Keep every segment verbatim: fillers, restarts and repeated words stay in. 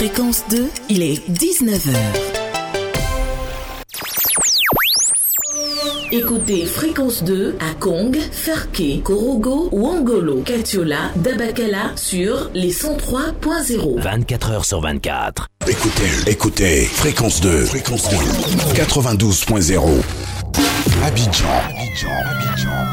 Fréquence deux, il est dix-neuf heures. Écoutez Fréquence deux à Kong, Ferké, Korogo, Wangolo, Katiola, Dabakala sur les cent trois point zéro. vingt-quatre heures sur vingt-quatre. Écoutez, écoutez, Fréquence deux, Fréquence deux, quatre-vingt-douze point zéro. Abidjan, Abidjan, Abidjan.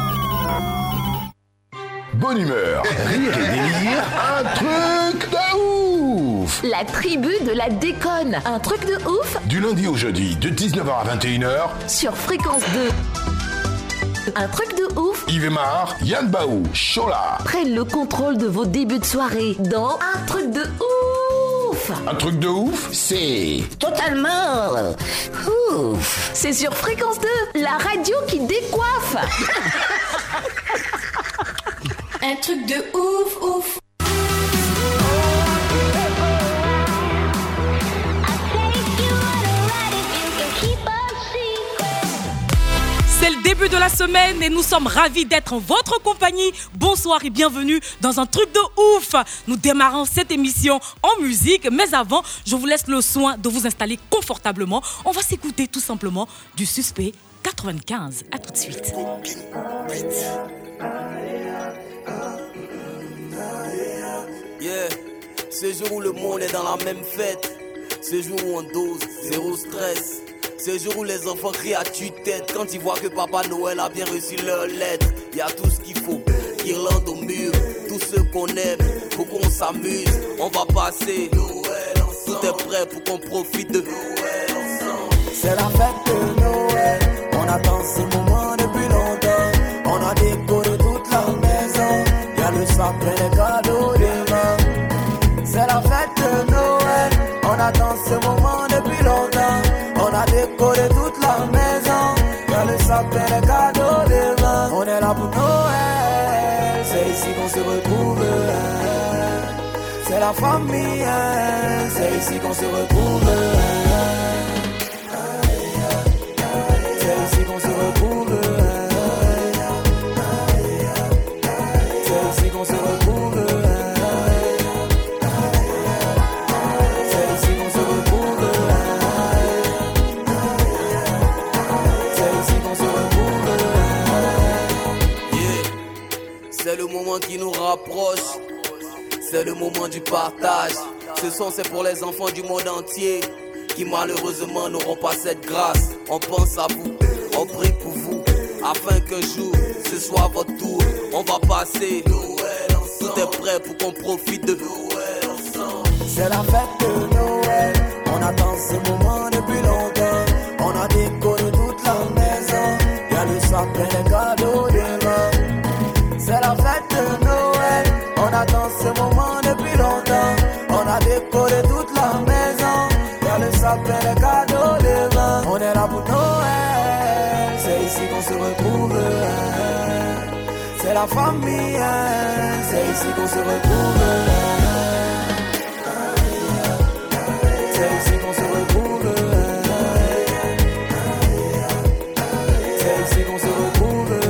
Bonne humeur, rire et délire, un truc de ouf. La tribu de la déconne, un truc de ouf. Du lundi au jeudi, de dix-neuf heures à vingt et une heures. Sur Fréquence deux. Un truc de ouf. Yves Emar, Yann Baou, Chola. Prennent le contrôle de vos débuts de soirée dans un truc de ouf. Un truc de ouf, c'est totalement ouf. C'est sur Fréquence deux, la radio qui décoiffe. Un truc de ouf, ouf. C'est le début de la semaine et nous sommes ravis d'être en votre compagnie. Bonsoir et bienvenue dans un truc de ouf. Nous démarrons cette émission en musique, mais avant, je vous laisse le soin de vous installer confortablement. On va s'écouter tout simplement du Suspect quatre-vingt-quinze. À tout de suite. Yeah, ce jour où le monde est dans la même fête, ce jour où on dose, zéro stress. C'est le jour où les enfants crient à tue-tête quand ils voient que Papa Noël a bien reçu leur lettre. Y'a tout ce qu'il faut, guirlande au mur, tous ceux qu'on aime, faut qu'on s'amuse. On va passer Noël ensemble, tout est prêt pour qu'on profite de Noël ensemble. C'est la fête de Noël, on attend ce moment depuis longtemps. On a décoré toute la maison, y'a le sapin, les cadeaux des mains. C'est la fête de Noël, on attend ce moment depuis longtemps. On a décoré toute la maison, y'a le sapin, les cadeaux des mains. On est là pour Noël, c'est ici qu'on se retrouve. C'est la famille, c'est ici qu'on se retrouve. C'est ici qu'on se retrouve. C'est ici qu'on se retrouve. C'est le moment qui nous rapproche, c'est le moment du partage. Ce son c'est pour les enfants du monde entier qui malheureusement n'auront pas cette grâce. On pense à vous, on prie pour vous, afin qu'un jour ce soit votre tour. On va passer Noël ensemble, tout est prêt pour qu'on profite de Noël ensemble. C'est la fête de Noël, on attend ce moment depuis longtemps. On a décoré toute la maison, y'a le sapin, les cadeaux des mains. C'est la fête de Noël, on attend ce moment depuis longtemps. On a décoré toute la maison, y'a le sapin, les cadeaux des mains. On est là pour Noël, c'est ici qu'on se retrouve. C'est la famille, c'est ici qu'on se retrouve. C'est ici qu'on se retrouve. C'est ici qu'on se retrouve.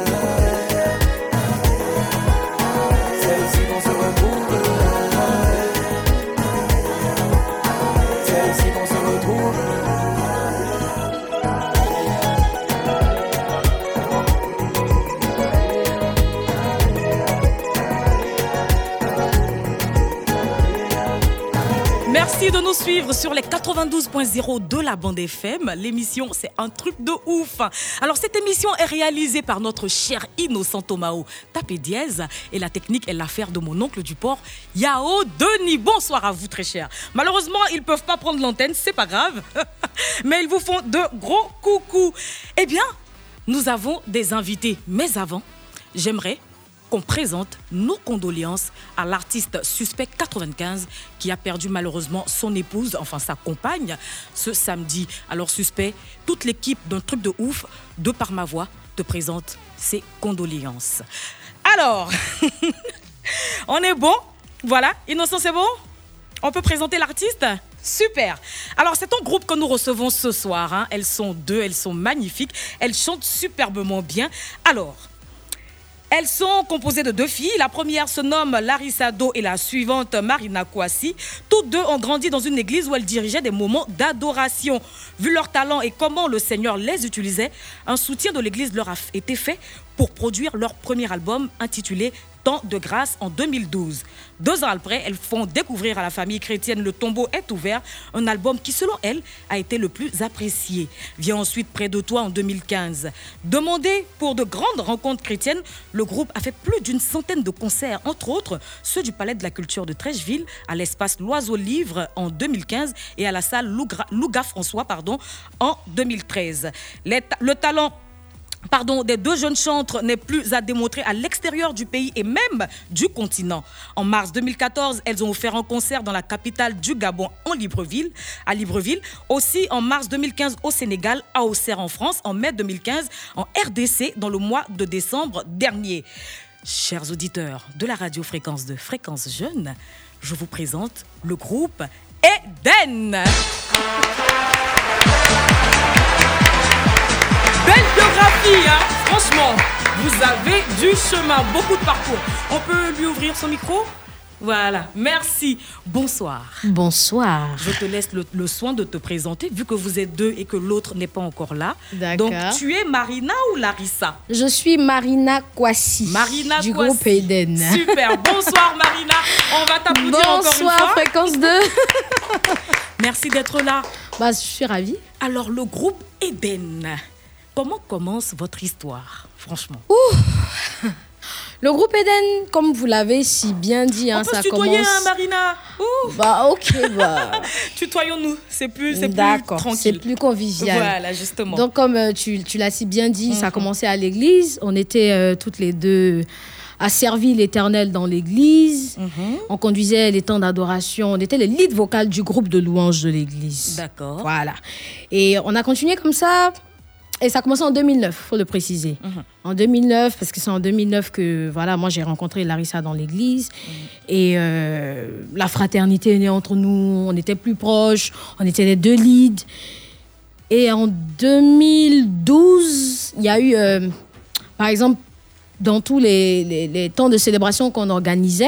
Merci de nous suivre sur les quatre-vingt-douze point zéro de la bande F M. L'émission, c'est un truc de ouf. Alors, cette émission est réalisée par notre cher Innocent Tomao, tapé dièse. Et la technique est l'affaire de mon oncle du port, Yao Denis. Bonsoir à vous, très cher. Malheureusement, ils ne peuvent pas prendre l'antenne, c'est pas grave. Mais ils vous font de gros coucous. Eh bien, nous avons des invités. Mais avant, j'aimerais qu'on présente nos condoléances à l'artiste Suspect quatre-vingt-quinze qui a perdu malheureusement son épouse, enfin sa compagne, ce samedi. Alors Suspect, toute l'équipe d'un truc de ouf, de par ma voix, te présente ses condoléances. Alors, on est bon? Voilà, Innocent, c'est bon? On peut présenter l'artiste? Super. Alors, c'est un groupe que nous recevons ce soir. Hein. Elles sont deux, elles sont magnifiques. Elles chantent superbement bien. Alors, Elles sont composées de deux filles. La première se nomme Larissa Do et la suivante Marina Kouassi. Toutes deux ont grandi dans une église où elles dirigeaient des moments d'adoration. Vu leur talent et comment le Seigneur les utilisait, un soutien de l'église leur a été fait pour produire leur premier album intitulé Temps de grâce en deux mille douze. Deux ans après, elles font découvrir à la famille chrétienne Le Tombeau est ouvert, un album qui, selon elles, a été le plus apprécié. Vient ensuite Près de toi en deux mille quinze. Demandé pour de grandes rencontres chrétiennes, le groupe a fait plus d'une centaine de concerts, entre autres ceux du Palais de la Culture de Trècheville, à l'espace L'Oiseau Livre en deux mille quinze et à la salle Louga, Louga François pardon, en deux mille treize. Les ta- le talent Pardon, des deux jeunes chantres n'est plus à démontrer à l'extérieur du pays et même du continent. En mars deux mille quatorze, elles ont offert un concert dans la capitale du Gabon, en Libreville, à Libreville. Aussi, en mars deux mille quinze, au Sénégal, à Auxerre en France. En mai deux mmille quinze, en R D C, dans le mois de décembre dernier. Chers auditeurs de la radio Fréquence deux, Fréquence Jeune, je vous présente le groupe Eden. Belle biographie, hein? Franchement, vous avez du chemin, beaucoup de parcours. On peut lui ouvrir son micro? Voilà, merci. Bonsoir. Bonsoir. Je te laisse le, le soin de te présenter, vu que vous êtes deux et que l'autre n'est pas encore là. D'accord. Donc, tu es Marina ou Larissa? Je suis Marina Kouassi. Marina du Kouassi. groupe Eden. Super. Bonsoir, Marina. On va t'applaudir encore une fois. Bonsoir, Fréquence deux. Merci d'être là. Bah, je suis ravie. Alors, le groupe Eden, comment commence votre histoire, franchement? Ouh. Le groupe Eden, comme vous l'avez si bien dit, hein, on peut ça se tutoyer, commence. hein, Marina. Ouh. Bah ok, bah. Tutoyons-nous, c'est plus, c'est plus D'accord, tranquille. c'est plus convivial. Voilà, justement. Donc comme euh, tu, tu l'as si bien dit, Mm-hmm. ça a commencé à l'église. On était euh, toutes les deux à servir l'Éternel dans l'église. Mm-hmm. On conduisait les temps d'adoration. On était les lead vocales du groupe de louanges de l'église. D'accord. Voilà. Et on a continué comme ça. Et ça a commencé en deux mille neuf, il faut le préciser. Mm-hmm. En deux mille neuf, parce que c'est en deux mille neuf que voilà, moi j'ai rencontré Larissa dans l'église. Mm-hmm. Et euh, la fraternité est née entre nous, on était plus proches, on était les deux leads. Et en deux mille douze, il y a eu, euh, par exemple, dans tous les, les, les temps de célébration qu'on organisait,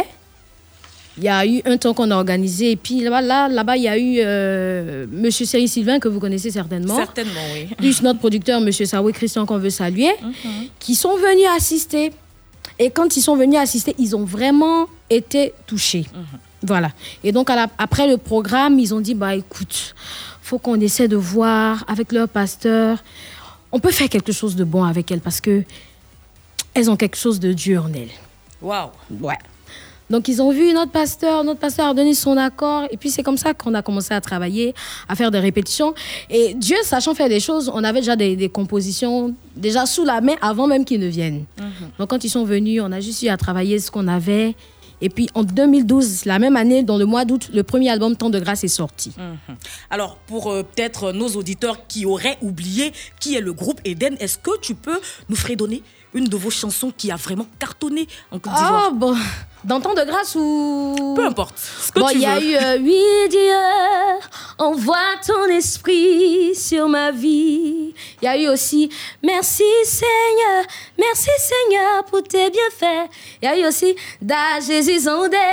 il y a eu un temps qu'on a organisé, et puis là-bas, là, là-bas il y a eu euh, M. Céry Sylvain, que vous connaissez certainement. Certainement, oui. Plus notre producteur, M. Saoué Christian, qu'on veut saluer, mm-hmm. qui sont venus assister. Et quand ils sont venus assister, ils ont vraiment été touchés. Mm-hmm. Voilà. Et donc, à la, après le programme, ils ont dit, bah écoute, il faut qu'on essaie de voir avec leur pasteur, on peut faire quelque chose de bon avec elles, parce que elles ont quelque chose de Dieu en elles. Waouh. Ouais. Donc, ils ont vu notre pasteur, notre pasteur a donné son accord. Et puis, c'est comme ça qu'on a commencé à travailler, à faire des répétitions. Et Dieu, sachant faire des choses, on avait déjà des, des compositions déjà sous la main avant même qu'ils ne viennent. Mm-hmm. Donc, quand ils sont venus, on a juste eu à travailler ce qu'on avait. Et puis, en deux mille douze, la même année, dans le mois d'août, le premier album Temps de grâce est sorti. Mm-hmm. Alors, pour euh, peut-être nos auditeurs qui auraient oublié qui est le groupe Eden, est-ce que tu peux nous fredonner une de vos chansons qui a vraiment cartonné en Côte d'Ivoire? Ah, bon... Dans Temps de grâce ou... Peu importe, ce que bon, tu veux. Il y a eu euh, oui Dieu, envoie ton esprit sur ma vie. Il y a eu aussi merci Seigneur, merci Seigneur pour tes bienfaits. Il y a eu aussi da Jésus en dé,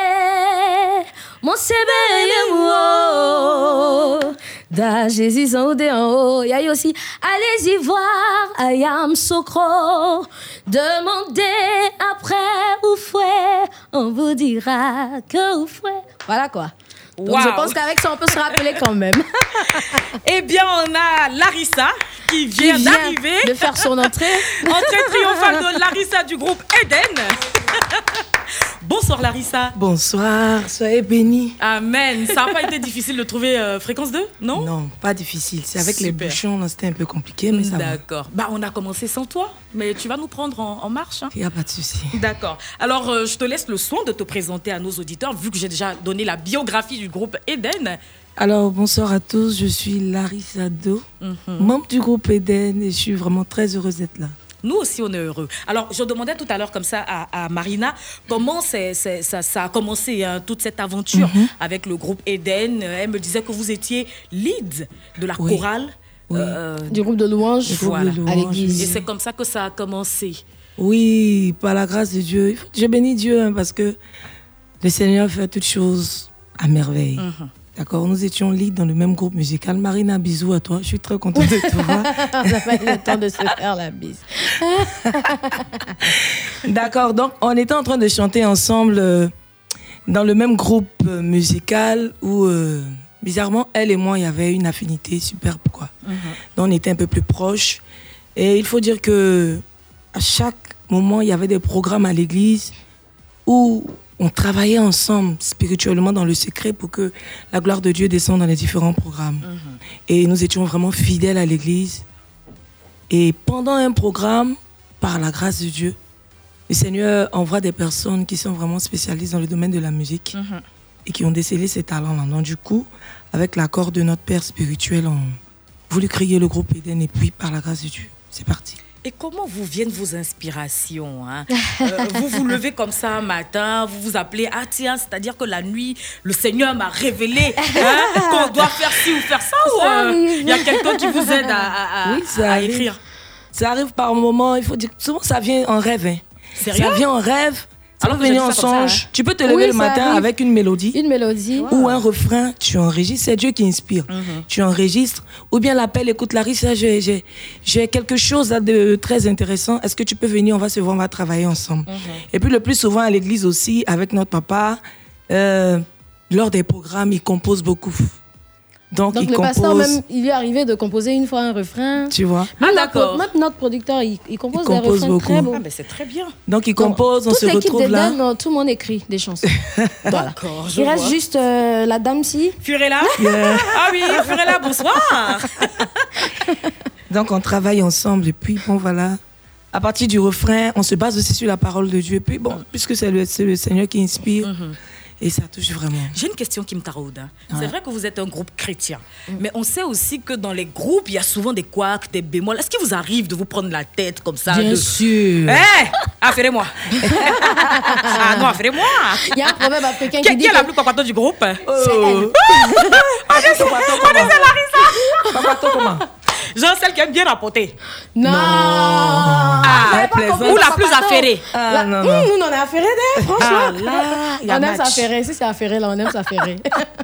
mon sébé moi. Da Jésus en dé en haut. Il y a eu aussi allez-y voir, I am socro. Demandez après ou fouet, on vous dira que vous fouet. Voilà quoi. Donc wow. Je pense qu'avec ça, on peut se rappeler quand même. Eh bien, on a Larissa qui vient, qui vient d'arriver. de faire son entrée. Entrée triomphale de Larissa du groupe Eden. Bonsoir Larissa. Bonsoir, soyez bénis. Amen. Ça n'a pas été difficile de trouver euh, Fréquence deux, non? Non, pas difficile. C'est avec Super. Les bouchons, c'était un peu compliqué, mais ça va. D'accord. Bah, on a commencé sans toi, mais tu vas nous prendre en, en marche. Hein. Il n'y a pas de souci. D'accord. Alors, euh, je te laisse le soin de te présenter à nos auditeurs, vu que j'ai déjà donné la biographie du groupe Eden. Alors, bonsoir à tous. Je suis Larissa Do, mm-hmm. membre du groupe Eden, et je suis vraiment très heureuse d'être là. Nous aussi, on est heureux. Alors, je demandais tout à l'heure comme ça à, à Marina, comment c'est, c'est, ça, ça a commencé, hein, toute cette aventure mm-hmm. avec le groupe Eden. Elle me disait que vous étiez lead de la oui. chorale. Oui. Euh, du groupe de louanges, voilà. à l'église. Et c'est comme ça que ça a commencé. Oui, par la grâce de Dieu. Je bénis Dieu hein, parce que le Seigneur fait toutes choses à merveille. Mm-hmm. D'accord, nous étions lead dans le même groupe musical. Marina, bisous à toi. Je suis très contente de te voir. On n'a pas eu le temps de se faire la bise. D'accord, donc on était en train de chanter ensemble euh, dans le même groupe euh, musical où, euh, bizarrement, elle et moi, il y avait une affinité superbe, quoi. Mm-hmm. Donc on était un peu plus proches. Et il faut dire que à chaque moment, il y avait des programmes à l'église où on travaillait ensemble spirituellement dans le secret pour que la gloire de Dieu descende dans les différents programmes. Mm-hmm. Et nous étions vraiment fidèles à l'église. Et pendant un programme, par la grâce de Dieu, le Seigneur envoie des personnes qui sont vraiment spécialistes dans le domaine de la musique mm-hmm. et qui ont décelé ces talents-là. Donc du coup, avec l'accord de notre Père spirituel, on a voulu créer le groupe Eden et puis par la grâce de Dieu, c'est parti. Et comment vous viennent vos inspirations hein? euh, Vous vous levez comme ça un matin, vous vous appelez, ah tiens, c'est-à-dire que la nuit, le Seigneur m'a révélé hein, qu'on doit faire ci ou faire ça, ou il euh, y a quelqu'un qui vous aide à, à, à, oui, ça à écrire? Ça arrive par moments, il faut dire, souvent ça vient en rêve. Hein. Sérieux? Ça vient en rêve. Ça peut venir en songe. Ça, hein. Tu peux te lever oui, le matin arrive. Avec une mélodie. Une mélodie. Wow. Ou un refrain, tu enregistres. C'est Dieu qui inspire. Mm-hmm. Tu enregistres. Ou bien l'appel, écoute Larissa, j'ai, j'ai, j'ai quelque chose de très intéressant. Est-ce que tu peux venir? On va se voir, on va travailler ensemble. Mm-hmm. Et puis le plus souvent à l'église aussi, avec notre papa, euh, lors des programmes, il compose beaucoup. Donc, Donc il le compose... pasteur même, il lui est arrivé de composer une fois un refrain. Tu vois. Ah d'accord. Notre, notre producteur, il, il compose il des compose refrains beaucoup. très beaux. Ah mais c'est très bien. Donc il compose, Donc, on se retrouve là. Non, tout le monde écrit des chansons. Voilà. D'accord. Je il vois. reste juste euh, la dame-ci. Furella. Yeah. Ah oui, Furella, bonsoir. Donc on travaille ensemble et puis bon voilà. À partir du refrain, on se base aussi sur la parole de Dieu. Et puis bon, puisque c'est le, c'est le Seigneur qui inspire. Mm-hmm. Et ça touche vraiment. J'ai une question qui me taraude. Hein. Ouais. C'est vrai que vous êtes un groupe chrétien, mmh. mais on sait aussi que dans les groupes, il y a souvent des couacs, des bémols. Est-ce qu'il vous arrive de vous prendre la tête comme ça? Bien de... sûr. Hé hey Affairez-moi. Ah non, affairez-moi. Il y a un proverbe africain qui, qui dit Qui est que... la plus papato du groupe? C'est elle. On est sur Larissa. Papato comment? Genre celle qui aime bien rapoter. Non. non. Ah, ou la plus affairée. Ah, la... non, non. Mmh, nous, on est affairés, franchement. Ah, là, on aime s'affairer. Si c'est affairé, là, on aime s'affairer.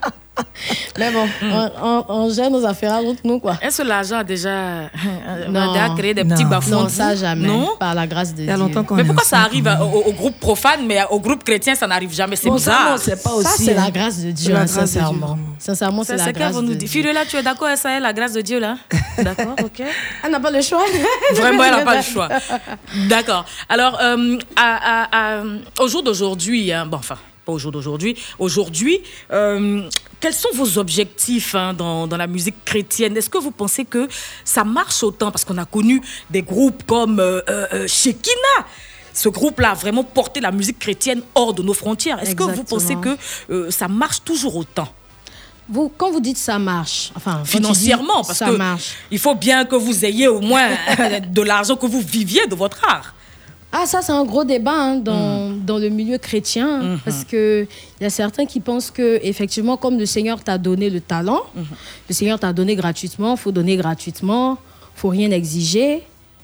Mais bon, mm. on, on, on gère nos affaires entre nous, quoi. Est-ce que l'argent a déjà, non, a créé des non. petits bas-fonds? Non, ça jamais. Non? Par la grâce de Dieu. Il y a longtemps qu'on mais pourquoi ça arrive au, au groupe profane, mais au groupe chrétien, ça n'arrive jamais? C'est bon, bizarre. Ça, non, c'est pas aussi, ça, c'est la grâce de Dieu, hein, sincèrement. Sincèrement, c'est, c'est la grâce de Dieu. Furella, tu es d'accord avec ça, la grâce de Dieu, là? D'accord, ok. Elle n'a pas le choix. Vraiment, elle n'a pas le choix. D'accord. Alors, euh, à, à, à, au jour d'aujourd'hui, hein, bon, enfin, pas au jour d'aujourd'hui, aujourd'hui, euh, quels sont vos objectifs hein, dans, dans la musique chrétienne? Est-ce que vous pensez que ça marche autant? Parce qu'on a connu des groupes comme euh, euh, Shekinah. Ce groupe-là a vraiment porté la musique chrétienne hors de nos frontières. Est-ce Exactement. que vous pensez que euh, ça marche toujours autant? Vous, quand vous dites ça marche, enfin financièrement, parce que marche. Il faut bien que vous ayez au moins de l'argent, que vous viviez de votre art. Ah, ça, c'est un gros débat hein, dans, mm. dans le milieu chrétien, mm-hmm. parce qu'il y a certains qui pensent que, effectivement, comme le Seigneur t'a donné le talent, mm-hmm. le Seigneur t'a donné gratuitement, il faut donner gratuitement, il ne faut rien exiger.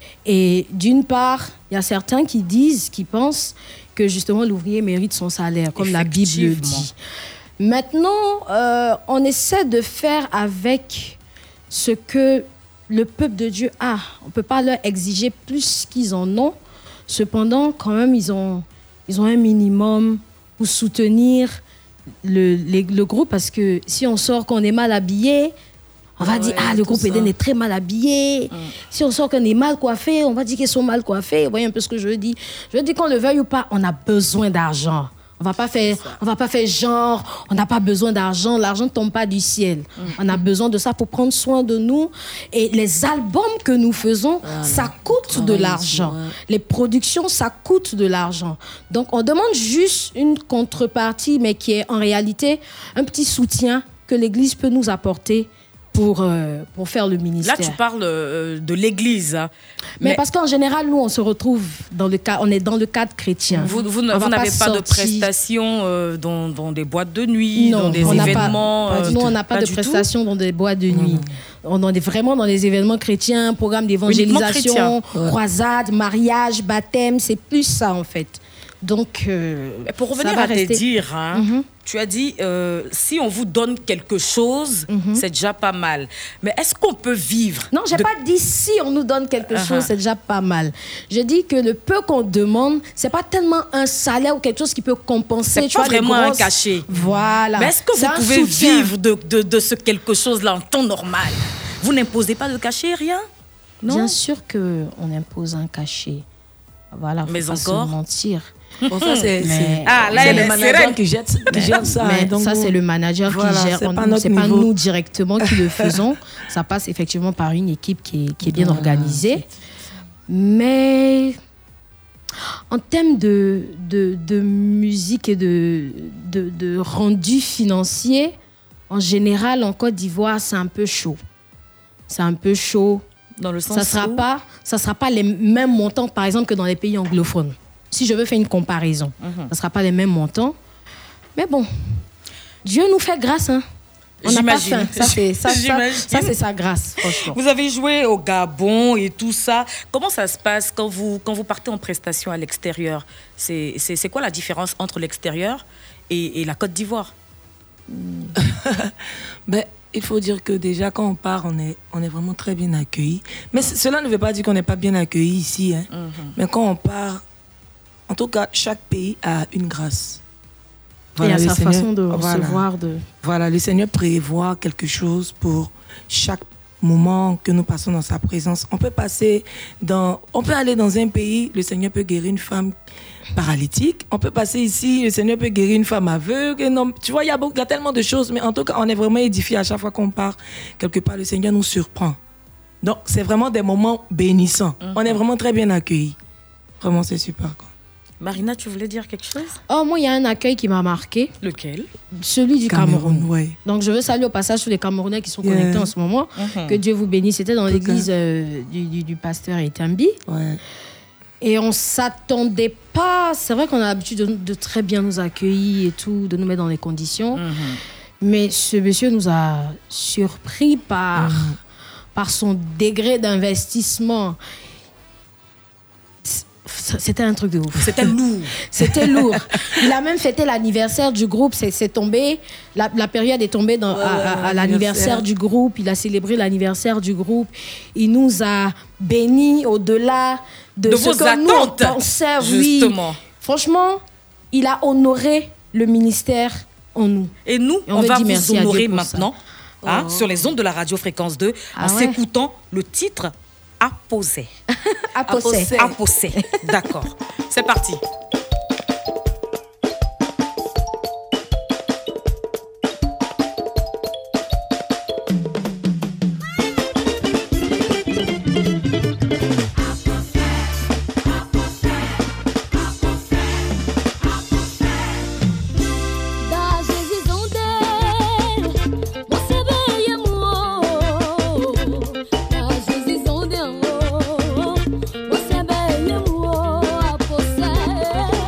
Et d'une part, il y a certains qui disent, qui pensent que, justement, l'ouvrier mérite son salaire, comme la Bible le dit. Maintenant, euh, on essaie de faire avec ce que le peuple de Dieu a. On ne peut pas leur exiger plus qu'ils en ont. Cependant, quand même, ils ont, ils ont un minimum pour soutenir le, les, le groupe. Parce que si on sort qu'on est mal habillé, on va ouais, dire « Ah, le groupe ça. Eden est très mal habillé. Hum. » Si on sort qu'on est mal coiffé, on va dire qu'ils sont mal coiffés. Vous voyez un peu ce que je veux dire? Je veux dire qu'on le veuille ou pas, on a besoin d'argent. On va pas faire, on va pas faire genre, on n'a pas besoin d'argent, l'argent ne tombe pas du ciel. Mm-hmm. On a besoin de ça pour prendre soin de nous. Et les albums que nous faisons, ah, ça coûte de l'argent. Ouais. Les productions, ça coûte de l'argent. Donc, on demande juste une contrepartie, mais qui est en réalité un petit soutien que l'Église peut nous apporter pour, euh, pour faire le ministère. Là, tu parles euh, de l'église. Hein. Mais, Mais parce qu'en général, nous, on se retrouve dans le cas, on est dans le cadre chrétien. Vous, vous, On vous va n'avez pas, pas de sortir- prestations euh, dans, dans des boîtes de nuit, Non, dans des on n'a pas- événements. pas du euh, tout. Nous, on n'a pas, pas de du prestations dans des boîtes de nuit. On est vraiment dans les événements chrétiens, programmes d'évangélisation, chrétien. croisades, mariages, baptêmes. C'est plus ça, en fait. Donc, euh, Mais pour revenir ça va à tes rester- dires, hein, Mhm. tu as dit euh, si on vous donne quelque chose, Mhm. c'est déjà pas mal. Mais est-ce qu'on peut vivre Non, j'ai de- pas dit si on nous donne quelque Uh-huh. chose, c'est déjà pas mal. Je dis que le peu qu'on demande, c'est pas tellement un salaire ou quelque chose qui peut compenser. C'est tu pas vois, les vraiment un grosses- cachet. Voilà. Mais est-ce que C'est vous un pouvez soutien. vivre de, de, de ce quelque chose-là en temps normal? Vous n'imposez pas de cachet, rien? Non. Bien sûr qu'on impose un cachet. Voilà, faut Mais pas encore se mentir. Bon, ça, c'est, Mais- c'est- Ah, là, c'est elle le est manager sereine. qui, jette, qui gère ça. Mais hein, donc ça, vous- c'est le manager Voilà, qui gère. c'est On- pas notre c'est pas niveau. nous directement qui le faisons. Ça passe effectivement par une équipe qui est, qui est bien Voilà, organisée. Mais en termes de, de, de musique et de, de, de rendu financier, en général, en Côte d'Ivoire, c'est un peu chaud. C'est un peu chaud. Dans le sens Ça sera où- pas, ça sera pas les mêmes montants, par exemple, que dans les pays anglophones. Si je veux faire une comparaison, Mhm. ça sera pas les mêmes montants. Mais bon, Dieu nous fait grâce, hein. On n'a pas J'imagine. faim. Ça, c'est ça, ça, J'imagine. ça, c'est sa grâce, franchement. Vous avez joué au Gabon et tout ça. Comment ça se passe quand vous, quand vous partez en prestation à l'extérieur? C'est, c'est, c'est quoi la différence entre l'extérieur et, et la Côte d'Ivoire? Ben, il faut dire que déjà, quand on part, on est, on est vraiment très bien accueillis. Mais c- cela ne veut pas dire qu'on n'est pas bien accueillis ici. Hein. Mais quand on part, en tout cas, chaque pays a une grâce. Et à le sa Seigneur- façon de voilà. recevoir. De... Voilà, le Seigneur prévoit quelque chose pour chaque moment que nous passons dans sa présence. On peut passer dans, on peut aller dans un pays, le Seigneur peut guérir une femme paralytique. On peut passer ici, le Seigneur peut guérir une femme aveugle. un homme- Tu vois, il y a beaucoup, il y a tellement de choses, mais en tout cas, on est vraiment édifié à chaque fois qu'on part quelque part. Le Seigneur nous surprend. Donc, c'est vraiment des moments bénissants. On est vraiment très bien accueillis. Vraiment, c'est super, quoi. Marina, tu voulais dire quelque chose? Oh, moi, il y a un accueil qui m'a marqué. Lequel? Celui du Cameroun. Cameroun, ouais. Donc, je veux saluer au passage tous les Camerounais qui sont Yeah. connectés en ce moment. Mhm. Que Dieu vous bénisse. C'était dans En tout l'église cas. euh, du, du, du pasteur Etambi. Ouais. Et on s'attendait pas. C'est vrai qu'on a l'habitude de, de très bien nous accueillir et tout, de nous mettre dans les conditions. Mais ce monsieur nous a surpris par, par son degré d'investissement. C'était un truc de ouf. C'était lourd. C'était lourd. Il a même fêté l'anniversaire du groupe. C'est, c'est tombé. La, la période est tombée dans, Ouais, à, ouais, à- à l'anniversaire. l'anniversaire du groupe. Il a célébré l'anniversaire du groupe. Il nous a bénis au-delà de, De ce vos que nous on attentes, pensait. Oui. justement. Franchement, il a honoré le ministère en nous. Et nous, Et on on, veut va dire vous merci à Dieu honorer pour maintenant hein, Oh. sur les ondes de la radio Fréquence deux Ah en ouais. s'écoutant le titre Apposé. Apposé. Apposé. D'accord. C'est parti. Da Zezizonde, você veio amor. Da Zezizonde, você veio amor. A você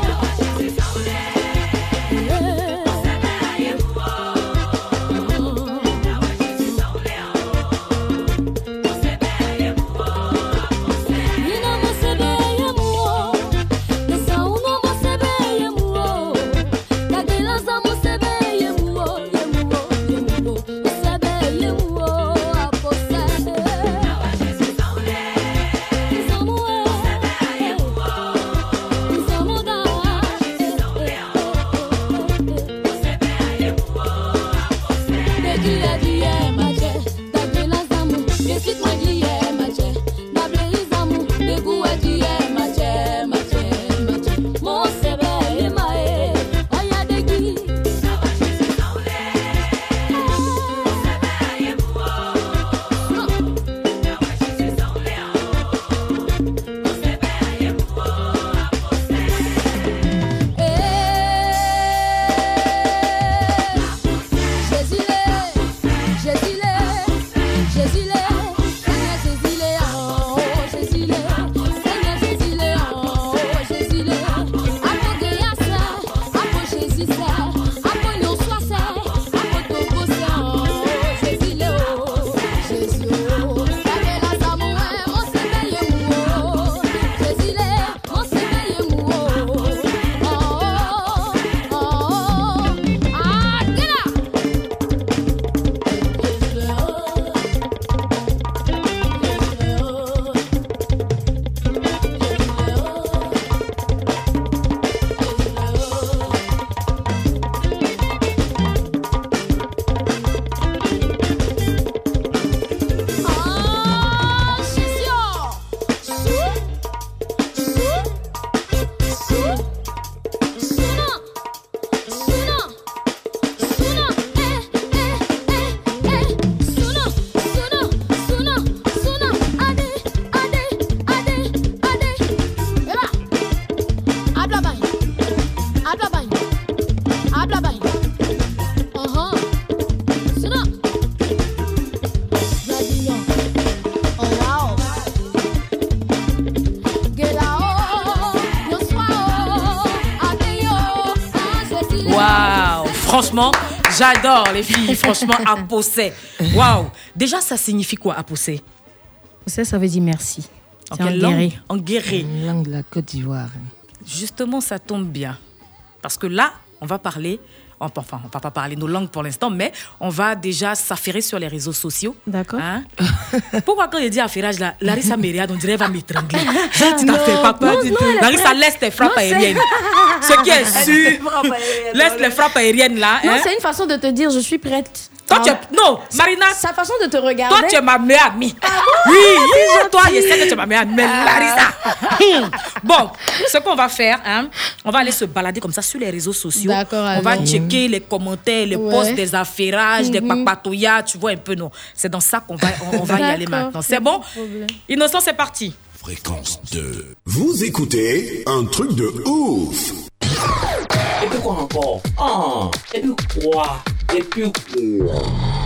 franchement, j'adore les filles. Franchement, Aposé. Waouh. Déjà, ça signifie quoi, Aposé? Ça, ça veut dire merci. En C'est quelle en langue? guéret. En guéret. Une langue de la Côte d'Ivoire. Justement, ça tombe bien. Parce que là, on va parler, enfin, on va pas parler nos langues pour l'instant, mais on va déjà s'affairer sur les réseaux sociaux. D'accord. Hein? Pourquoi quand il dit affairage, là, Larissa Myriade, on dirait elle va m'étrangler. Ça, tu n'en fais pas peur non, du non, tout. elle a Larissa, pas- laisse tes frappes Non, c'est- aériennes. Ce qui est sûr, laisse les frappes aériennes là. Non, hein. c'est une façon de te dire je suis prête. Toi, tu es... Non, Sa- Marina, Sa façon de te regarder. toi, tu es ma meilleure amie. Oui, toi, je sais que tu es ma meilleure amie. Mais Larissa. Hmm. Bon, ce qu'on va faire, hein, on va aller se balader comme ça sur les réseaux sociaux. D'accord, On va alors. checker les commentaires, les Ouais. posts des affairages, des Mhm. papatouillas, tu vois un peu, non. C'est dans ça qu'on va, on, on va y aller D'accord, maintenant. C'est bon? Innocent, c'est parti. Fréquence deux. Vous écoutez un truc de ouf. Et puis quoi encore? Ah, et puis quoi? Et puis quoi?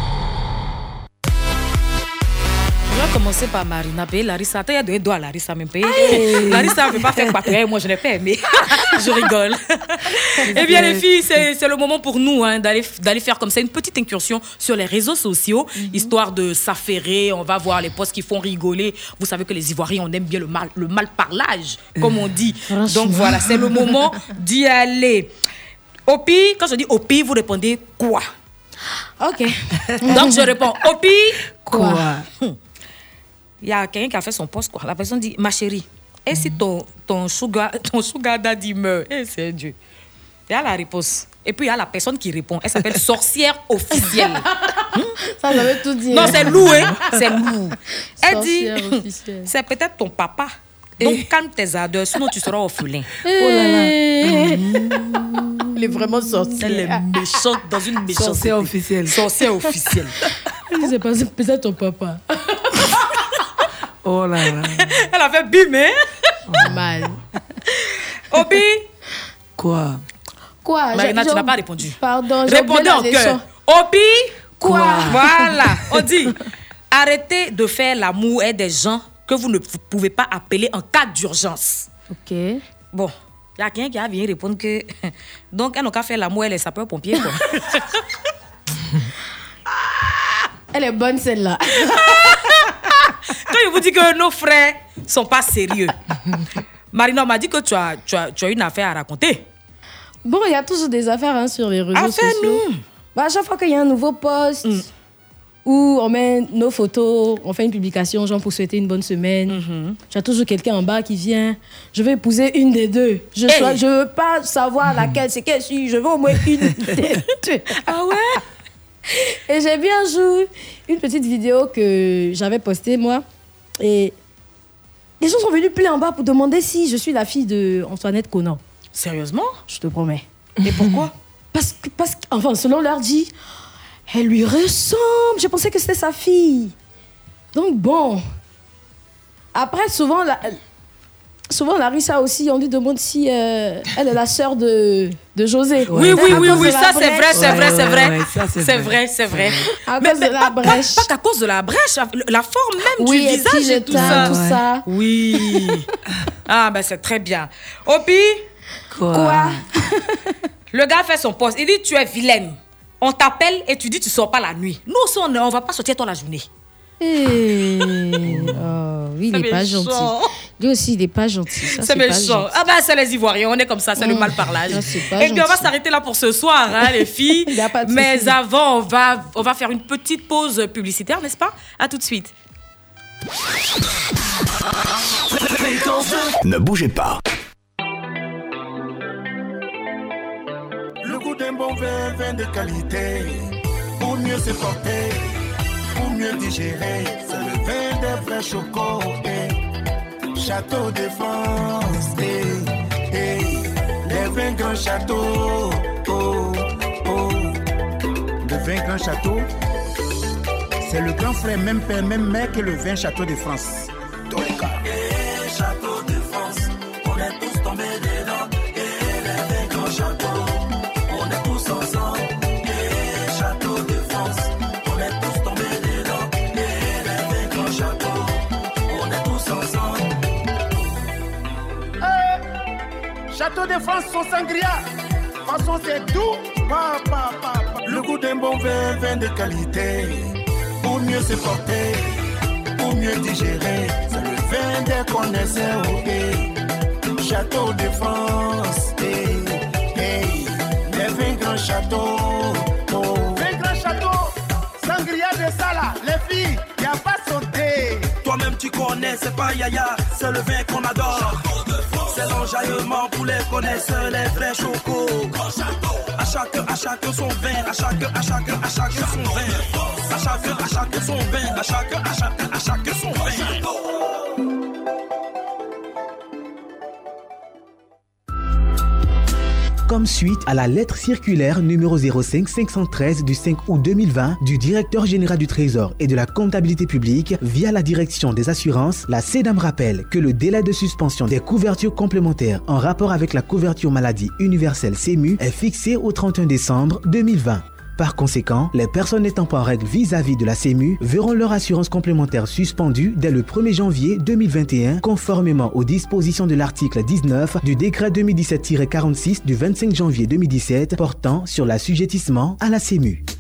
On va commencer par Marina. Paye Larissa. Attends, il y a deux doigts à Larissa même. Paye. Larissa ne veut pas faire patrouille. Moi, je n'ai pas aimé. Je rigole. Eh bien, les filles, c'est, c'est le moment pour nous hein, d'aller, d'aller faire comme ça une petite incursion sur les réseaux sociaux, mm-hmm. histoire de s'affairer. On va voir les posts qui font rigoler. Vous savez que les Ivoiriens, on aime bien le mal, le mal parlage, comme on dit. Donc voilà, c'est le moment d'y aller. Opi, quand je dis Opi, vous répondez quoi? Ok. Donc, je réponds Opi. Quoi? Hum. Il y a quelqu'un qui a fait son poste, quoi. La personne dit, ma chérie, et si ton, ton, sugar, ton sugar daddy meurt? Eh, c'est Dieu. Il y a la réponse. Et puis, il y a la personne qui répond. Elle s'appelle sorcière officielle. Hmm? Ça, j'avais tout dit. Non, c'est Lou, hein. C'est Lou. Elle dit, Sorcière officielle. c'est peut-être ton papa. Donc, eh. calme tes ardeurs, sinon tu seras orphelin. Oh là là. Mmh. Elle est vraiment sorcière. Elle est méchante dans une méchanceté. Sorcière officielle. Sorcière officielle. C'est pas peut-être ton papa. Oh là là. Elle a fait bim, hein? Oh, mal. Obi? Quoi? Quoi? Marina, tu n'as pas répondu. Pardon, j'ai Répondez en cœur. Obi? Quoi? Voilà. On dit, arrêtez de faire l'amour avec des gens que vous ne pouvez pas appeler en cas d'urgence. Ok. Bon, il y a quelqu'un qui a venu répondre que... Donc, elle n'a qu'à faire l'amour, elle est sapeur-pompier, quoi. Elle est bonne, celle-là. Quand je vous dis que nos frères ne sont pas sérieux, Marina m'a dit que tu as, tu, as, tu as une affaire à raconter. Bon, il y a toujours des affaires hein, sur les réseaux Affaire sociaux. nous. Bah, à chaque fois qu'il y a un nouveau post mm. où on met nos photos, on fait une publication, genre pour souhaiter une bonne semaine, mm-hmm. tu as toujours quelqu'un en bas qui vient. Je vais épouser une des deux. Je ne hey. veux pas savoir laquelle c'est qu'elle suit. Je veux au moins une des deux. Ah ouais? Et j'ai vu un jour une petite vidéo que j'avais postée, moi. Et les gens sont venus plein en bas pour demander si je suis la fille de Antoinette Conan. Sérieusement? Je te promets. Et pourquoi? Parce que, parce que, enfin, selon leur dit, elle lui ressemble. Je pensais que c'était sa fille. Donc bon. Après, souvent, la, souvent Larissa aussi, on lui demande si euh, elle est la sœur de, de José. Oui, oui, oui, oui, ça c'est vrai, c'est vrai, c'est vrai. C'est vrai, c'est vrai. À mais cause mais de la pas, brèche. Pas, pas qu'à cause de la brèche, la forme même oui, du et visage et tout ça. tout ça. Oui. Ah, ben c'est très bien. Opi? Quoi? Quoi? Le gars fait son poste. Il dit, tu es vilaine. On t'appelle et tu dis, tu sors pas la nuit. Nous aussi, on ne va pas sortir toi la journée. Hey. Oh, oui, il n'est pas gentil. Lui aussi, il n'est pas gentil. Ça, c'est, c'est méchant. Ah ben, c'est les Ivoiriens, on est comme ça, c'est mmh. le mal parlage. Ça, c'est pas et gentil. puis, on va s'arrêter là pour ce soir, hein, les filles. Il y a pas de Mais souci. avant, on va, on va faire une petite pause publicitaire, n'est-ce pas? À tout de suite. Ne bougez pas. Le goût d'un bon vin, vin de qualité, pour mieux se porter, pour mieux digérer, c'est le vin des vrais chocos, eh. Château de France, eh, eh. Les vins Grand Château, oh, oh. Le vin Grand Château, c'est le grand frère, même père, même mère que le vin Château de France. Dans les cas. Eh, Château de France, on est tous tombés dedans, et les vins Grand Château. Château de France, son sangria. Façon c'est doux, Pa, pa, pa, pa. Le goût d'un bon vin, vin de qualité. Pour mieux se porter, pour mieux digérer. C'est le vin des connaisseurs. Hey. Château de France. Hey. Hey. Les vins grands châteaux. Oh. Vins grands châteaux. Sangria de Sala. Les filles, y a pas sauté. Toi-même tu connais, c'est pas Yaya, c'est le vin qu'on adore. C'est l'enjaillement pour les connaisseurs, les vrais chocos. À chaque, à chaque son vin, à chaque, à chaque, à chaque son vin. À chaque, à chaque son vin, à chaque, à chaque, à chaque son vin. Comme suite à la lettre circulaire numéro zéro cinq cinq cent treize du cinq août deux mille vingt du directeur général du Trésor et de la comptabilité publique via la direction des assurances, la CEDAM rappelle que le délai de suspension des couvertures complémentaires en rapport avec la couverture maladie universelle C M U est fixé au trente et un décembre deux mille vingt. Par conséquent, les personnes n'étant pas en règle vis-à-vis de la C M U verront leur assurance complémentaire suspendue dès le premier janvier deux mille vingt et un, conformément aux dispositions de l'article dix-neuf du décret deux mille dix-sept tiret quarante-six du vingt-cinq janvier deux mille dix-sept portant sur l'assujettissement à la C M U.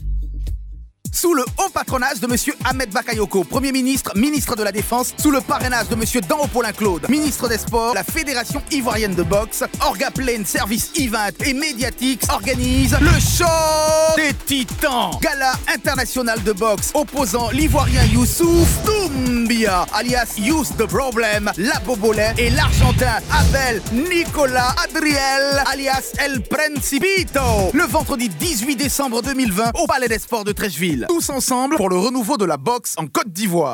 Sous le haut patronage de Monsieur Ahmed Bakayoko, Premier ministre, ministre de la Défense, sous le parrainage de Monsieur Dan Paulin Claude, ministre des Sports, la Fédération ivoirienne de boxe, Orgaplane Service Event et Mediatix organise le show des Titans, gala international de boxe opposant l'Ivoirien Youssouf Doumbia, alias Youss the Problem, la Bobolais, et l'Argentin Abel Nicolas Adriel, alias El Principito, le vendredi dix-huit décembre deux mille vingt au Palais des Sports de Trècheville. Tous ensemble pour le renouveau de la boxe en Côte d'Ivoire.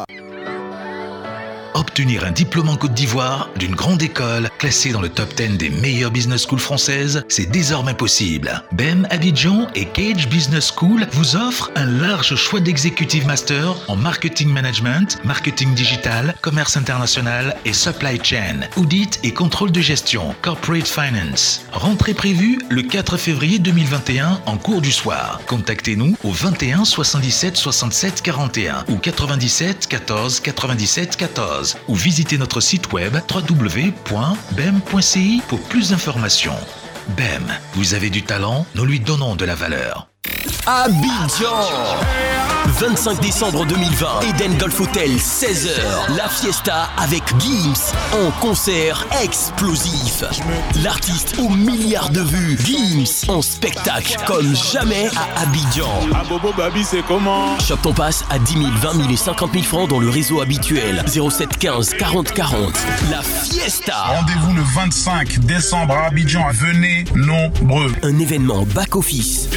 Obtenir un diplôme en Côte d'Ivoire d'une grande école classée dans le top dix des meilleures business schools françaises, c'est désormais possible. B E M Abidjan et Cage Business School vous offrent un large choix d'executive master en marketing management, marketing digital, commerce international et supply chain, audit et contrôle de gestion, corporate finance. Rentrée prévue le quatre février deux mille vingt et un en cours du soir. Contactez-nous au vingt et un soixante-dix-sept soixante-sept quarante et un ou quatre-vingt-dix-sept quatorze quatre-vingt-dix-sept quatorze. Ou visitez notre site web w w w point b e m point c i pour plus d'informations. B E M, vous avez du talent, nous lui donnons de la valeur. Abidjan, vingt-cinq décembre deux mille vingt, Eden Golf Hotel, seize heures. La fiesta avec Gims en concert explosif. L'artiste aux milliards de vues, Gims en spectacle comme jamais à Abidjan. Ah Bobo Babi, c'est comment? Chope ton passe à dix mille, vingt mille et cinquante mille francs dans le réseau habituel. zéro sept quinze quarante quarante. La fiesta. Rendez-vous le vingt-cinq décembre à Abidjan. Venez nombreux. Un événement back-office.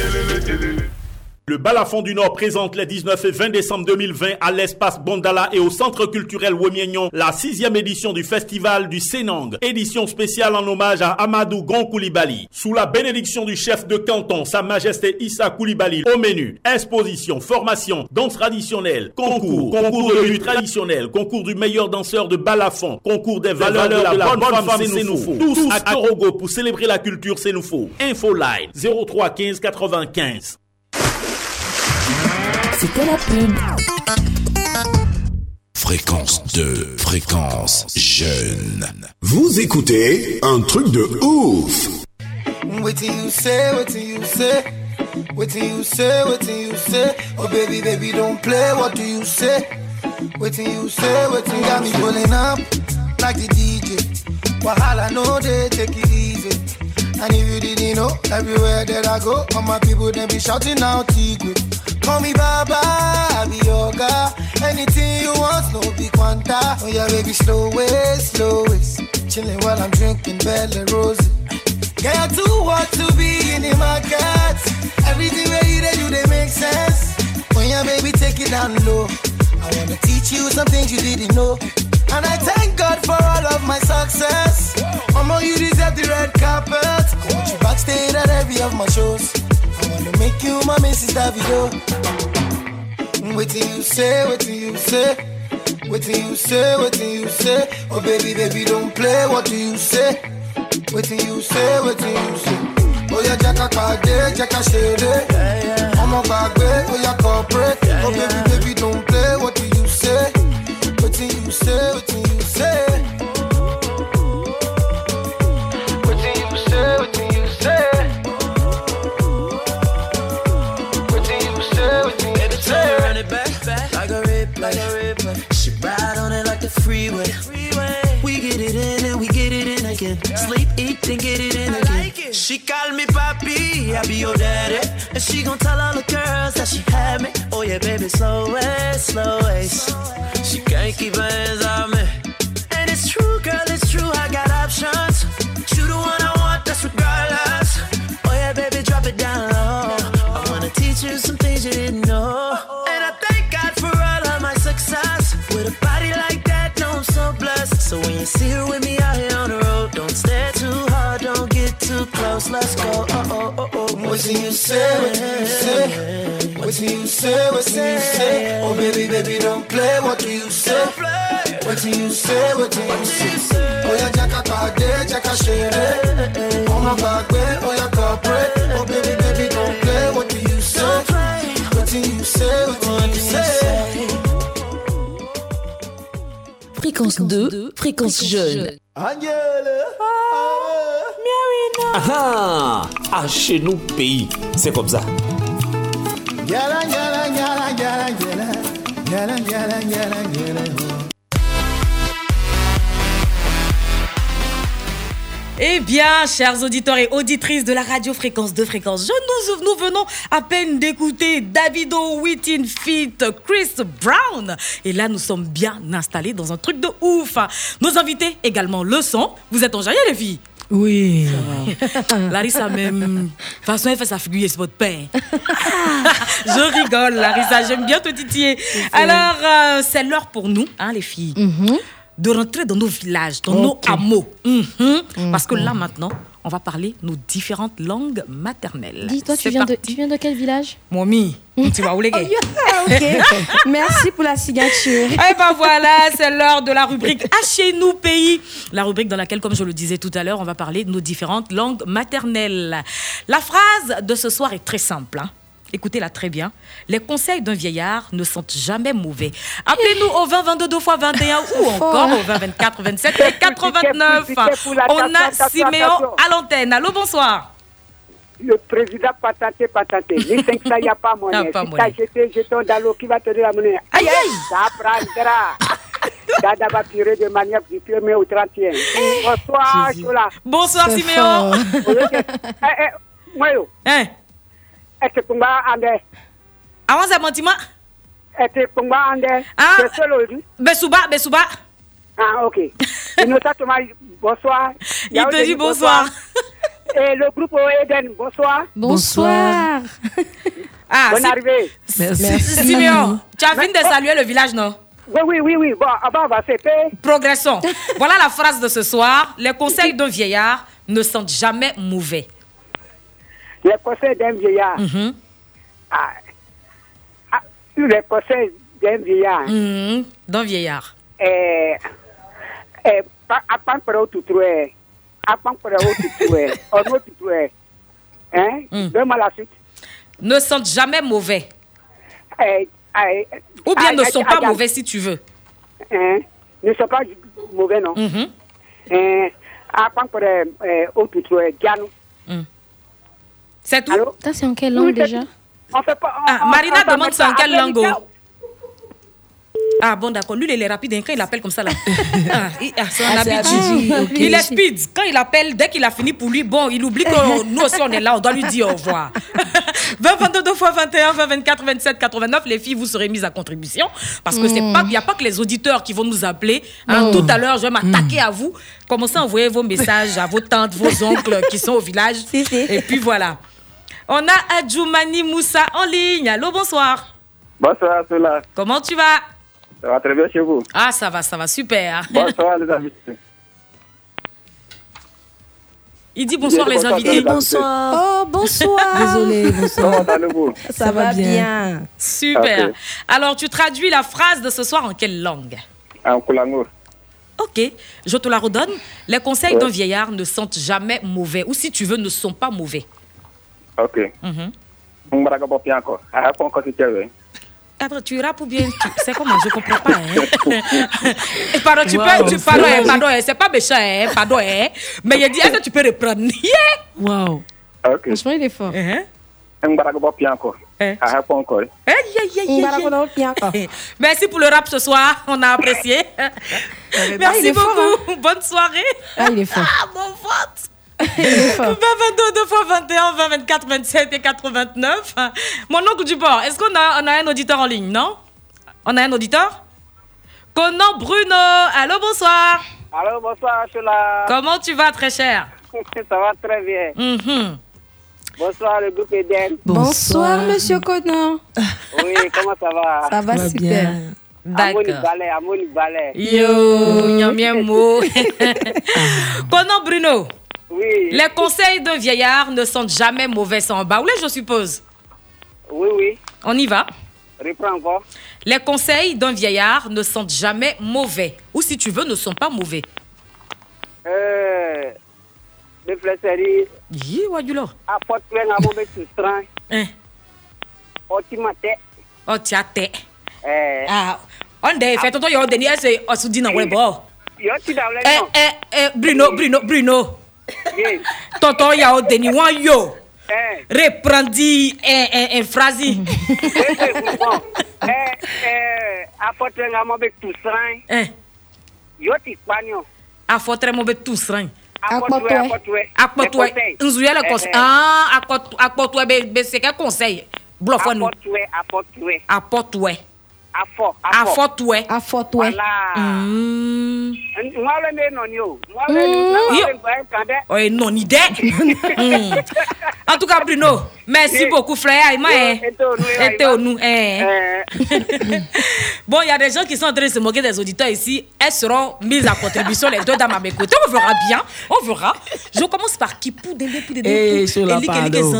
Le Balafon du Nord présente les dix-neuf et vingt décembre deux mille vingt à l'espace Bondala et au centre culturel Wemiegnon la sixième édition du festival du Sénang. Édition spéciale en hommage à Amadou Gon Coulibaly. Sous la bénédiction du chef de canton, Sa Majesté Issa Coulibaly. Au menu, exposition, formation, danse traditionnelle, concours, concours de lutte traditionnelle, concours du meilleur danseur de Balafon, concours des valeurs, valeurs de la, de la bonne, bonne femme, c'est nous faut. Tous à Korogo pour célébrer la culture, c'est nous faut. Info line zéro trois quinze quatre-vingt-quinze. C'était la pub. Fréquence deux, fréquence jeune. Vous écoutez un truc de ouf. What do you say, what do you say? What do you say, what do you say? Oh baby, baby, don't play, what do you say? What do you say, what do you got me pulling up like the D J? Wahala, no, they take it easy. And if you didn't know, everywhere that I go, all my people, they be shouting out Tigre. Call me Baba, I be yoga. Anything you want, no be quanta. Oh yeah, baby, slow way, slow way. Chilling while I'm drinking Bella Rose. Girl, too hot to be in the market. Everything where you do, they make sense. Oh yeah, baby, take it down low. I wanna teach you some things you didn't know. And I thank God for all of my success. Mama, you deserve the red carpet. I want you backstage at every of my shows. I wanna make you my Missus Davido. What do you say, what do you say? What do you say, what do you say? Oh baby, baby, don't play, what do you say? What do you say, what do you say? Oh yeah, Jacka Kade, Jacka Shede. I'm a bag, oh yeah, corporate. Oh baby, baby, don't play, what do you say? What do you say, what do you say? What do you say, what do you say? freeway. We get it in and we get it in again. Sleep, eat, and get it in again. She call me papi, I be your daddy. And she gon' tell all the girls that she had me. Oh yeah, baby, slow way, slow way. She can't keep her hands on me. And it's true, girl, it's true, I got options. You the one I want, that's regardless. Oh yeah, baby, drop it down low. I wanna teach you some things you didn't know. And I thank God for all of my success. With a body like that, no, I'm so blessed. So when you see her with me out here on the road, don't stare too hard, don't get too close. Let's go. Oh oh oh oh. What do you say? What do you say? What do you say? What do you say? Oh baby, baby, don't play. What do you say? What do you say? What do you say? Oh yeah, Jacka Kade, Jacka Shere. Oh my God, oh yeah, corporate. Oh baby, baby, don't play. What do you say? What do you say? What do you say? Fréquence deux, fréquence jeune. Ah ah, chez nous, pays, c'est comme ça. Yala, yala, yala, yala, yala. Yala, yala, yala, yala. Eh bien, chers auditeurs et auditrices de la radio Fréquence deux, Fréquence Jeune, nous, nous venons à peine d'écouter Davido Within feat. Chris Brown. Et là, nous sommes bien installés dans un truc de ouf. Nos invités également le sont. Vous êtes en jaillet, les filles? Oui. Larissa même. De toute façon, elle fait sa figure, c'est votre pain. Je rigole, Larissa, j'aime bien te titiller. Alors, euh, c'est l'heure pour nous, hein, les filles, mm-hmm. de rentrer dans nos villages, dans okay. nos hameaux. Mm-hmm. Mm-hmm. Parce que là, maintenant, on va parler nos différentes langues maternelles. Dis-toi, tu viens, de, tu viens de quel village? Momi. Tu vas où les gars? Ok. Merci pour la signature. Et ben voilà, c'est l'heure de la rubrique À chez nous pays. La rubrique dans laquelle, comme je le disais tout à l'heure, on va parler de nos différentes langues maternelles. La phrase de ce soir est très simple, hein. Écoutez-la très bien. Les conseils d'un vieillard ne sont jamais mauvais. Appelez-nous au vingt vingt-deux deux fois vingt et un ou encore au vingt vingt-quatre vingt-sept et quatre-vingt-neuf. On a Siméon à l'antenne. Allô, bonsoir. Le président patenté, patenté. Les cinq ça, il n'y a pas monnaie. Si tu as jeté jeton dans l'eau, qui va te donner la monnaie? Aïe, aïe. Ça prendra. Dada va tirer de manière du premier au trente et un. Bonsoir, Chola. Bonsoir, Siméon. Eh, eh, moi, hein? Est-ce que Pumba Ande? Avant ça, Montima? Est-ce que Pumba Ande? Ah, c'est seul aujourd'hui? Besouba, Besouba. Ah, ok. Innocent Thomas, bonsoir. Il te dit bonsoir. Et le groupe Eden, bonsoir. Bonsoir. Ah, bonne arrivée. Merci. Merci. Siméon, tu as fini de saluer le village, non? Oui, oui, oui, oui. Bon, avant, on va s'épée. Progressons. Voilà la phrase de ce soir. Les conseils d'un vieillard ne sont jamais mauvais. Les conseils d'un vieillard. Mm-hmm. Ah, ah, les conseils d'un vieillard. Mm-hmm. D'un vieillard. Eh, eh, apprends pour tout trouver. Apprends pour tout trouver. On va tout trouver. Hein? Mm. Donne-moi la suite. Ne sont jamais mauvais. Eh, eh, Ou bien ah, ne ah, sont ah, pas ah, mauvais si tu veux. Hein? Ne sont pas mauvais, non? Mm-hmm. Eh, apprends pour tout trouver. Diano. Mm. C'est tout? Allô? Ça, c'est en quelle langue oui, déjà? On fait pas, on, ah, on, Marina on demande c'est en quelle langue? Ah bon, d'accord. Lui, il est rapide. Quand il appelle comme ça, là. ah, il, ah, c'est un ah, habitude. Ah, okay. Il est speed. Quand il appelle, dès qu'il a fini pour lui, bon, il oublie que nous aussi, on est là. On doit lui dire au revoir. vingt vingt-deux fois vingt et un, vingt vingt-quatre vingt-sept quatre-vingt-neuf. Les filles, vous serez mises à contribution. Parce que c'est pas, il n'y a pas que les auditeurs qui vont nous appeler. Hein, oh. Tout à l'heure, je vais m'attaquer mm. à vous. Commencez à envoyer vos messages à vos tantes, vos oncles qui sont au village. Si, si. Et puis voilà. On a Adjoumani Moussa en ligne. Allô, bonsoir. Bonsoir, Sola. Comment tu vas? Ça va très bien chez vous. Ah, ça va, ça va, super. Bonsoir, les invités. Il dit bonsoir, les bonsoir invités. Bonsoir. Oh, bonsoir. Désolé, bonsoir. Ça, ça va bien. bien. Super. Okay. Alors, tu traduis la phrase de ce soir en quelle langue? En Koulango. Ok, je te la redonne. Les conseils ouais. d'un vieillard ne sont jamais mauvais, ou si tu veux, ne sont pas mauvais. Ok. Mm-hmm. Attends, tu rappes ou bien tu... C'est comment? Je comprends pas. Hein? Pardon, tu wow, peux... Tu... Pardon, hein, pardon hein, c'est pas méchant, hein, pardon. Hein? Mais il a dit, est-ce que tu peux reprendre? Yeah! Wow. Ok. Franchement, il est fort. Uh-huh. Uh-huh. Ah, pas encore. Aïe, aïe, aïe, aïe. Merci pour le rap ce soir, on a apprécié. Merci beaucoup, bonne soirée. Ah, il est fort. Ah, bon vote. vingt, vingt-deux, deux fois vingt et un, vingt, vingt-quatre, vingt-sept et quatre-vingt-neuf. Mon oncle Duport, est-ce qu'on a, on a un auditeur en ligne, non? On a un auditeur? Conan Bruno, allô, bonsoir. Allô, bonsoir, je suis là. Comment tu vas, très cher? Ça va très bien. Mm-hmm. Bonsoir, le groupe Eden. Bonsoir, monsieur Conan. Oui, comment ça va? Ça va super. D'accord. Amoni Ballet, Amoni Ballet. Yo, Nyamiamo. Conan Bruno. Oui. Les conseils d'un vieillard ne sont jamais mauvais sans baoulé, je suppose. Oui, oui. On y va. Reprends encore. Les conseils d'un vieillard ne sont jamais mauvais. Ou si tu veux, ne sont pas mauvais. Euh... De flesserie. Yi, wajulo. Apporte-le un mauvais soustrait. Hein. Otimate. Otiate. Eh. Ah. On dit, fait tonton yo deni ese osudi na webo. Yo ti da wle. Eh eh eh Bruno, Bruno, Bruno. Yes. Tonton yo deni wan yo. Eh. Reprendre un un un phrase. Eh eh apporte-le un mauvais soustrait. Eh. Yo ti panyo. Afotre mo be tousran. Apporte-le, apporte-le. Apporte-le. Nzuya le conseil. Ah, apporte apporte-le be be c'est quel conseil? Blofo nous. Apporte-le, apporte-le. Apporte-le. Afo, Apporte-le. Apporte-le. Voilà. Mm. Moi le ne non yo. Moi le non kande. Oh non idée. En tout cas Bruno, merci beaucoup frère. Moi était au nous. Bon, il y a des gens qui sont en train de se moquer des auditeurs ici. Elles seront mises à contribution les deux dames à mes côtés. On verra bien. On verra. Je commence par qui pour des pour des Eh, sur la pardon.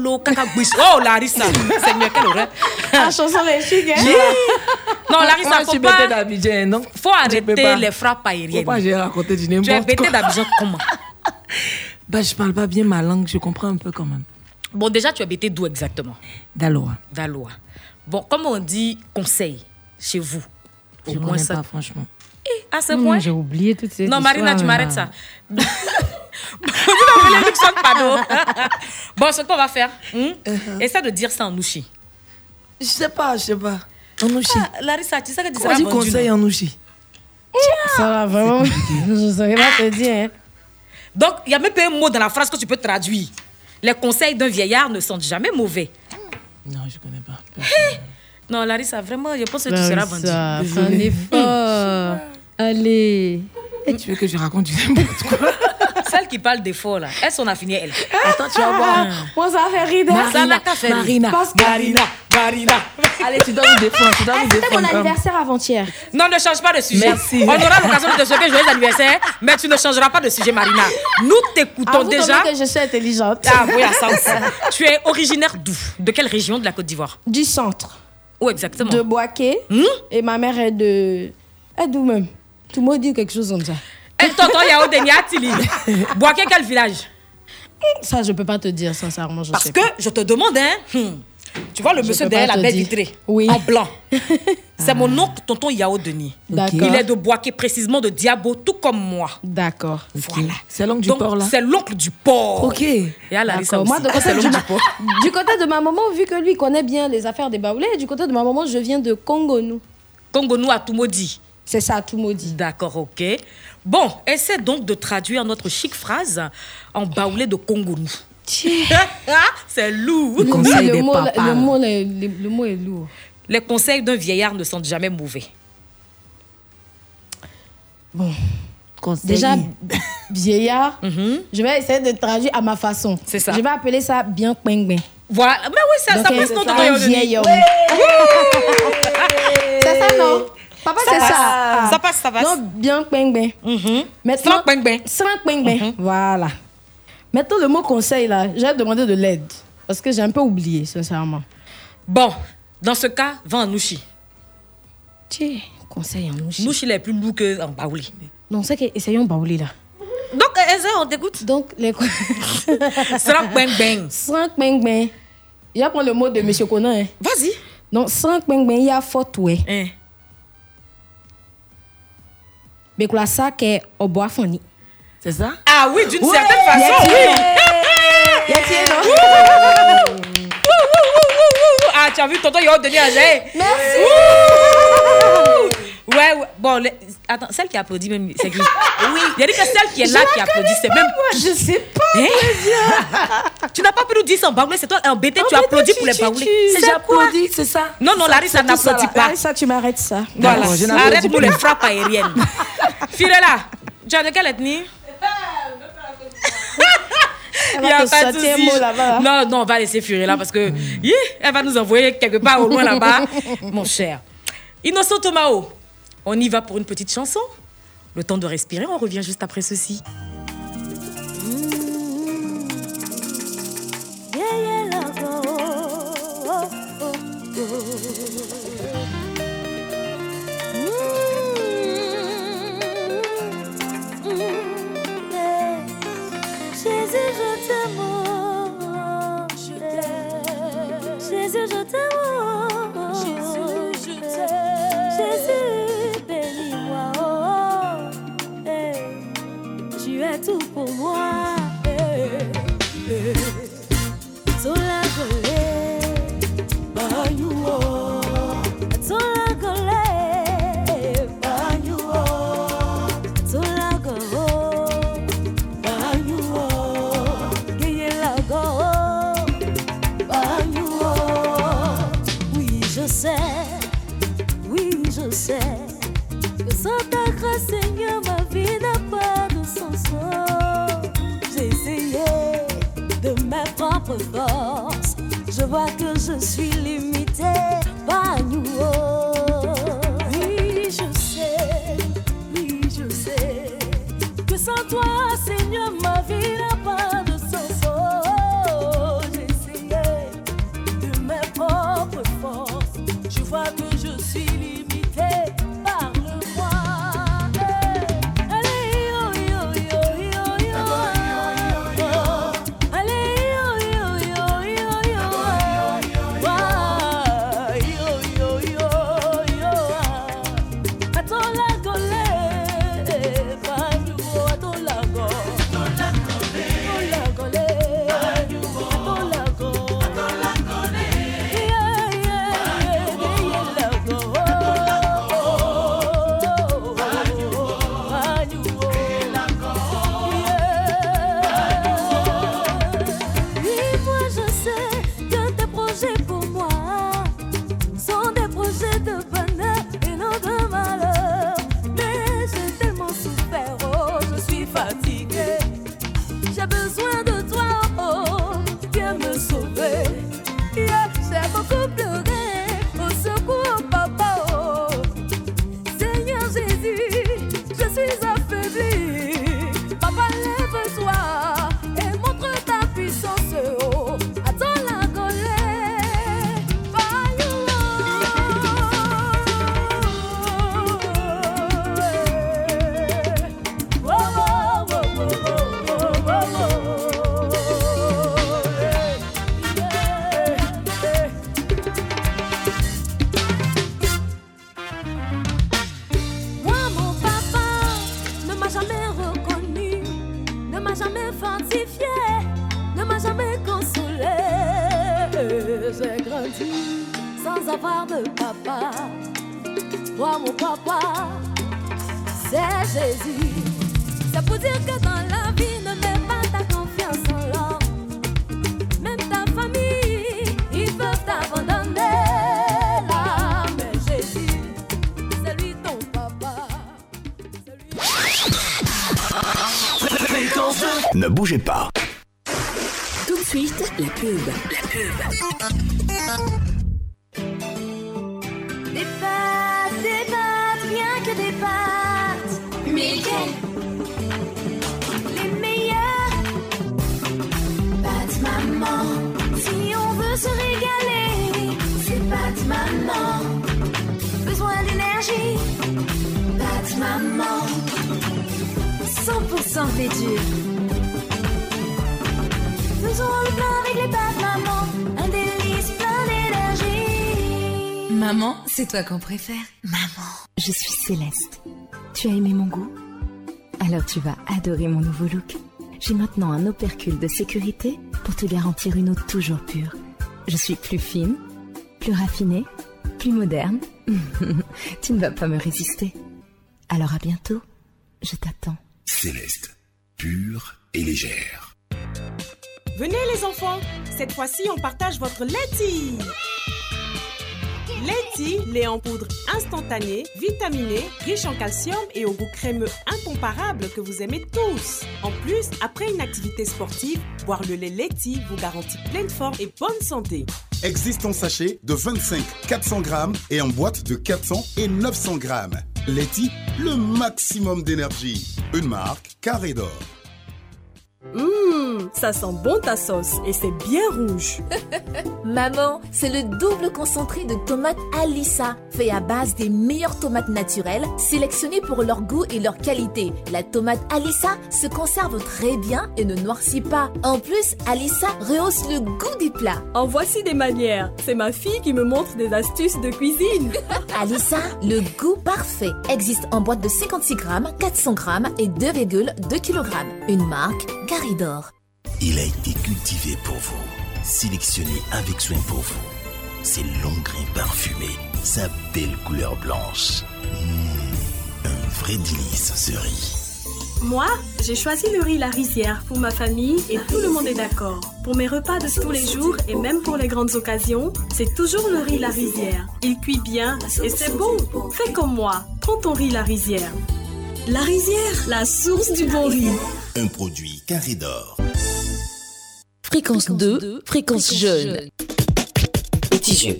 Oh Larissa, Seigneur quelle horreur. La chanson des chics. Non Larissa, faut pas. d'Abidjan, non? Faut arrêter les frappes aériennes. Pourquoi j'ai raconté du Tu es n'importe bêté quoi? d'Abidjan comment? Bah, je parle pas bien ma langue, je comprends un peu quand même. Bon, déjà, tu es bêté d'où exactement? D'Aloa. D'Aloa. Bon, comme on dit conseil chez vous, au Je moins connais ça. pas, franchement. Eh, à ce Non, point. j'ai oublié toutes ces Non, Marina, tu histoires, m'arrêtes là. ça. Vous n'avez pas de panneau. Bon, ce qu'on va faire, hein? Essaie de dire ça en Nouchi. Je sais pas, je sais pas. En Nouchi. Ah, Larissa, tu sais que tu Comment seras tu conseilles en Nouchi? Ça va vraiment. Je ne saurais pas te dire. Hein. Donc, il y a même pas un mot dans la phrase que tu peux traduire. Les conseils d'un vieillard ne sont jamais mauvais. Non, je connais pas. Non, Larissa, vraiment, je pense que tu seras vendue. Ça, fais un effort. Allez. Et tu veux que je raconte du n'importe quoi? Celle qui parle d'effort, là, elle s'en a fini, elle. Attends, tu vas voir. Moi, ça fait rire. Ça n'a qu'à faire. Marina. Parce que- Marina, Marina. Allez, tu dois nous défendre. Tu dois nous C'était mon défendre. anniversaire avant-hier. Non, ne change pas de sujet. Merci. On aura l'occasion de te souhaiter joyeux anniversaire, mais tu ne changeras pas de sujet, Marina. Nous t'écoutons Avoue déjà. que je suis intelligente. Ah oui, à ça aussi. Tu es originaire d'où? De quelle région de la Côte d'Ivoire? Du centre. Où exactement? De Boaké. Et ma mère est de. Elle est d'où même? Tout le monde dit quelque chose comme ça. Et tonton Yao de Niatili. Boaké, quel village? Ça, je peux pas te dire, sincèrement. Je Parce sais que pas. je te demande, hein. hmm, Tu vois le Je monsieur peux derrière pas la te baie dire. vitrée? Oui. En blanc. C'est mon oncle, tonton Yao Denis. D'accord. Il est de Boaké, précisément de Diabo, tout comme moi. D'accord. Voilà. C'est l'oncle du Donc, port, là? c'est l'oncle du port. Ok. Et à Larissa D'accord. aussi. Moi, de côté c'est du, l'oncle ma- du port. du côté de ma maman, vu que lui connaît bien les affaires des baoulés, du côté de ma maman, je viens de Congo-Nou. Congo-Nou à Tumodi. C'est ça, Tumodi. D'accord, ok. Bon, essaie donc de traduire notre chic phrase en baoulé de Congo-Nou. C'est lourd. Le, conseil le des mot, papas, le, là. mot, le, le- le mot est lourd. Les conseils d'un vieillard ne sont jamais mauvais. Bon. Conseil. Déjà, vieillard, Mhm. je vais essayer de traduire à ma façon. C'est ça. Je vais appeler ça bien ping Voilà. Mais oui, c'est Donc, ça. euh, Parce que c'est tonton un Yao Denis. vieil homme. C'est ça, non? Papa, c'est passe. ça. Ça passe, ça passe. Non, bien ping Mhm. Maintenant, Sans ping-ping. Sans ping Voilà. Maintenant, le mot conseil, là, j'ai demandé de l'aide. Parce que j'ai un peu oublié, sincèrement. Bon, dans ce cas, va en Nouchi. Tiens, conseil en Nouchi. Nouchi, il est plus lourd que en baoulé. Non, c'est que essayons baoulé, là. Donc, Eze, on t'écoute. Donc, les. Sans ping-ping. Sans ping Il y a prendre le mot de M. Conan. Hein. Vas-y. Donc, sans ping il y a faute, ouais. Hein. Mais quoi, ça, qu'est au bois foni. C'est ça? Ah oui, d'une Ouais, certaine façon, y a-t-il, oui. non? Y a-t-il, non? Wouh, wouh, wouh, wouh, wouh, wouh. tu as vu, tonton Yo donné un zé. Merci. Ouais, ouais. Bon, les... attends, celle qui applaudit même, c'est qui? Oui. Il y a dit que celle qui est là qui applaudit, c'est même. Moi, je sais pas. Hein? Tu n'as pas pu nous dire ça en baoulé, c'est toi embêté, tu applaudis pour les baoulés. C'est j'applaudis, c'est ça. Non, non, Larissa n'applaudit pas. Larissa, tu m'arrêtes ça. Voilà, arrête pour les frappes aériennes. Firela, tu as de quelle ethnie? Il n'y a pas de souci. Non, non, on va laisser Firela parce que yeah, elle va nous envoyer quelque part au loin là-bas. Mon cher. Innocent Tomao, on y va pour une petite chanson. Le temps de respirer, on revient juste après ceci. Jésus, je t'aime, oh, je t'aime. Jésus, je t'aime, oh, Jésus, je t'aime. Jésus, bénis-moi, oh, hey. Tu es tout pour moi. Hey, hey. Sola golé, banyuo. Sola golé, banyuo. Sola golé. Oui, je sais, oui, je sais que sans ta grâce, Seigneur, ma vie n'a pas de sens. J'ai essayé de mes propres forces. Je vois que je suis limitée par nous. Oui, je sais, oui, je sais que sans toi, Seigneur, ma vie n'a pas de sens. Oh, j'ai essayé de mes propres forces. Je vois que je suis limitée par le moi. Allez, yo, yo, yo, yo, yo. Allez, yo, yo, yo, yo, yo. Yo, yo, yo, yo. Attends la colère, pas nous, attends la j'ai besoin de toi, oh, viens me sauver. Yeah, j'ai beaucoup pleuré, au secours, papa, oh. Seigneur Jésus, je suis affaiblie. Papa, lève-toi et montre ta puissance, oh. Attends la colère, pas you, oh. Oh, oh, oh, oh, oh. Moi, mon papa ne m'a jamais reconnu, ne m'a jamais fortifié, ne m'a jamais consolé. J'ai grandi sans avoir de papa. Moi, mon papa, c'est Jésus. C'est pour dire que dans la vie, ne mets pas ta confiance en l'homme. Même ta famille, ils peuvent t'abandonner. Là, mais Jésus, c'est lui ton papa. Ne bougez pas. Tout de suite, la pub. La pub. Des pâtes, des pâtes, rien que des pâtes. Mais les meilleures pâtes maman. Si on veut se régaler, c'est pâtes maman. Besoin d'énergie, pâtes maman. cent pour cent fait dur. Faisons le plein avec les pâtes maman. Un délice plein d'énergie. Maman, c'est toi qu'on préfère. Maman, je suis Céleste. Tu as aimé mon goût? Alors tu vas adorer mon nouveau look. J'ai maintenant un opercule de sécurité pour te garantir une eau toujours pure. Je suis plus fine, Plus raffiné, plus moderne. Tu ne vas pas me résister. Alors à bientôt, je t'attends. Céleste, pure et légère. Venez les enfants, cette fois-ci on partage votre laiti. Laiti, lait en poudre instantané, vitaminé, riche en calcium et au goût crémeux incomparable que vous aimez tous. En plus, après une activité sportive, boire le lait Laiti vous garantit pleine forme et bonne santé. Existe en sachet de vingt-cinq à quatre cents grammes et en boîte de quatre cents et neuf cents grammes. Laiti, le maximum d'énergie. Une marque Carré d'Or. Hum, ça sent bon ta sauce et c'est bien rouge. Maman, c'est le double concentré de tomates Alissa, fait à base des meilleures tomates naturelles, sélectionnées pour leur goût et leur qualité. La tomate Alissa se conserve très bien et ne noircit pas. En plus, Alissa rehausse le goût des plats. En voici des manières. C'est ma fille qui me montre des astuces de cuisine. Alissa, le goût parfait, existe en boîte de cinquante-six grammes, quatre cents grammes et deux virgule deux kilogrammes. Une marque Carré d'Or. Il a été cultivé pour vous, sélectionné avec soin pour vous. Ses longs grains parfumés, sa belle couleur blanche. Mmh, un vrai délice ce riz. Moi, j'ai choisi le riz La Rizière pour ma famille et tout le monde est d'accord. Pour mes repas de tous les jours et même pour les grandes occasions, c'est toujours le riz La Rizière. Il cuit bien et c'est bon. Fais comme moi, prends ton riz La Rizière. La Rizière, la source du bon riz. Un produit Carré d'Or. Fréquence deux, fréquence jeune. Petit jeu.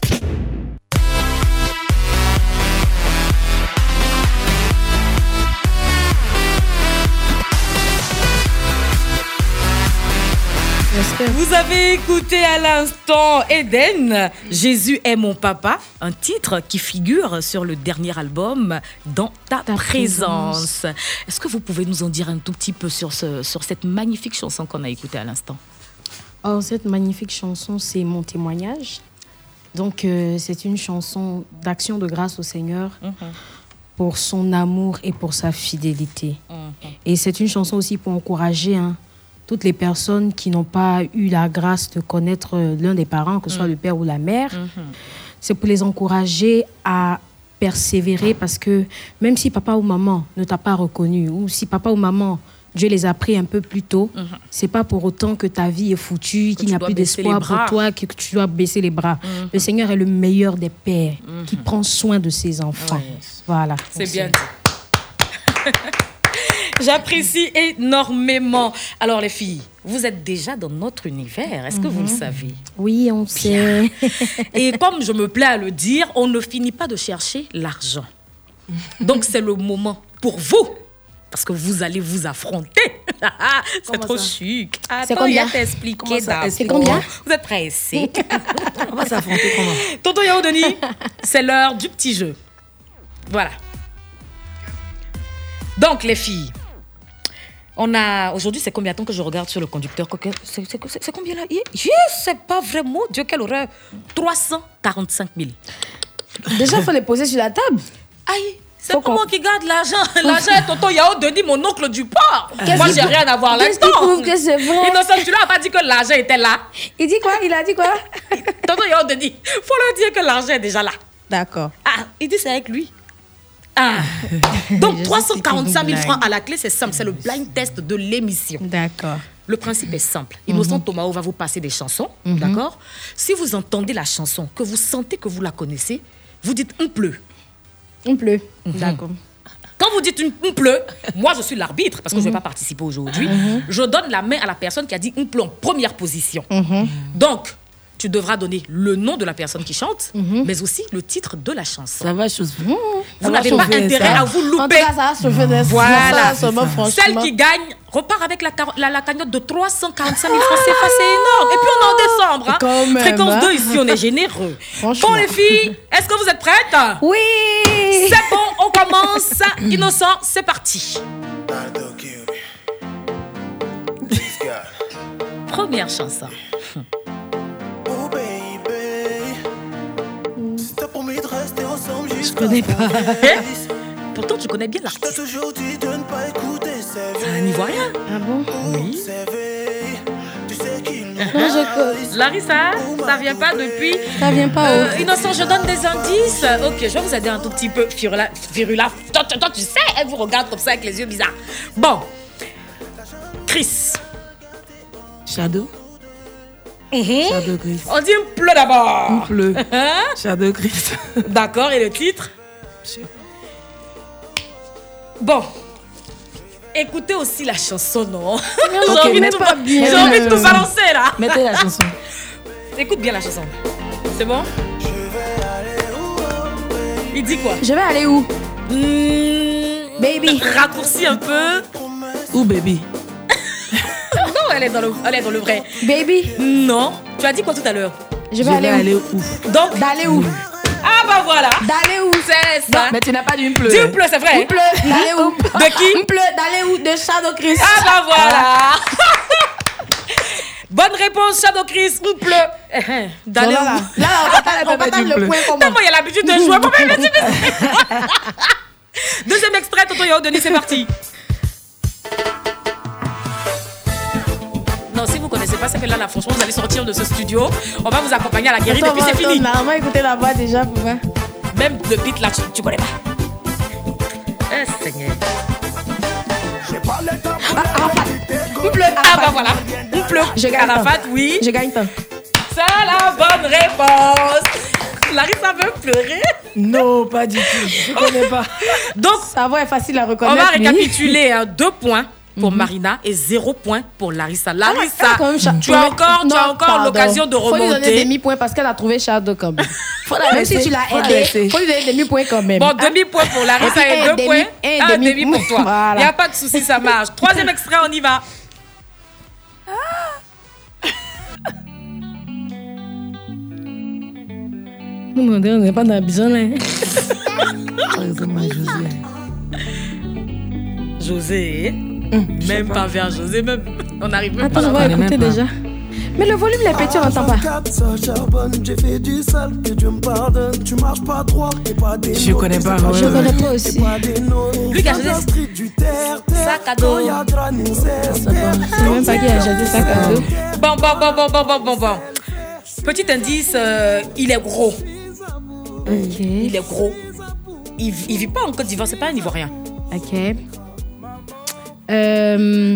Vous avez écouté à l'instant Eden, Jésus est mon papa, un titre qui figure sur le dernier album Dans ta, ta présence. présence. Est-ce que vous pouvez nous en dire un tout petit peu sur, ce, sur cette magnifique chanson qu'on a écoutée à l'instant? Oh, cette magnifique chanson, c'est mon témoignage. Donc, euh, c'est une chanson d'action de grâce au Seigneur mm-hmm. pour son amour et pour sa fidélité. Mm-hmm. Et c'est une chanson aussi pour encourager hein, toutes les personnes qui n'ont pas eu la grâce de connaître l'un des parents, que ce soit mm. le père ou la mère. Mm-hmm. C'est pour les encourager à persévérer parce que même si papa ou maman ne t'a pas reconnu ou si papa ou maman, Dieu les a pris un peu plus tôt, mm-hmm. c'est pas pour autant que ta vie est foutue, qu'il n'y a plus d'espoir pour toi, que tu dois baisser les bras. Mm-hmm. Le Seigneur est le meilleur des pères mm-hmm. qui prend soin de ses enfants. Ouais. Voilà. C'est bien dit. J'apprécie énormément. Alors les filles, vous êtes déjà dans notre univers. Est-ce que mm-hmm. vous le savez? Oui, on sait. Et comme je me plais à le dire, on ne finit pas de chercher l'argent. Donc c'est le moment pour vous. Parce que vous allez vous affronter. C'est Comment trop ça? Chic. Attends, c'est combien? Il va t'expliquer d'abord. C'est combien? Vous êtes pressés. On va s'affronter comment? Tonton Yao Denis, c'est l'heure du petit jeu. Voilà. Donc les filles, on a aujourd'hui, c'est combien de temps que je regarde sur le conducteur? C'est, c'est, c'est, c'est combien là? Je sais pas vraiment. Dieu, quelle horreur. trois cent quarante-cinq mille. Déjà, il faut les poser sur la table. Aïe. C'est pas moi qui garde l'argent. L'argent est Tonton Yao Denis, mon oncle du port. Qu'est-ce moi, j'ai rien à voir là-dedans. Qu'est-ce qui prouve que c'est vrai? Innocent, tu l'as pas dit que l'argent était là. Il dit quoi? Il a dit quoi? Tonton Yao Denis, faut leur dire que l'argent est déjà là. D'accord. Ah, il dit c'est avec lui. Ah. Donc, trois cent quarante-cinq mille francs à la clé, c'est simple. C'est le blind test de l'émission. D'accord. Le principe est simple. Innocent mm-hmm. Tomao va vous passer des chansons. Mm-hmm. D'accord? Si vous entendez la chanson, que vous sentez que vous la connaissez, vous dites « on pleut ». On pleut. Mm-hmm. D'accord. Quand vous dites une, on pleut, moi je suis l'arbitre parce que mm-hmm. je ne vais pas participer aujourd'hui. Mm-hmm. Je donne la main à la personne qui a dit on pleut en première position. Mm-hmm. Donc, tu devras donner le nom de la personne qui chante, mm-hmm. mais aussi le titre de la chanson. Ça va chauffer. Mmh. Vous ça n'avez pas intérêt ça. à vous louper. En tout cas, ça va chauffer des voilà. Ça, ça, Celle qui gagne repart avec la, la, la cagnotte de trois cent quarante-cinq mille francs C F A, c'est énorme. Et puis on est en décembre. Hein. Même, Fréquence hein. deux, ici, on est généreux. Bon, les filles, est-ce que vous êtes prêtes? Oui. C'est bon, on commence. Innocent, c'est parti. Première chanson. Je connais pas. Pourtant, tu connais bien l'artiste. C'est un Ivoirien. Ah bon? Oui. je... Larissa, ça vient pas depuis. Ça vient pas. Euh, oh. Innocent, je donne des indices. Ok, je vais vous aider un tout petit peu. Firula, Firula. Toi, toi, toi, tu sais, elle vous regarde comme ça avec les yeux bizarres. Bon. Chris. Shadow. Mm-hmm. Shadow Chris. On dit un pleu d'abord. Un pleu. Shadow Chris. D'accord, et le titre? Bon. Écoutez aussi la chanson, non? Okay, j'ai envie, de tout, pas bien, j'ai envie de tout euh... balancer là. Mettez la chanson. Écoute bien la chanson. C'est bon? Il dit quoi? Je vais aller où? Mmh, baby. Raccourci un peu. Où baby? Non, elle est, dans le, elle est dans le vrai. Baby? Non. Tu as dit quoi tout à l'heure? Je vais, Je aller, vais où? aller où? Donc, d'aller où? Ah bah voilà. D'aller où? C'est ça. Non, mais tu n'as pas dit une pleu. Dis une pleu, c'est vrai. Une pleu, d'aller où? De qui? Une pleu, d'aller où? De Shadow Chris. Ah bah voilà. Bonne réponse, Shadow Chris. Une pleu. D'aller où? Là, là, on partage le point commun. Non, moi, il y a l'habitude de jouer. Deuxième extrait, Toto Yao Denis, c'est parti. Non, si vous connaissez pas, c'est que là, là, franchement, vous allez sortir de ce studio. On va vous accompagner à la guérite et puis c'est fini. Là, on va écouter la voix déjà pour voir. Même le beat là, tu, tu connais pas. Eh, Seigneur. Ah, Arafat. Une pleu. Ah, bah voilà. Une pleu. Je gagne. Arafat, oui. Je gagne temps. C'est la bonne réponse. Larissa veut pleurer. Non, pas du tout. Je connais pas. Donc, sa voix est facile à reconnaître. On va récapituler. Hein, deux points pour mm-hmm. Marina et zéro point pour Larissa. Larissa, ah, tu as encore, tu as encore l'occasion de remonter. Faut lui donner demi-point parce qu'elle a trouvé Shadow quand même. Même si tu l'as aidé, il faut lui donner demi-point quand même. Bon, demi-point pour Larissa et, et deux demi, points. Et un demi, demi pour toi. Il voilà. n'y a pas de souci, ça marche. Troisième extrait, on y va. On n'est pas dans la besoin là. José. José. Mmh, même pas. pas vers José, même. On n'arrive même Attends, pas. Attends, on va écouter déjà. Mais le volume, les petits, on n'entend pas. Je connais pas. Ouais, je connais pas aussi. Lui qui a choisi sac à dos. C'est même pas qui a choisi sac à dos. Bon, bon, bon, bon, bon, bon, bon, bon. Petit indice, euh, il est gros. Ok. Il est gros. Il, il vit pas en Côte d'Ivoire, c'est pas un Ivoirien. Ok. Euh.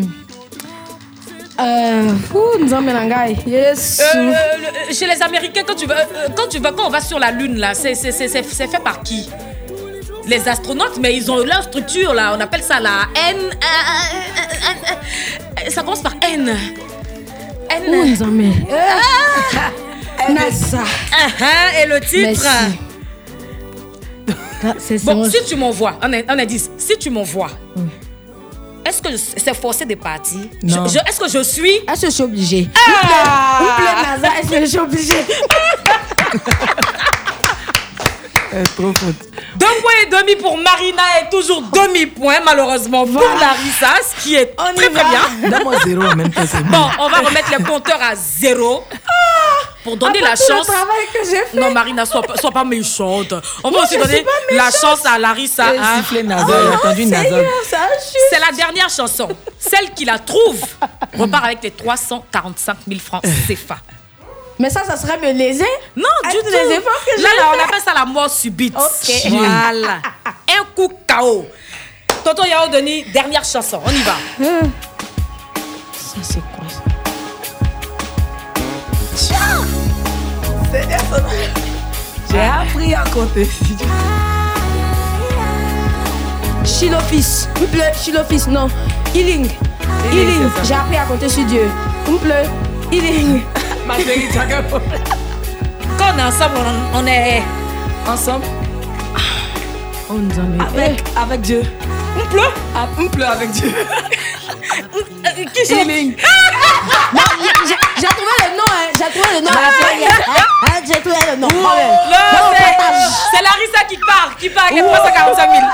Euh. Ouh, nous sommes Mélangaï. Yes. Euh, le, chez les Américains, quand tu vas, euh, quand tu vas, quand on va sur la Lune là, c'est, c'est, c'est, c'est fait par qui? Les astronautes, mais ils ont leur structure là. On appelle ça la N. Euh, euh, euh, ça commence par N. N. Ouh, nous sommes. Ah. NASA. Uh-huh, et le titre. Ah, c'est, c'est bon, bon, si je... tu m'envoies, on a, on a dit, si tu m'envoies, mm. est-ce que c'est forcé de partir? Non. Je, je, est-ce que je suis? Est-ce que je suis obligée? Ah! Ou plein NASA, est-ce que je suis obligée? Trop faute. Deux points et demi pour Marina et toujours demi-point malheureusement pour voilà. Larissa, ce qui est on très très bien. Donne-moi zéro en même temps. Bon, on va remettre les compteurs à zéro. Pour donner après la tout chance. Le travail que j'ai fait. Non, Marina, sois pas, sois pas méchante. On Moi, va aussi donner la chance à Larissa. Hein. Oh, c'est la dernière chanson. Celle qui la trouve repart avec les trois cent quarante-cinq mille francs C F A. Mais ça, ça serait me léser? Non, du tout. Les efforts que là, j'ai là, on fait. appelle ça la mort subite. Ok. Voilà. Un coup K O. Tonton Yao Denis, dernière chanson. On y va. Hum. Ça, c'est quoi ça? J'ai appris à compter. Chilofis. Il pleut. Chilofis, non. Healing. Healing. J'ai appris à compter sur Dieu. Il pleut. Healing. Ma chérie, tu as Quand on est ensemble, on, on est ensemble. On nous en avec, avec Dieu. On pleut. Ah, on pleut avec Dieu. Qui c'est? Healing. Non, j'ai, j'ai trouvé le nom, hein. J'ai trouvé le nom. Ah, ah, j'ai trouvé le nom. Oh, non, non, c'est, c'est Larissa qui part, qui part avec trois cent quarante-cinq mille.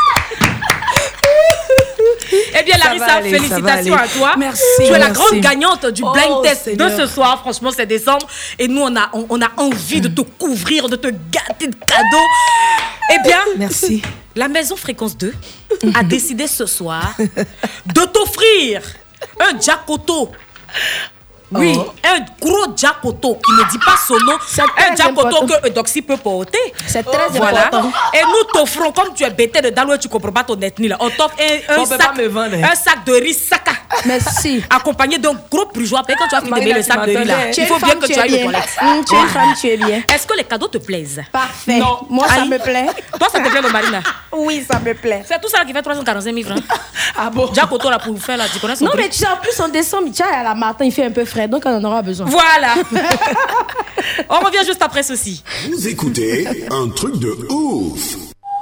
Eh bien, ça Larissa, aller, félicitations à toi. Merci. Tu es merci. la grande gagnante du blind oh, test Seigneur. de ce soir. Franchement, c'est décembre. Et nous, on a, on, on a envie de te couvrir, de te gâter de cadeaux. Eh bien, merci. La Maison Fréquence deux a décidé ce soir de t'offrir un Jacoto Oui, Oh. un gros Jacoto qui ne dit pas son nom. Un Jacoto que Eudoxie peut porter. C'est très voilà. important. Et nous t'offrons, comme tu es bêté de Dalo et tu ne comprends pas ton ethnie, là, on t'offre un, un, On peut sac, pas me vendre, hein. un sac de riz Saka. Merci. Accompagné d'un gros brugeois. Quand tu as fini de Marina, le sac tu de riz là, m'entendais. Tu il es faut une bien femme, que tu tu es ailles aux bien. toilettes. Hum, tu es une femme, tu es bien. Est-ce que les cadeaux te plaisent? Parfait. Non. Moi, ça Aïe. me plaît. Toi, ça te plaît le Marina? Oui, ça me plaît. C'est tout ça qui fait trois cent quarante-cinq mille francs. Ah bon? Jacoto là pour faire là, tu connais son Non, prix? mais tu sais, en plus, en décembre, tu sais, à la matin, il fait un peu frais, donc on en aura besoin. Voilà. On revient juste après ceci. Vous écoutez un truc de ouf.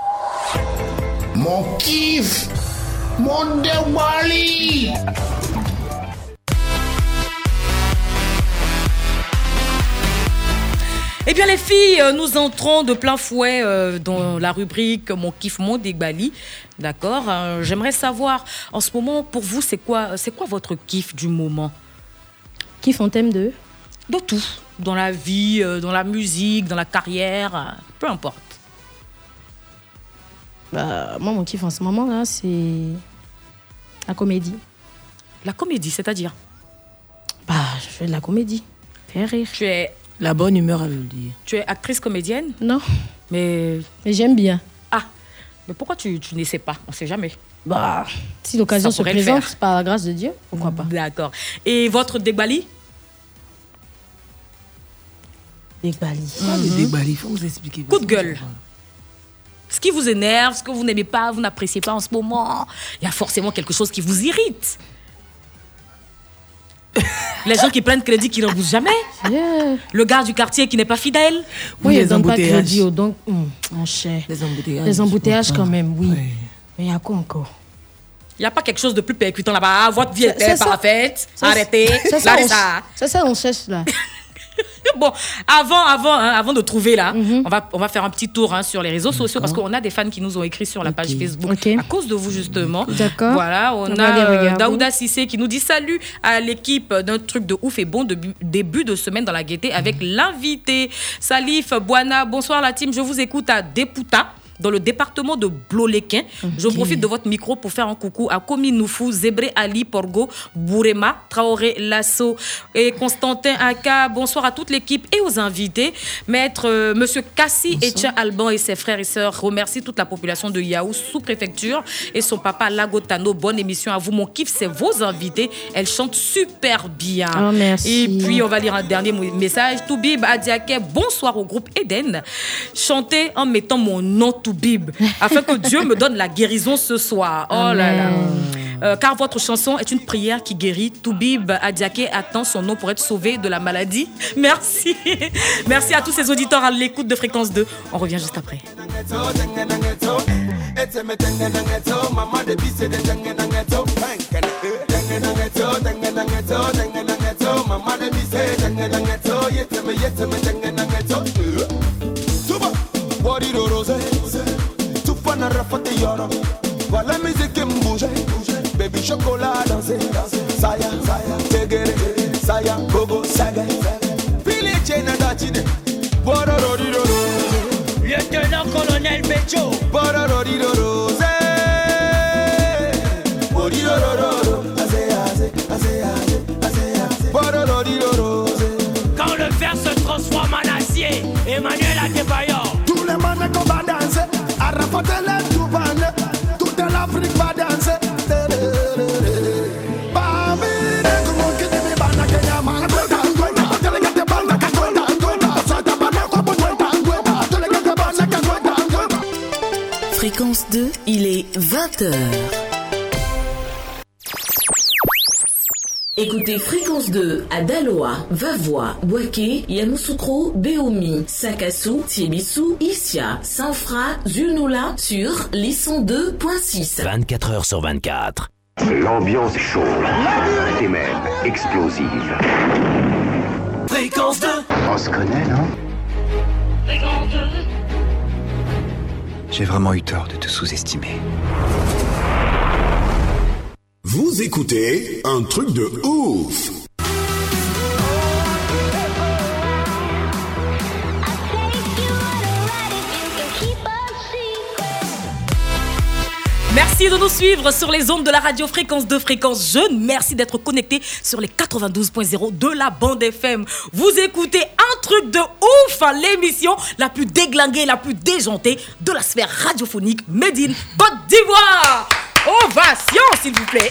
Mon kiff, mon Dewali. Eh bien les filles, euh, nous entrons de plein fouet euh, dans la rubrique Mon kiff, mon dégbali. D'accord. Euh, J'aimerais savoir, en ce moment, pour vous, c'est quoi, c'est quoi votre kiff du moment? Kiff en thème de De tout. Dans la vie, euh, dans la musique, dans la carrière, euh, peu importe. Bah, moi, mon kiff en ce moment, là, c'est la comédie. La comédie, c'est-à-dire? Bah, je fais de la comédie. Faire rire. Tu es, La bonne humeur, elle veut le dire. tu es actrice comédienne? Non, Mais, mais j'aime bien. ah, mais pourquoi tu, tu n'essaies pas? On ne sait jamais. Bah, si l'occasion Ça se pourrait le présente, faire. par la grâce de Dieu, pourquoi pas. D'accord. Et votre dégbali? Dégbali. Ah, le dégbali, il faut vous expliquer. Coup de gueule. Ce qui vous énerve, ce que vous n'aimez pas, vous n'appréciez pas en ce moment, il y a forcément quelque chose qui vous irrite. Les gens qui prennent crédit qui ne remboursent jamais. Yeah. Le gars du quartier qui n'est pas fidèle. Oui, les ils donnent pas embouteillages. crédit, oh, donc, hum, on cher. Les embouteillages. Les embouteillages, je quand comprends. même, oui. Ouais. Mais il y a quoi encore? Il n'y a pas quelque chose de plus percutant là-bas. Ah, votre vie C'est- était c'est ça. parfaite. Ça, Arrêtez. C'est ça, Larissa. on- c'est ça, on cherche là. Bon, avant, avant, hein, avant de trouver là, on, va, on va faire un petit tour hein, sur les réseaux sociaux parce qu'on a des fans qui nous ont écrit sur la page Facebook Ok. à cause de vous justement. D'accord. Voilà, on, On va a aller euh, regarder. Daouda Sissé qui nous dit salut à l'équipe d'un truc de ouf et bon début, début de semaine dans la gaieté avec l'invité. Salif Bouana, bonsoir la team, je vous écoute à Deputa. Dans le département de Bloléquin. Je profite de votre micro pour faire un coucou à Komi Noufou, Zébré Ali Porgo, Bourema, Traoré Lasso et Constantin Aka. Bonsoir à toute l'équipe et aux invités. Maître euh, Monsieur Kassi Etcha Alban et ses frères et sœurs remercient toute la population de Yahoo sous-préfecture et son papa Lagotano. Bonne émission à vous. Mon kiff, c'est vos invités. Elles chantent super bien. Oh, merci. Et puis, on va lire un dernier message. Toubib Adiake, bonsoir au groupe Eden. Chantez en mettant mon nom Toubib, afin que Dieu me donne la guérison ce soir. Oh là là. Euh, car votre chanson est une prière qui guérit. Toubib Adiake attend son nom pour être sauvé de la maladie. Merci. Merci à tous ces auditeurs à l'écoute de Fréquence deux. On revient juste après. Voilà musique qui me bouge, baby chocolat danser, saya, tegere, saya, gogo, saga, pile chena dachine, borororiro, lieutenant-colonel Becho, borororiro, borororiro, azé, azé, azé, azé, azé, borororiro. Quand le fer se transforme en acier, Emmanuel Adebayor. Tous les mannequins qu'on va danser, à rafater les toubanes, toute l'Afrique va danser. Fréquence deux, il est vingt heures. Écoutez Fréquence deux à Daloa, Vavois, Bouaké, Yamoussoukro, Béomi, Sakassou, Tiébissou, Issia, Sanfra, Zulnoula sur l'I cent deux point six. vingt-quatre heures sur vingt-quatre. L'ambiance est chaude et même explosive. Fréquence deux. On se connaît, non? Fréquence deux. J'ai vraiment eu tort de te sous-estimer. Vous écoutez un truc de ouf. Merci Merci de nous suivre sur les ondes de la radio Fréquence deux, Fréquence Jeune. Merci d'être connecté sur les quatre-vingt-douze point zéro de la bande F M. Vous écoutez un truc de ouf, l'émission la plus déglinguée, la plus déjantée de la sphère radiophonique Made in Côte d'Ivoire. Ovation, s'il vous plaît.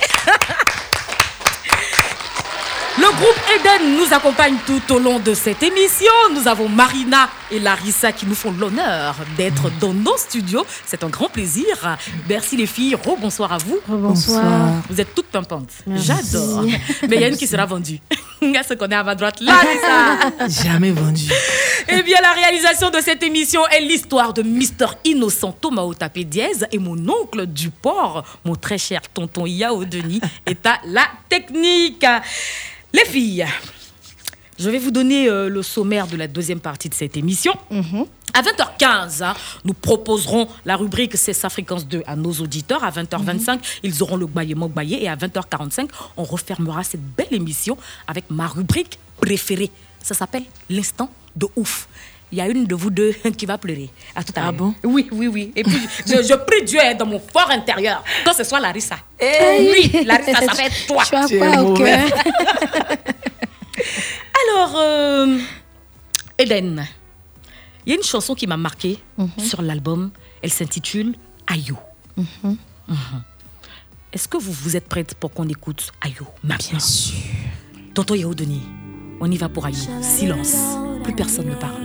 Le groupe Eden nous accompagne tout au long de cette émission. Nous avons Marina et Larissa qui nous font l'honneur d'être dans nos studios. C'est un grand plaisir. Merci les filles. Rebonsoir à vous. Bonsoir. Vous êtes toutes pimpantes. Merci. J'adore. Mais il y a une qui sera vendue. Elle se connaît à ma droite. Larissa. Jamais vendue. Eh bien, la réalisation de cette émission est l'histoire de Mister Innocent Tomao Tapé Dièse et mon oncle Duport, mon très cher tonton Yao Denis, est à la technique. Les filles, je vais vous donner euh, le sommaire de la deuxième partie de cette émission. Mm-hmm. À vingt heures quinze, hein, nous proposerons la rubrique C'est sa fréquence deux à nos auditeurs. À vingt heures vingt-cinq, mm-hmm. ils auront le Gbaye Mogbaye. Et à vingt heures quarante-cinq, on refermera cette belle émission avec ma rubrique préférée. Ça s'appelle L'instant de ouf. Il y a une de vous deux qui va pleurer. À tout à l'heure. Ah bon? Oui, oui, oui. Et puis, je, je prie Dieu dans mon fort intérieur que ce soit Larissa. Hey. Oui, Larissa, ça va être toi. Tu as quoi au cœur? Alors, euh, Eden, il y a une chanson qui m'a marquée mm-hmm. sur l'album. Elle s'intitule Ayo. Mm-hmm. Mm-hmm. Est-ce que vous, vous êtes prête pour qu'on écoute Ayo maintenant? Bien sûr. Tonton Yao Denis, on y va pour Ayo. Silence. Plus personne ne parle.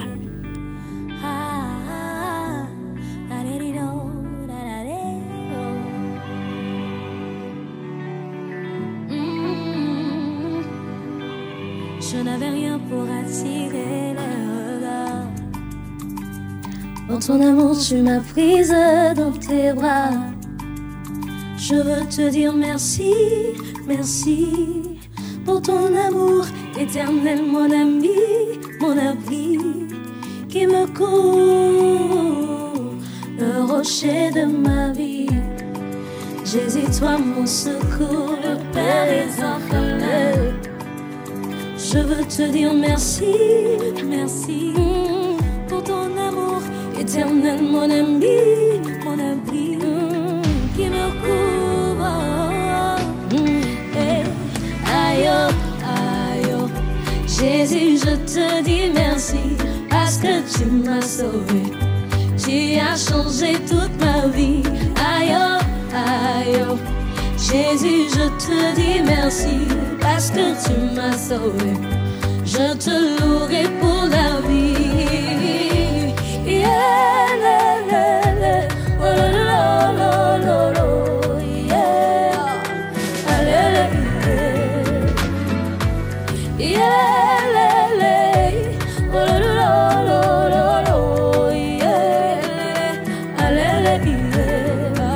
Je n'avais rien pour attirer les regards. Dans ton amour, tu m'as prise dans tes bras. Je veux te dire merci, merci pour ton amour éternel, mon ami, mon abri qui me couvre, le rocher de ma vie. Jésus, toi mon secours, le Père des infernels. Je veux te dire merci, merci pour ton amour éternel, mon ami, mon abri qui me couvre. Hey, aïe, aïe, Jésus, je te dis merci parce que tu m'as sauvé. Tu as changé toute ma vie. Aïe, aïe, Jésus, je te dis merci parce que tu m'as sauvé. Je te louerai pour la vie. Yeah, la, la, la. Oh, la, la, la, la, la. Yeah. Alléluia. Yeah, la, la. Oh, la, la, la, la, la. Yeah. Alléluia.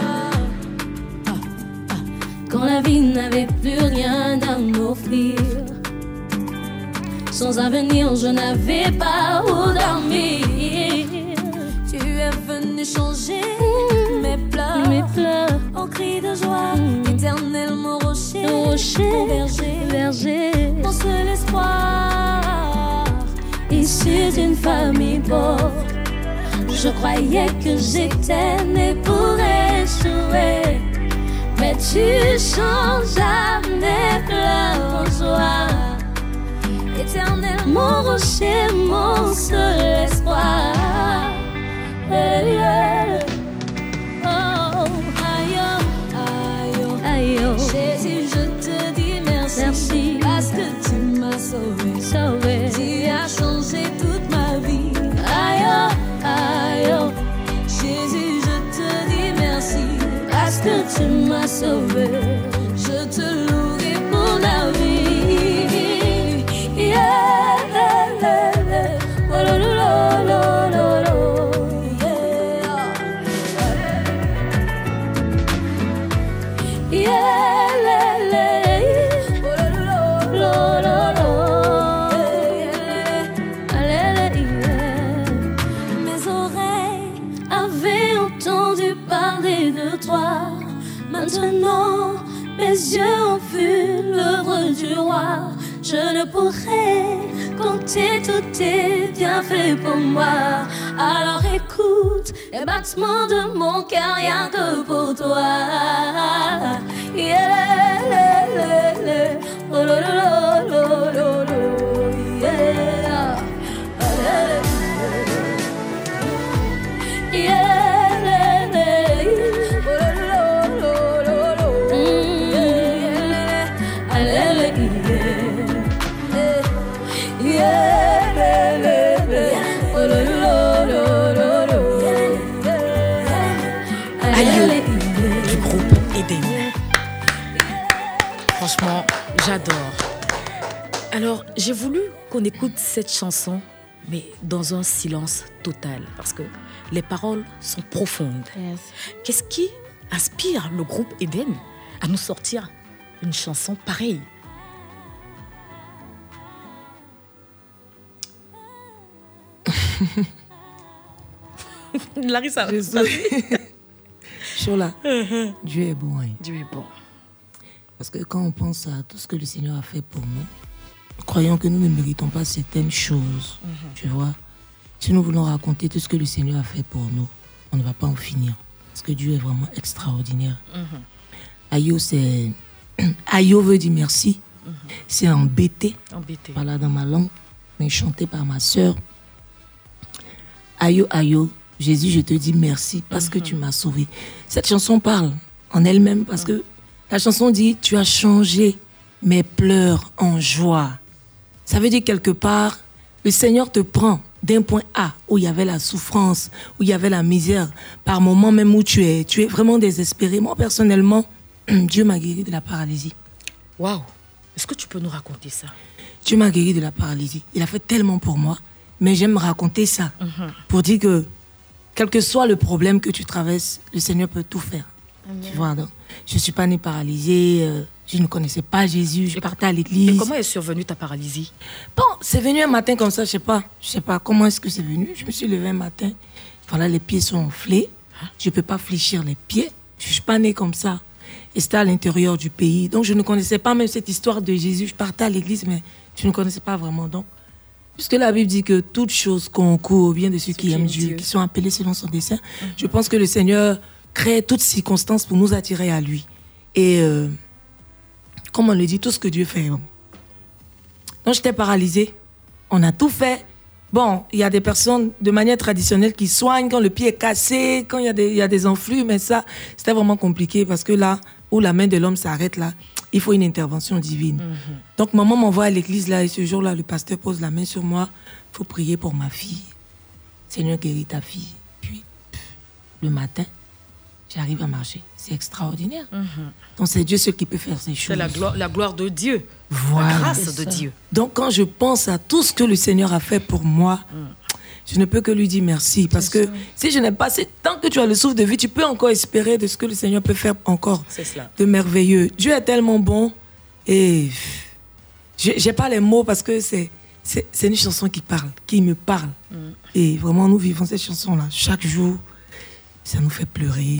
Quand la vie n'avait plus rien à m'offrir, sans avenir, je n'avais pas où dormir. Tu es venu changer mmh. mes pleurs, mes pleurs en cris de joie. Mmh. Éternel, mon rocher, mon rocher, mon berger, berger, mon seul espoir. Issu d'une famille pauvre, je croyais que j'étais né pour échouer. Mais tu changes mes pleurs en joie. Éternel, mon rocher, mon seul espoir. Hey, yeah. Oh, aïe, aïe, aïe. Jésus, je te dis merci, merci parce que tu m'as sauvé, sauvé. Tu as changé toute ma vie. Aïe, aïe. Jésus, je te dis merci parce que tu m'as sauvé. Je te louerai pour la vie. Yeah, la, la, la. Oh, la, la, la, la, la. Yeah. Yeah, la, la. Oh, la, la, la, la. Yeah. Yeah. Mes oreilles avaient entendu parler de toi. Maintenant, mes yeux ont vu l'œuvre du roi. Je ne pourrai compter tous tes bienfaits pour moi. Alors écoute les battements de mon cœur, rien que pour toi. Yeah, le, le, le. Oh, lo, lo, lo, lo, lo, yeah. Yeah, le, le. Oh, lo, lo, lo, lo, lo. Yeah. Yeah, le, le, le. Oh, lo, lo, lo, lo, lo. Aïe, du groupe Eden. Franchement, j'adore. Alors, j'ai voulu qu'on écoute cette chanson, mais dans un silence total, parce que les paroles sont profondes. Yes. Qu'est-ce qui inspire le groupe Eden à nous sortir une chanson pareille? Larissa, Chola, Dieu est bon. Hein. Dieu est bon. Parce que quand on pense à tout ce que le Seigneur a fait pour nous, croyons que nous ne méritons pas certaines choses. Mm-hmm. Tu vois, si nous voulons raconter tout ce que le Seigneur a fait pour nous, on ne va pas en finir. Parce que Dieu est vraiment extraordinaire. Mm-hmm. Ayo, c'est... Ayo veut dire merci. Mm-hmm. C'est embêté. Embêté. Voilà, dans ma langue, mais chanté par ma sœur. Ayo, ayo, Jésus, je te dis merci parce mm-hmm. que tu m'as sauvé. Cette chanson parle en elle-même parce mm-hmm. que la chanson dit, tu as changé mes pleurs en joie. Ça veut dire quelque part, le Seigneur te prend d'un point A où il y avait la souffrance, où il y avait la misère, par moments même où tu es, tu es vraiment désespéré. Moi, personnellement, Dieu m'a guéri de la paralysie. Waouh! Est-ce que tu peux nous raconter ça? Dieu m'a guéri de la paralysie. Il a fait tellement pour moi, mais j'aime raconter ça mm-hmm. pour dire que, quel que soit le problème que tu traverses, le Seigneur peut tout faire. Amen. Tu vois, donc, je ne suis pas née paralysée, euh, je ne connaissais pas Jésus, je partais à l'église. Et comment est survenue ta paralysie? Bon, c'est venu un matin comme ça, je ne sais pas. Je ne sais pas comment est-ce que c'est venu. Je me suis levée un matin, voilà, les pieds sont enflés, hein? Je ne peux pas fléchir les pieds. Je ne suis pas née comme ça. Et c'était à l'intérieur du pays. Donc, je ne connaissais pas même cette histoire de Jésus. Je partais à l'église, mais je ne connaissais pas vraiment. Donc, puisque la Bible dit que toute chose concourt au bien de ceux, ceux qui, qui aiment Dieu, Dieu, qui sont appelés selon son dessein, mm-hmm. je pense que le Seigneur crée toutes circonstances pour nous attirer à lui. Et euh, comme on le dit, tout ce que Dieu fait. Bon. Donc j'étais paralysée. On a tout fait. Bon, il y a des personnes de manière traditionnelle qui soignent quand le pied est cassé, quand il y a des, il y a des enflures, mais ça, c'était vraiment compliqué parce que là, où la main de l'homme s'arrête là, il faut une intervention divine. Mm-hmm. Donc maman m'envoie à l'église là et ce jour-là, le pasteur pose la main sur moi. Il faut prier pour ma fille. Seigneur, guéris ta fille. Puis, le matin, j'arrive à marcher. C'est extraordinaire. Mm-hmm. Donc, c'est Dieu seul qui peut faire ces choses. C'est la gloire, la gloire de Dieu. Voilà. La grâce de Dieu. Donc, quand je pense à tout ce que le Seigneur a fait pour moi, mm. je ne peux que lui dire merci. Parce c'est que ça. Si je n'ai pas... Tant que tu as le souffle de vie, tu peux encore espérer de ce que le Seigneur peut faire encore c'est cela. De merveilleux. Dieu est tellement bon. Et je n'ai pas les mots parce que c'est, c'est, c'est une chanson qui parle, qui me parle. Mm. Et vraiment, nous vivons cette chanson-là chaque jour. Ça nous fait pleurer.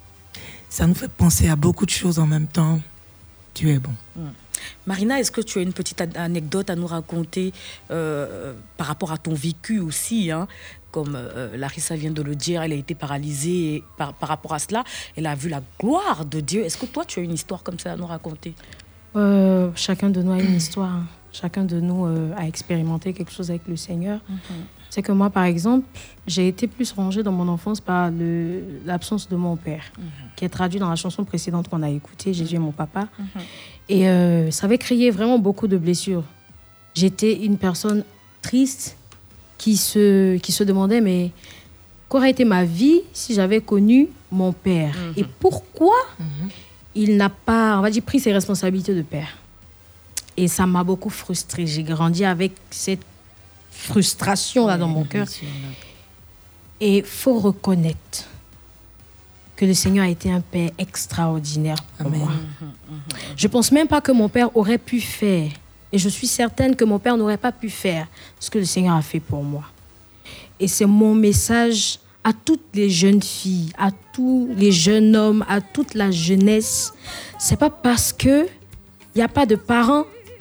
Ça nous fait penser à beaucoup de choses en même temps. Dieu est bon. Mmh. Marina, est-ce que tu as une petite anecdote à nous raconter euh, par rapport à ton vécu aussi, hein? Comme euh, Larissa vient de le dire, elle a été paralysée et par, par rapport à cela, elle a vu la gloire de Dieu. Est-ce que toi, tu as une histoire comme ça à nous raconter? euh, Chacun de nous a une histoire. Chacun de nous euh, a expérimenté quelque chose avec le Seigneur. Mmh. C'est que moi, par exemple, j'ai été plus rongée dans mon enfance par le, l'absence de mon père, mmh. qui est traduit dans la chanson précédente qu'on a écoutée, Jésus est mon papa. Mmh. Et euh, ça avait créé vraiment beaucoup de blessures. J'étais une personne triste qui se, qui se demandait, mais qu'aurait été ma vie si j'avais connu mon père? Mmh. Et pourquoi mmh. il n'a pas, on va dire, pris ses responsabilités de père? Et ça m'a beaucoup frustrée. J'ai grandi avec cette frustration là dans mon cœur. Et il faut reconnaître que le Seigneur a été un père extraordinaire pour Amen. Moi. Je ne pense même pas que mon père aurait pu faire, et je suis certaine que mon père n'aurait pas pu faire ce que le Seigneur a fait pour moi. Et c'est mon message à toutes les jeunes filles, à tous les jeunes hommes, à toute la jeunesse. Ce n'est pas parce qu'il n'y a pas de parents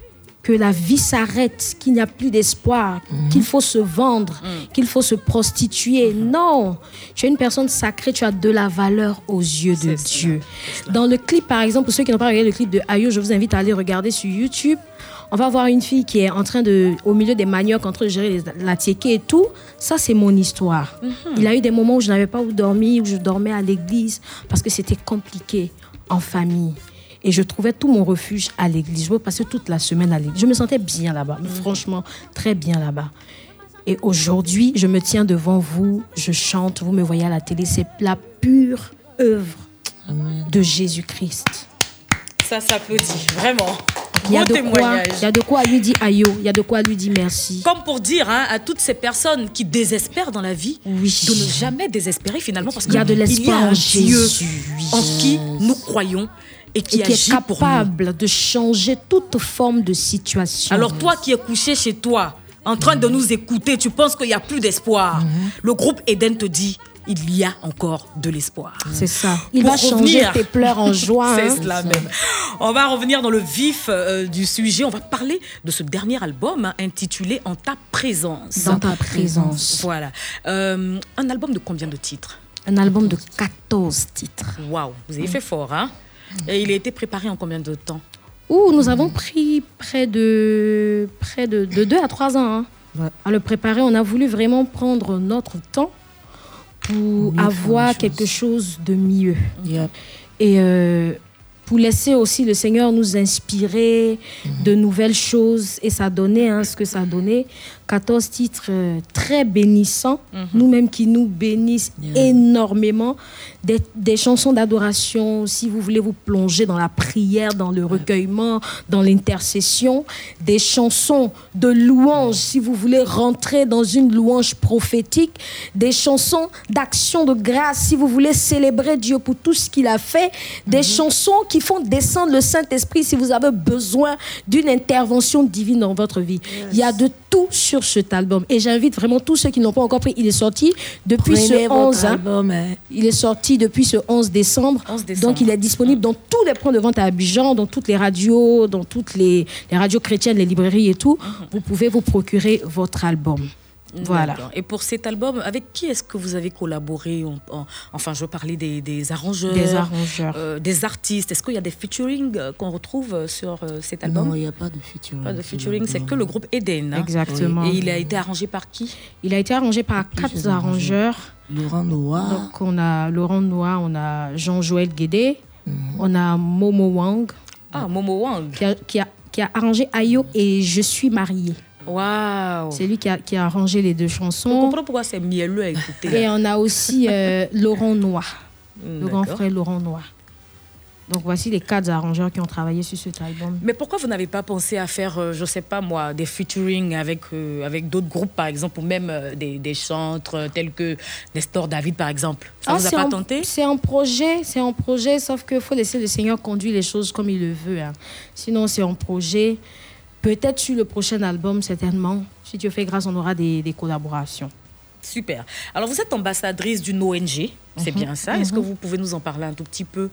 que la vie s'arrête, qu'il n'y a plus d'espoir, mm-hmm. qu'il faut se vendre, mm. qu'il faut se prostituer. Mm-hmm. Non, tu es une personne sacrée, tu as de la valeur aux yeux de C'est Dieu. Ça. Dans le clip, par exemple, pour ceux qui n'ont pas regardé le clip de Ayo, je vous invite à aller regarder sur YouTube. On va voir une fille qui est en train de, au milieu des maniocs, en train de gérer les, la tiéké et tout. Ça, c'est mon histoire. Mm-hmm. Il y a eu des moments où je n'avais pas où dormir, où je dormais à l'église parce que c'était compliqué en famille. Et je trouvais tout mon refuge à l'église. Je passais toute la semaine à l'église. Je me sentais bien là-bas, mmh. franchement, très bien là-bas. Et aujourd'hui, je me tiens devant vous, je chante, vous me voyez à la télé. C'est la pure œuvre Amen. De Jésus-Christ. Ça s'applaudit, vraiment. Il y, a de quoi, il y a de quoi lui dire aïe, il y a de quoi lui dire merci. Comme pour dire hein, à toutes ces personnes qui désespèrent dans la vie, oui. de ne jamais désespérer finalement, parce qu'il y a de l'espoir en Dieu en qui nous croyons. Et qui, et qui est capable de changer toute forme de situation. Alors toi qui es couché chez toi, en train de nous écouter, tu penses qu'il n'y a plus d'espoir. Mm-hmm. Le groupe Eden te dit, il y a encore de l'espoir. C'est ça. Il Pour va changer revenir, tes pleurs en joie. C'est hein. cela même. On va revenir dans le vif euh, du sujet. On va parler de ce dernier album hein, intitulé En ta présence. Dans ta présence. Voilà. Euh, un album de combien de titres? Un album de quatorze titres. Waouh, vous avez mmh. fait fort, hein? Et il a été préparé en combien de temps? Ouh, nous avons pris près de près de, de deux à trois ans hein, ouais. à le préparer. On a voulu vraiment prendre notre temps pour mieux avoir quelque chose de mieux. Yeah. Et euh, pour laisser aussi le Seigneur nous inspirer mm-hmm. de nouvelles choses. Et ça a donné hein, ce que ça a donné. quatorze titres euh, très bénissants, mm-hmm. nous-mêmes qui nous bénissent yeah. énormément. Des, des chansons d'adoration, si vous voulez vous plonger dans la prière, dans le recueillement, dans l'intercession. Des chansons de louange, si vous voulez rentrer dans une louange prophétique. Des chansons d'action de grâce, si vous voulez célébrer Dieu pour tout ce qu'il a fait. Des mm-hmm. chansons qui font descendre le Saint-Esprit si vous avez besoin d'une intervention divine dans votre vie. Yes. Il y a de tout sur cet album. Et j'invite vraiment tous ceux qui n'ont pas encore pris. Il est sorti depuis Prenez ce onze. Hein. Album, hein. Il est sorti depuis ce onze décembre. onze décembre. Donc, il est disponible dans tous les points de vente à Abidjan, dans toutes les radios, dans toutes les, les radios chrétiennes, les librairies et tout. Mm-hmm. Vous pouvez vous procurer votre album. Voilà. D'accord. Et pour cet album, avec qui est-ce que vous avez collaboré en, en, Enfin, je veux parler des, des arrangeurs, des, arrangeurs. Euh, des artistes. Est-ce qu'il y a des featuring qu'on retrouve sur euh, cet album? Non, il n'y a pas de featuring. Pas de featuring, c'est que le groupe Eden. Hein. Exactement. Et il a été arrangé par qui? Il a été arrangé par quatre arrangeurs. Laurent Noah. Donc, on a Laurent Noah, on a Jean-Joël Guédé, mm-hmm. on a Momo Wang. Ah, Momo Wang. Qui a, qui a, qui a arrangé Ayo et Je suis mariée. Wow. C'est lui qui a, qui a arrangé les deux chansons. On comprend pourquoi c'est mielleux à écouter. Et on a aussi euh, Laurent Noah, le grand frère Laurent Noah. Donc voici les quatre arrangeurs qui ont travaillé sur cet album. Mais pourquoi vous n'avez pas pensé à faire, euh, je ne sais pas moi, des featuring avec, euh, avec d'autres groupes par exemple, ou même euh, des, des chantres tels que Nestor David par exemple? Ça ne ah, vous a pas un, tenté? C'est un projet, c'est un projet, sauf qu'il faut laisser le Seigneur conduire les choses comme il le veut. Hein. Sinon c'est un projet. Peut-être sur le prochain album, certainement. Si Dieu fait grâce, on aura des, des collaborations. Super. Alors, vous êtes ambassadrice d'une O N G, c'est mm-hmm. bien ça. Mm-hmm. Est-ce que vous pouvez nous en parler un tout petit peu?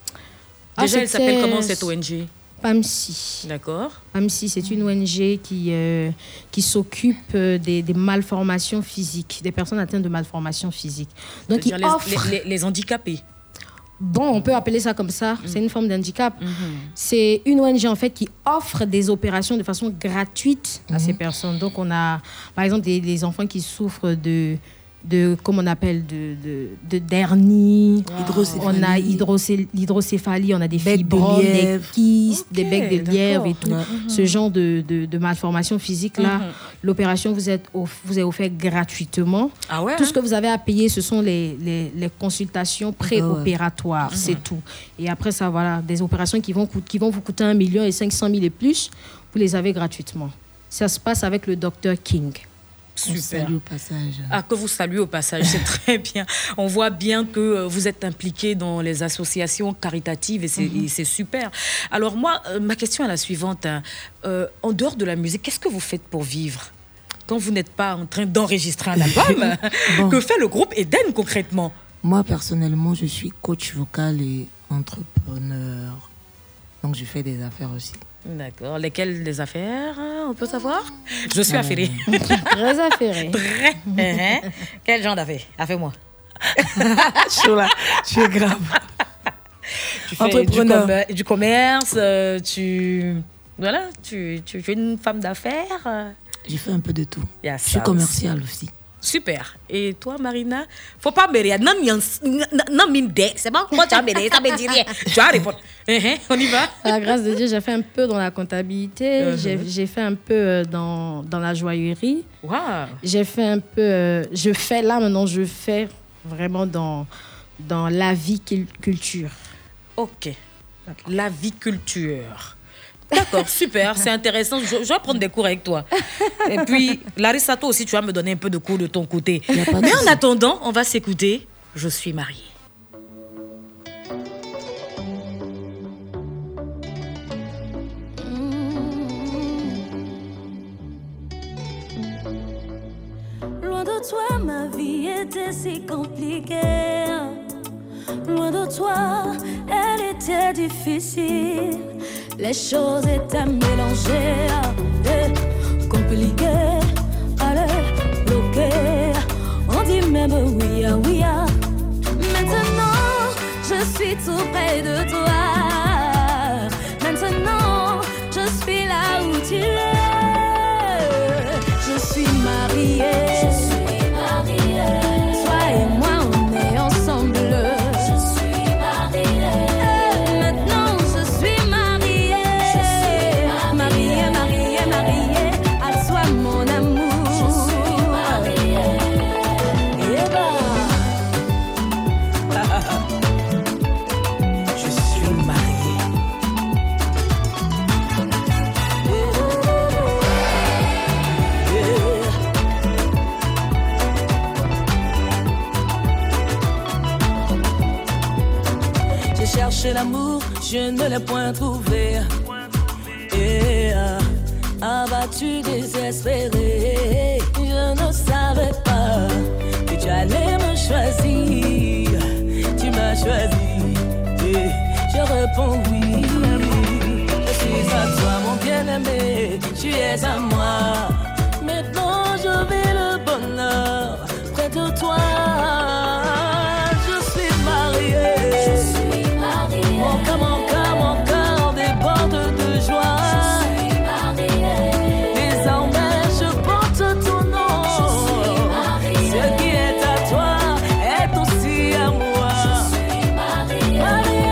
Déjà, ah, elle s'appelle comment cette O N G? PAMSI. D'accord. PAMSI, c'est une O N G qui, euh, qui s'occupe des, des malformations physiques, des personnes atteintes de malformations physiques. Donc, il les, offre... les, les, les handicapés. Bon, on peut appeler ça comme ça. Mm. C'est une forme d'handicap. Mm-hmm. C'est une O N G, en fait, qui offre des opérations de façon gratuite mm-hmm. à ces personnes. Donc, on a, par exemple, des, des enfants qui souffrent de... de comme on appelle de de, de dernie, wow. on a hydrocé, l'hydrocéphalie, on a des fibromes, de des kystes, okay, des becs de lièvre et tout, mm-hmm. ce genre de, de, de malformation physique là, mm-hmm. l'opération vous est vous est offerte gratuitement. Ah ouais, tout hein? ce que vous avez à payer, ce sont les les, les consultations préopératoires, mm-hmm. c'est tout. Et après ça, voilà, des opérations qui vont qui vont vous coûter un million et cinq cent mille et plus, vous les avez gratuitement. Ça se passe avec le docteur King. Super. Salue au passage. Ah, que vous saluez au passage, c'est très bien. On voit bien que vous êtes impliqué dans les associations caritatives et c'est, mm-hmm. et c'est super. Alors moi, euh, ma question est la suivante. Hein. Euh, en dehors de la musique, qu'est-ce que vous faites pour vivre quand vous n'êtes pas en train d'enregistrer un album? Bon. Que fait le groupe Eden concrètement? Moi, personnellement, je suis coach vocal et entrepreneur. Donc, donc je fais des affaires aussi. D'accord. Lesquelles des affaires, on peut savoir? Je suis affairée. Très affairée. Très. Uh-huh. Quel genre d'affaires? Affaire-moi. Je suis là, je suis grave. Tu fais du, com- du commerce, euh, tu... Voilà, tu, tu, tu es une femme d'affaires. euh. J'ai fait un peu de tout. Il y a Je ça suis commerciale aussi. Super. Et toi, Marina? Faut pas me regarder. Non, non, non, c'est bon? Moi, tu vas me regarder, ça me dit rien. Tu vas répondre. Uh-huh, on y va? À la grâce de Dieu, j'ai fait un peu dans la comptabilité. Uh-huh. J'ai, j'ai fait un peu euh, dans, dans la joaillerie. Wow. J'ai fait un peu... euh, je fais là, maintenant, je fais vraiment dans, dans l'aviculture. Ok. L'aviculture. D'accord, super, c'est intéressant. Je, je vais prendre des cours avec toi. Et puis, Larissa, toi aussi, tu vas me donner un peu de cours de ton côté. Mais en attendant, on va s'écouter. Je suis mariée. Loin de toi, ma vie était si compliquée. Loin de toi, elle était difficile. Les choses étaient mélangées, et compliquées, allez, bloquées. On dit même oui, ah, oui, ah. Maintenant, je suis tout près de toi. Maintenant, je suis là où tu es. Je suis mariée. Je suis mariée. Toi et moi, on est ensemble. Chercher l'amour, je ne l'ai point trouvé. Et abattu, désespéré, je ne savais pas que tu allais me choisir. Tu m'as choisi et je réponds oui. Je suis à toi, mon bien-aimé, tu es à moi. Maintenant, je vis le bonheur près de toi. Je suis mariée. Mon cœur, mon cœur, mon cœur déborde de joie. Je suis mariée. Désormais, je porte ton nom. Je suis mariée. Ce qui est à toi est aussi à moi. Je suis mariée. Mariée.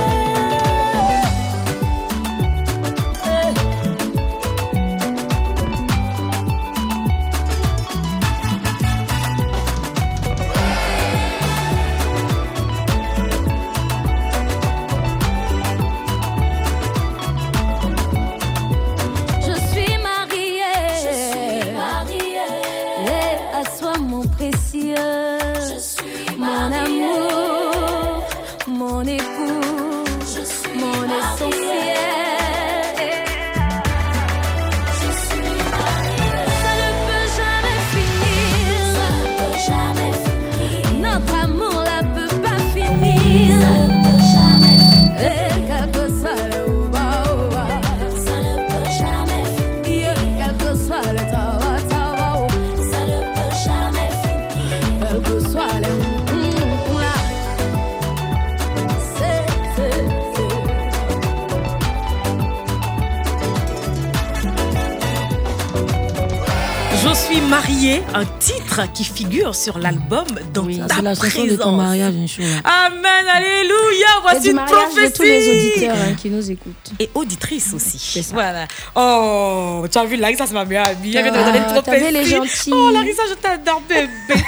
Mariée, un titre qui figure sur l'album dans oui, ta c'est la présence. chanson de ton mariage, Inch'Allah. Amen, alléluia, voici une prophétie. De tous les auditeurs hein, qui nous écoutent. Et auditrices aussi. Voilà. Oh, tu as vu, Larissa, c'est ma meilleure amie. Elle vient de me donner une prophétie. T'as vu les gentils. Oh, Larissa, je t'adore, bébé.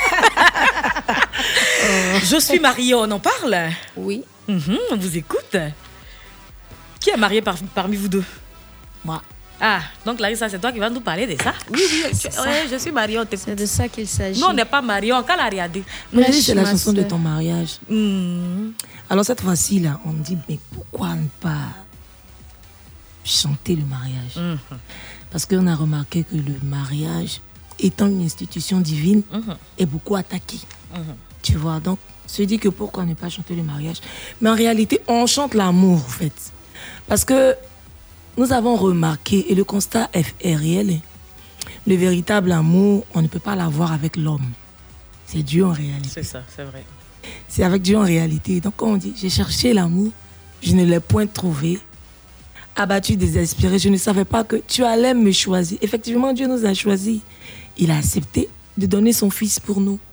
Je suis mariée, on en parle? Oui. Mm-hmm, on vous écoute. Qui est marié par, parmi vous deux? Moi. Ah, donc Larissa, c'est toi qui vas nous parler de ça? Oui, oui, c'est ça. Ouais, je suis mariée, on t'écoute. C'est de ça qu'il s'agit. Non, on n'est pas mariés, on l'a regardé. Mais c'est la chanson de ton mariage. Mmh. Alors cette fois-ci, là, on me dit, mais pourquoi ne pas chanter le mariage? Mmh. Parce qu'on a remarqué que le mariage, étant une institution divine, mmh. est beaucoup attaqué. Mmh. Tu vois, donc, se dit que pourquoi ne pas chanter le mariage? Mais en réalité, on chante l'amour, en fait. Parce que nous avons remarqué, et le constat est réel, le véritable amour, on ne peut pas l'avoir avec l'homme. C'est Dieu en réalité. C'est ça, c'est vrai. C'est avec Dieu en réalité. Donc quand on dit, j'ai cherché l'amour, je ne l'ai point trouvé. Abattu, désespéré, je ne savais pas que tu allais me choisir. Effectivement, Dieu nous a choisis. Il a accepté de donner son fils pour nous.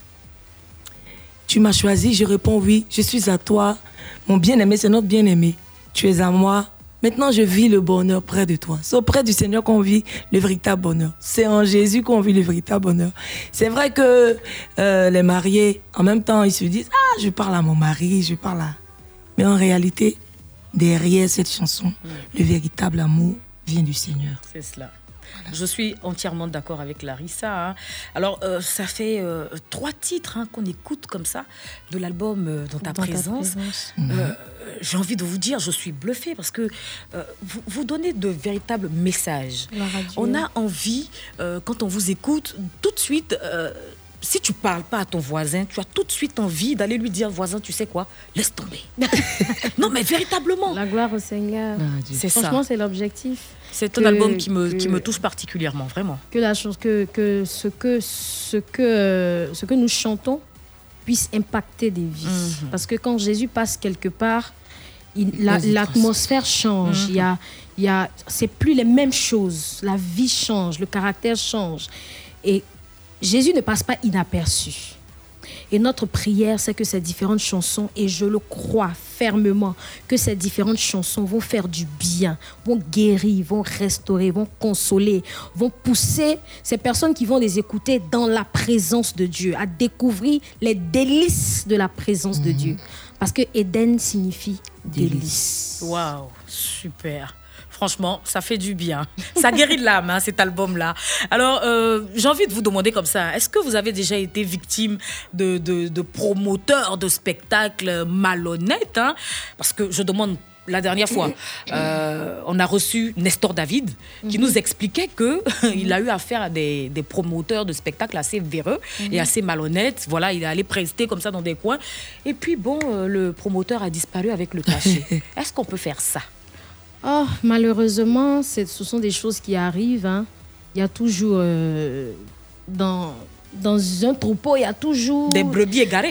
Tu m'as choisi, je réponds oui, je suis à toi. Mon bien-aimé, c'est notre bien-aimé. Tu es à moi. Maintenant, je vis le bonheur près de toi. C'est auprès du Seigneur qu'on vit le véritable bonheur. C'est en Jésus qu'on vit le véritable bonheur. C'est vrai que euh, les mariés, en même temps, ils se disent « Ah, je parle à mon mari, je parle à... » Mais en réalité, derrière cette chanson, mmh. le véritable amour vient du Seigneur. C'est cela. Voilà. Je suis entièrement d'accord avec Larissa. Hein. Alors, euh, ça fait euh, trois titres hein, qu'on écoute comme ça de l'album euh, Dans ta Dans présence. Ta présence. Euh, mmh. J'ai envie de vous dire, je suis bluffée parce que euh, vous, vous donnez de véritables messages. On a envie, euh, quand on vous écoute, tout de suite... Euh, si tu ne parles pas à ton voisin, tu as tout de suite envie d'aller lui dire, voisin, tu sais quoi, laisse tomber. Non, mais véritablement. La gloire au Seigneur. Ah, c'est Franchement, ça. c'est l'objectif. C'est un que, album qui me, que, qui me touche particulièrement, vraiment. Que, la chose, que, que, ce, que, ce, que ce que nous chantons puisse impacter des vies. Mm-hmm. Parce que quand Jésus passe quelque part, il, la, l'atmosphère change. Mm-hmm. Il y a, il y a, c'est plus les mêmes choses. La vie change, le caractère change. Et Jésus ne passe pas inaperçu. Et notre prière, c'est que ces différentes chansons, et je le crois fermement, que ces différentes chansons vont faire du bien, vont guérir, vont restaurer, vont consoler, vont pousser ces personnes qui vont les écouter dans la présence de Dieu, à découvrir les délices de la présence mmh. de Dieu. Parce que Éden signifie délice. Waouh, super. Franchement, ça fait du bien. Ça guérit l'âme, hein, cet album-là. Alors, euh, j'ai envie de vous demander comme ça, est-ce que vous avez déjà été victime de, de, de promoteurs de spectacles malhonnêtes hein? Parce que je demande, la dernière fois, euh, on a reçu Nestor David, qui mm-hmm. nous expliquait qu'il a eu affaire à des, des promoteurs de spectacles assez véreux mm-hmm. et assez malhonnêtes. Voilà, il est allé prester comme ça dans des coins. Et puis, bon, euh, le promoteur a disparu avec le cachet. Est-ce qu'on peut faire ça? Oh, malheureusement, c'est, ce sont des choses qui arrivent. Hein. Il y a toujours, euh, dans, dans un troupeau, il y a toujours... Des brebis égarées.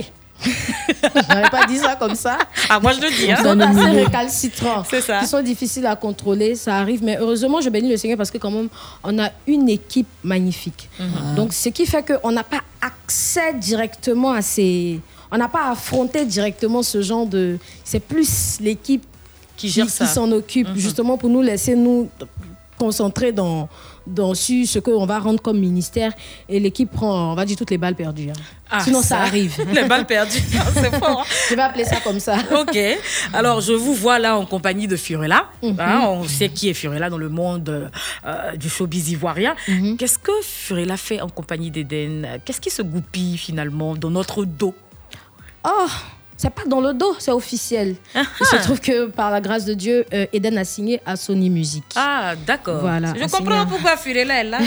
Je n'avais pas dit ça comme ça. Ah, moi je le dis. Hein. Ils sont assez récalcitrants. C'est ça. Ils sont difficiles à contrôler, ça arrive. Mais heureusement, je bénis le Seigneur parce que quand même, on a une équipe magnifique. Mm-hmm. Donc, ce qui fait qu'on n'a pas accès directement à ces... On n'a pas affronté directement ce genre de... C'est plus l'équipe qui, gère qui, ça. qui s'en occupe, mm-hmm. justement pour nous laisser nous concentrer dans, dans sur ce qu'on va rendre comme ministère. Et l'équipe prend, on va dire, toutes les balles perdues. Hein. Ah, Sinon, ça, ça arrive. Les balles perdues, c'est fort. Hein. Je vais appeler ça comme ça. OK. Alors, je vous vois là en compagnie de Furela. Mm-hmm. Hein, on sait qui est Furela dans le monde euh, du showbiz ivoirien. Mm-hmm. Qu'est-ce que Furela fait en compagnie d'Eden? Qu'est-ce qui se goupille finalement dans notre dos? Oh, c'est pas dans le dos, c'est officiel. Uh-huh. Il se trouve que par la grâce de Dieu, euh, Eden a signé à Sony Music. Ah, d'accord. Voilà, je comprends à... pourquoi Furela est là.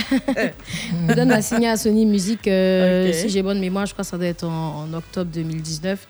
Eden a signé à Sony Music, euh, okay. si j'ai bonne mémoire, je crois que ça doit être en, en octobre deux mille dix-neuf.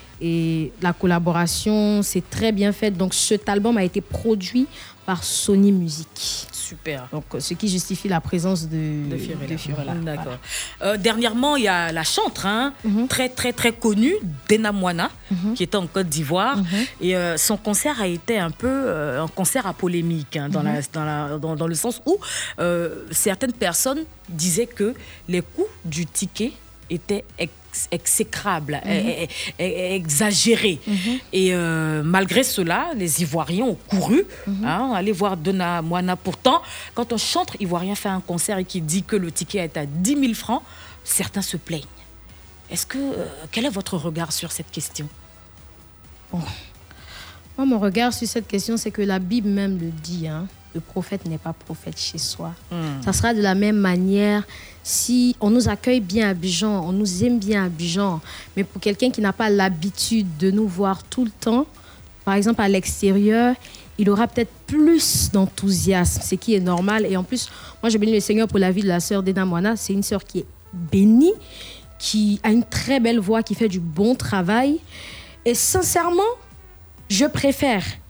Et la collaboration s'est très bien faite. Donc cet album a été produit par Sony Music. Super. Donc, ce qui justifie la présence de, de Furela. De Furela. D'accord. Voilà. Euh, dernièrement, il y a la chanteuse hein, mm-hmm. très, très, très connue, Dena Moana, mm-hmm. qui était en Côte d'Ivoire. Mm-hmm. Et euh, son concert a été un peu euh, un concert à polémique, hein, dans, mm-hmm. la, dans, la, dans, dans le sens où euh, certaines personnes disaient que les coûts du ticket étaient ex- exécrables, mm-hmm. exagérés. Mm-hmm. Et euh, malgré cela, les Ivoiriens ont couru mm-hmm. hein, aller voir Dena Moana. Pourtant, quand un chanteur ivoirien fait un concert et qui dit que le ticket est à dix mille francs, certains se plaignent. Est-ce que, euh, quel est votre regard sur cette question? Bon. Moi, mon regard sur cette question, c'est que la Bible même le dit, hein. Le prophète n'est pas prophète chez soi. Mm. Ça sera de la même manière si on nous accueille bien à Abidjan, on nous aime bien à Abidjan, mais pour quelqu'un qui n'a pas l'habitude de nous voir tout le temps, par exemple à l'extérieur, il aura peut-être plus d'enthousiasme, ce qui est normal. Et en plus, moi je bénis le Seigneur pour la vie de la sœur Dena Moana. C'est une sœur qui est bénie, qui a une très belle voix, qui fait du bon travail. Et sincèrement, je préfère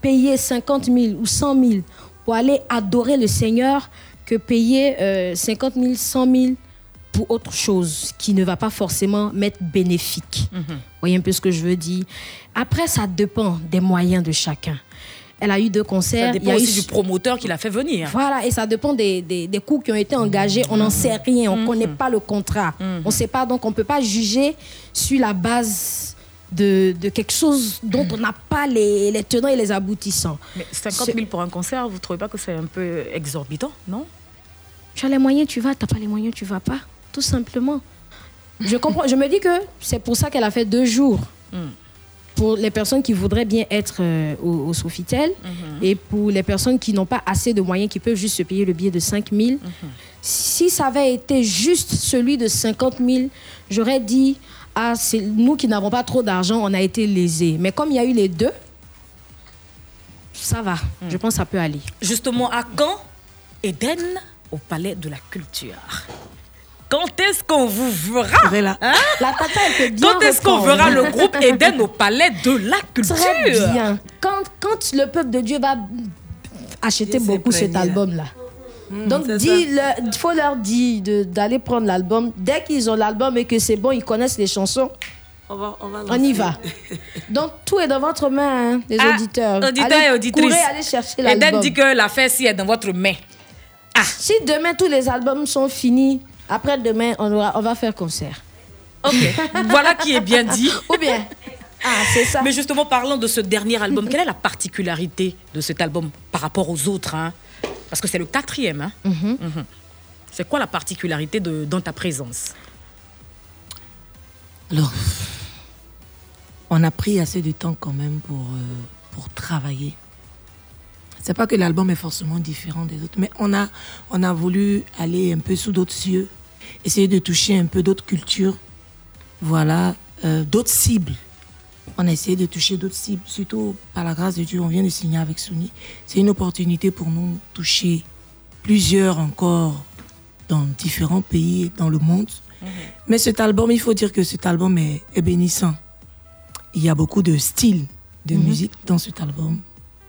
payer cinquante mille ou cent mille pour aller adorer le Seigneur que payer euh, cinquante mille, cent mille pour autre chose qui ne va pas forcément m'être bénéfique. Mm-hmm. Vous voyez un peu ce que je veux dire. Après, ça dépend des moyens de chacun. Elle a eu deux concerts. Ça dépend il y a aussi eu... du promoteur qui l'a fait venir. Voilà, et ça dépend des, des, des coûts qui ont été engagés. On n'en sait rien, on ne mmh. connaît pas le contrat. Mmh. On ne sait pas, donc on ne peut pas juger sur la base de, de quelque chose dont on n'a pas les, les tenants et les aboutissants. Mais cinquante mille pour un concert, vous ne trouvez pas que c'est un peu exorbitant, non? Tu as les moyens, tu vas. Tu n'as pas les moyens, tu ne vas pas. Tout simplement. Je comprends. Je me dis que c'est pour ça qu'elle a fait deux jours. Mmh. Pour les personnes qui voudraient bien être euh, au, au Sofitel mm-hmm. et pour les personnes qui n'ont pas assez de moyens, qui peuvent juste se payer le billet de cinq mille. Mm-hmm. Si ça avait été juste celui de cinquante mille, j'aurais dit, ah, c'est nous qui n'avons pas trop d'argent, on a été lésés. Mais comme il y a eu les deux, ça va. Mm. Je pense que ça peut aller. Justement, à quand Eden au Palais de la Culture? Quand est-ce qu'on vous verra, hein? La tata, elle peut bien Quand est-ce qu'on verra le groupe Eden au Palais de la Culture? Très bien. Quand, quand le peuple de Dieu va acheter Dieu beaucoup cet album-là. Mmh, donc, il faut leur dire de, d'aller prendre l'album. Dès qu'ils ont l'album et que c'est bon, ils connaissent les chansons, on, va, on, va on y va. Donc, tout est dans votre main, hein, les ah, auditeurs. Auditeurs allez, et auditrices. Courez, allez chercher l'album. Eden dit que l'affaire, si est dans votre main. Ah. Si demain, tous les albums sont finis, après demain, on, aura, on va faire concert. Ok, voilà qui est bien dit. Ou bien, ah, c'est ça. Mais justement, parlons de ce dernier album. Quelle est la particularité de cet album par rapport aux autres, hein? Parce que c'est le quatrième. Hein? Mm-hmm. Mm-hmm. C'est quoi la particularité de Dans ta présence? Alors, on a pris assez de temps quand même pour, euh, pour travailler. C'est pas que l'album est forcément différent des autres, mais on a, on a voulu aller un peu sous d'autres cieux, essayer de toucher un peu d'autres cultures, voilà, euh, d'autres cibles. On a essayé de toucher d'autres cibles, surtout par la grâce de Dieu, on vient de signer avec Sony. C'est une opportunité pour nous de toucher plusieurs encore dans différents pays dans le monde. Mmh. Mais cet album, il faut dire que cet album est, est bénissant. Il y a beaucoup de styles de mmh. musique dans cet album.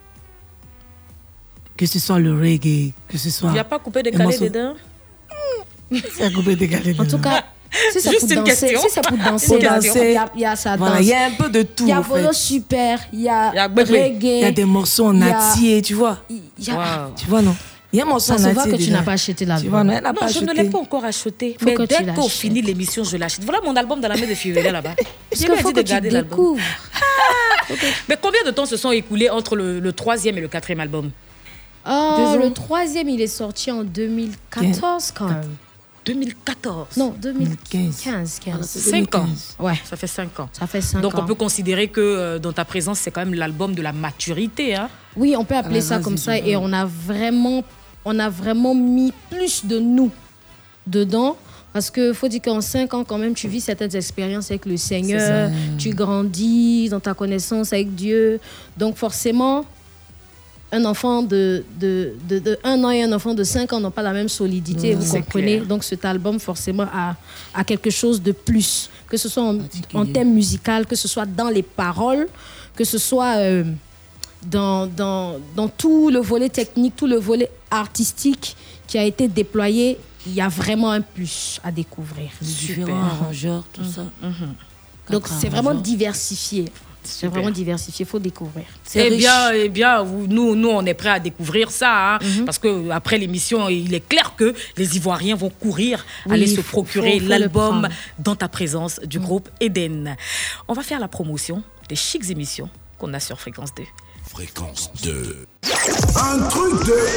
Que ce soit le reggae, que ce soit... Il n'y a pas coupé décalé morceaux... dedans? C'est à couper décalé dedans. En tout cas, si c'est Juste pour une danser, question. si c'est pour danser, danser, il y a, il y a ça danse. Voilà, il y a un peu de tout. Il y a en Volo fait. Super, il y a, y a reggae. Il y a des morceaux en entier, tu vois. Il y a... Wow. Tu vois, non? Il y a un morceau en atier. Ça entier. se voit que déjà. tu n'as pas acheté l'album. Tu vois, non, elle n'a non pas je acheté. ne l'ai pas encore acheté. Faut mais que dès qu'on finit l'émission, je l'achète. Voilà mon album dans la main de Fiorella là-bas. Parce qu'il faut que tu découvres. Ah, okay. Mais combien de temps se sont écoulés entre le, le troisième et le quatrième album? Oh, le troisième, il est sorti en deux mille quatorze quand même. deux mille quatorze Non, deux mille quinze. quinze, quinze. cinq ans. Ouais. Ça fait cinq ans. Ça fait cinq Donc ans. on peut considérer que euh, Dans ta présence, c'est quand même l'album de la maturité. Hein? Oui, on peut appeler ça comme ça. Et on a, vraiment, on a vraiment mis plus de nous dedans. Parce qu'il faut dire qu'en cinq ans, quand même, tu vis certaines expériences avec le Seigneur. Tu grandis dans ta connaissance avec Dieu. Donc forcément... Un enfant de, de, de, de un an et un enfant de cinq ans n'ont pas la même solidité, mmh, vous comprenez. Clair. Donc cet album, forcément, a, a quelque chose de plus, que ce soit en, en thème musical, que ce soit dans les paroles, que ce soit euh, dans, dans, dans tout le volet technique, tout le volet artistique qui a été déployé. Il y a vraiment un plus à découvrir. Différents arrangeurs, tout mmh. ça. Mmh. Donc c'est vraiment diversifié. C'est vraiment diversifié, il faut découvrir. Eh bien, eh bien, nous, nous, on est prêts à découvrir ça, hein, mm-hmm. parce qu'après l'émission, il est clair que les Ivoiriens vont courir, oui, aller se procurer faut, faut l'album Dans ta présence du mm. groupe Eden. On va faire la promotion des chics émissions qu'on a sur Fréquence deux. Fréquence deux. Un truc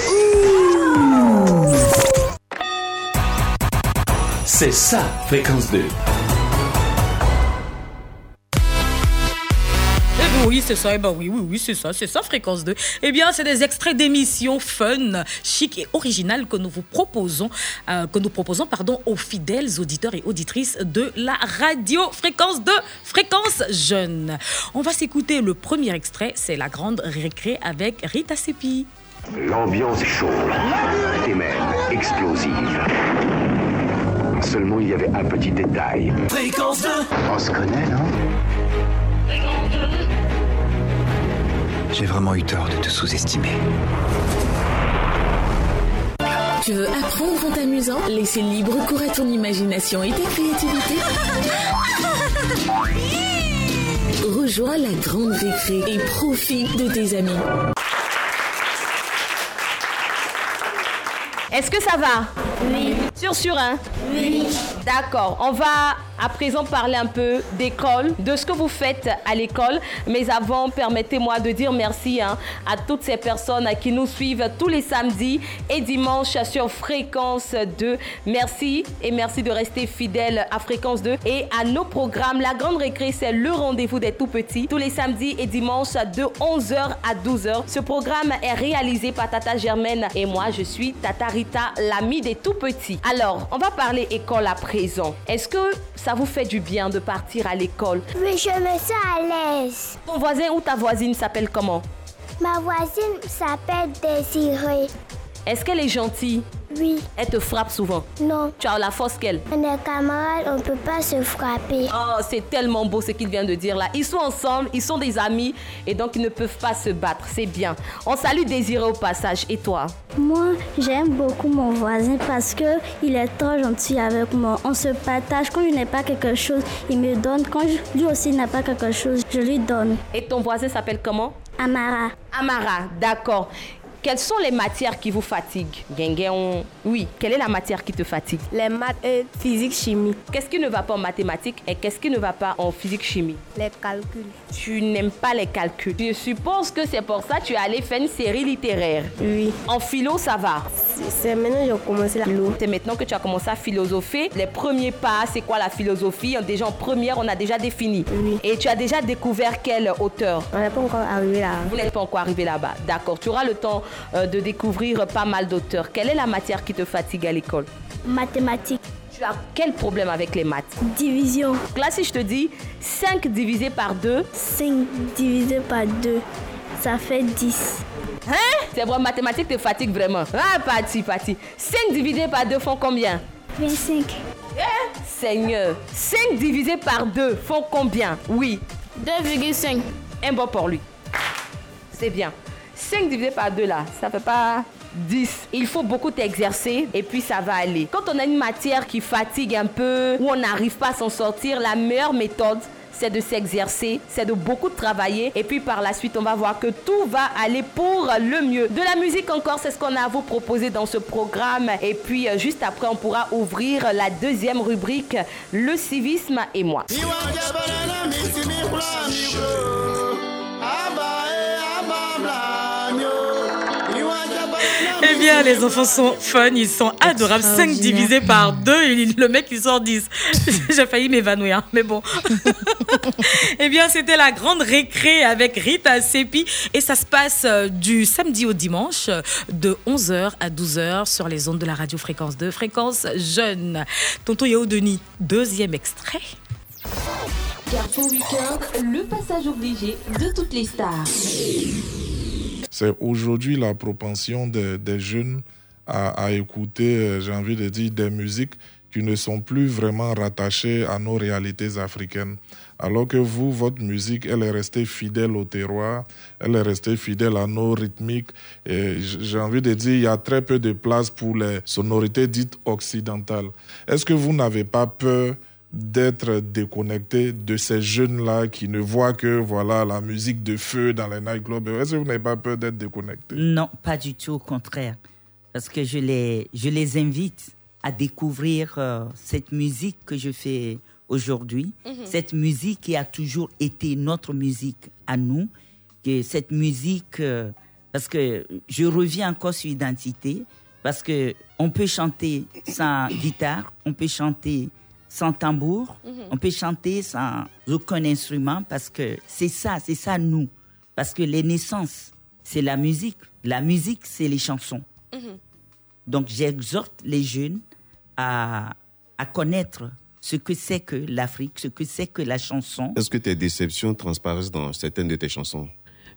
de ouf. C'est ça, Fréquence deux. Oui, c'est ça. Eh ben oui, oui, oui, c'est ça, c'est ça, Fréquence deux. Eh bien, c'est des extraits d'émissions fun, chic et originales que nous vous proposons, euh, que nous proposons, pardon, aux fidèles auditeurs et auditrices de la radio Fréquence deux, Fréquence Jeune. On va s'écouter le premier extrait, c'est La Grande Récré avec Rita Sepi. L'ambiance est chaude, et même explosive. Seulement, il y avait un petit détail. Fréquence deux. On se connaît, non? J'ai vraiment eu tort de te sous-estimer. Tu veux apprendre en t'amusant? Laisser libre cours à ton imagination et ta créativité. Rejoins la grande récré et profite de tes amis. Est-ce que ça va? Oui. Sûr, sûr, hein? Oui. D'accord. On va à présent parler un peu d'école, de ce que vous faites à l'école. Mais avant, permettez-moi de dire merci hein, à toutes ces personnes qui nous suivent tous les samedis et dimanches sur Fréquence deux. Merci et merci de rester fidèles à Fréquence deux et à nos programmes. La Grande Récré, c'est le rendez-vous des tout-petits. Tous les samedis et dimanches de onze heures à douze heures. Ce programme est réalisé par Tata Germaine et moi, je suis Tata Rita, l'amie des tout-petits. Alors, on va parler école à présent. Est-ce que ça vous fait du bien de partir à l'école? Oui, je me sens à l'aise. Ton voisin ou ta voisine s'appelle comment? Ma voisine s'appelle Désirée. Est-ce qu'elle est gentille? Oui. Elle te frappe souvent? Non. Tu as la force qu'elle? On est camarades, on ne peut pas se frapper. Oh, c'est tellement beau ce qu'il vient de dire là. Ils sont ensemble, ils sont des amis et donc ils ne peuvent pas se battre. C'est bien. On salue Désiré au passage. Et toi? Moi, j'aime beaucoup mon voisin parce qu'il est trop gentil avec moi. On se partage. Quand il n'a pas quelque chose, il me donne. Quand je, lui aussi n'a pas quelque chose, je lui donne. Et ton voisin s'appelle comment? Amara. Amara, d'accord. Quelles sont les matières qui vous fatiguent? Gengen, oui. Quelle est la matière qui te fatigue? Les maths et physique, chimie. Qu'est-ce qui ne va pas en mathématiques et qu'est-ce qui ne va pas en physique, chimie? Les calculs. Tu n'aimes pas les calculs. Je suppose que c'est pour ça que tu es allé faire une série littéraire. Oui. En philo, ça va? C'est maintenant que j'ai commencé la philo. C'est maintenant que tu as commencé à philosopher. Les premiers pas, c'est quoi la philosophie? Déjà en première, on a déjà défini. Oui. Et tu as déjà découvert quel auteur? On n'est pas encore arrivé là. Vous n'êtes pas encore arrivé là-bas. D'accord. Tu auras le temps euh, de découvrir pas mal d'auteurs. Quelle est la matière qui te fatigue à l'école? Mathématiques. Tu as quel problème avec les maths? Division. Là, si je te dis cinq divisé par deux. cinq divisé par deux, ça fait dix. Hein? C'est vrai, mathématiques te fatigue vraiment. Ah, parti, parti. cinq divisé par deux font combien? vingt-cinq. Eh, Seigneur. cinq divisé par deux font combien? Oui. deux virgule cinq. Un bon pour lui. C'est bien. cinq divisé par deux là, ça fait pas dix. Il faut beaucoup t'exercer et puis ça va aller. Quand on a une matière qui fatigue un peu, où on n'arrive pas à s'en sortir, la meilleure méthode, c'est de s'exercer, c'est de beaucoup travailler et puis par la suite, on va voir que tout va aller pour le mieux. De la musique encore, c'est ce qu'on a à vous proposer dans ce programme et puis euh, juste après, on pourra ouvrir la deuxième rubrique, le civisme et moi. Eh bien, les enfants sont fun, ils sont adorables. cinq divisé par deux, le mec il sort dix. J'ai failli m'évanouir, mais bon. Eh bien, c'était la grande récré avec Rita Sepi et ça se passe du samedi au dimanche de onze heures à douze heures sur les ondes de la radio Fréquence deux, Fréquence Jeune. Tonton Yao Denis, deuxième extrait. Carrefour Weekend, le passage obligé de toutes les stars. C'est aujourd'hui la propension des, des jeunes à, à écouter, j'ai envie de dire, des musiques qui ne sont plus vraiment rattachées à nos réalités africaines. Alors que vous, votre musique, elle est restée fidèle au terroir, elle est restée fidèle à nos rythmiques. Et j'ai envie de dire, il y a très peu de place pour les sonorités dites occidentales. Est-ce que vous n'avez pas peur d'être déconnecté de ces jeunes-là qui ne voient que voilà la musique de feu dans les nightclubs? Est-ce que vous n'avez pas peur d'être déconnecté? Non, pas du tout, au contraire. Parce que je les, je les invite à découvrir euh, cette musique que je fais aujourd'hui, mm-hmm. cette musique qui a toujours été notre musique à nous, que cette musique, euh, parce que je reviens encore sur l'identité, parce qu'on peut chanter sans guitare, on peut chanter sans tambour, mm-hmm. on peut chanter sans aucun instrument, parce que c'est ça, c'est ça nous. Parce que les naissances, c'est la musique. La musique, c'est les chansons. Mm-hmm. Donc, j'exhorte les jeunes à, à connaître ce que c'est que l'Afrique, ce que c'est que la chanson. Est-ce que tes déceptions transparaissent dans certaines de tes chansons?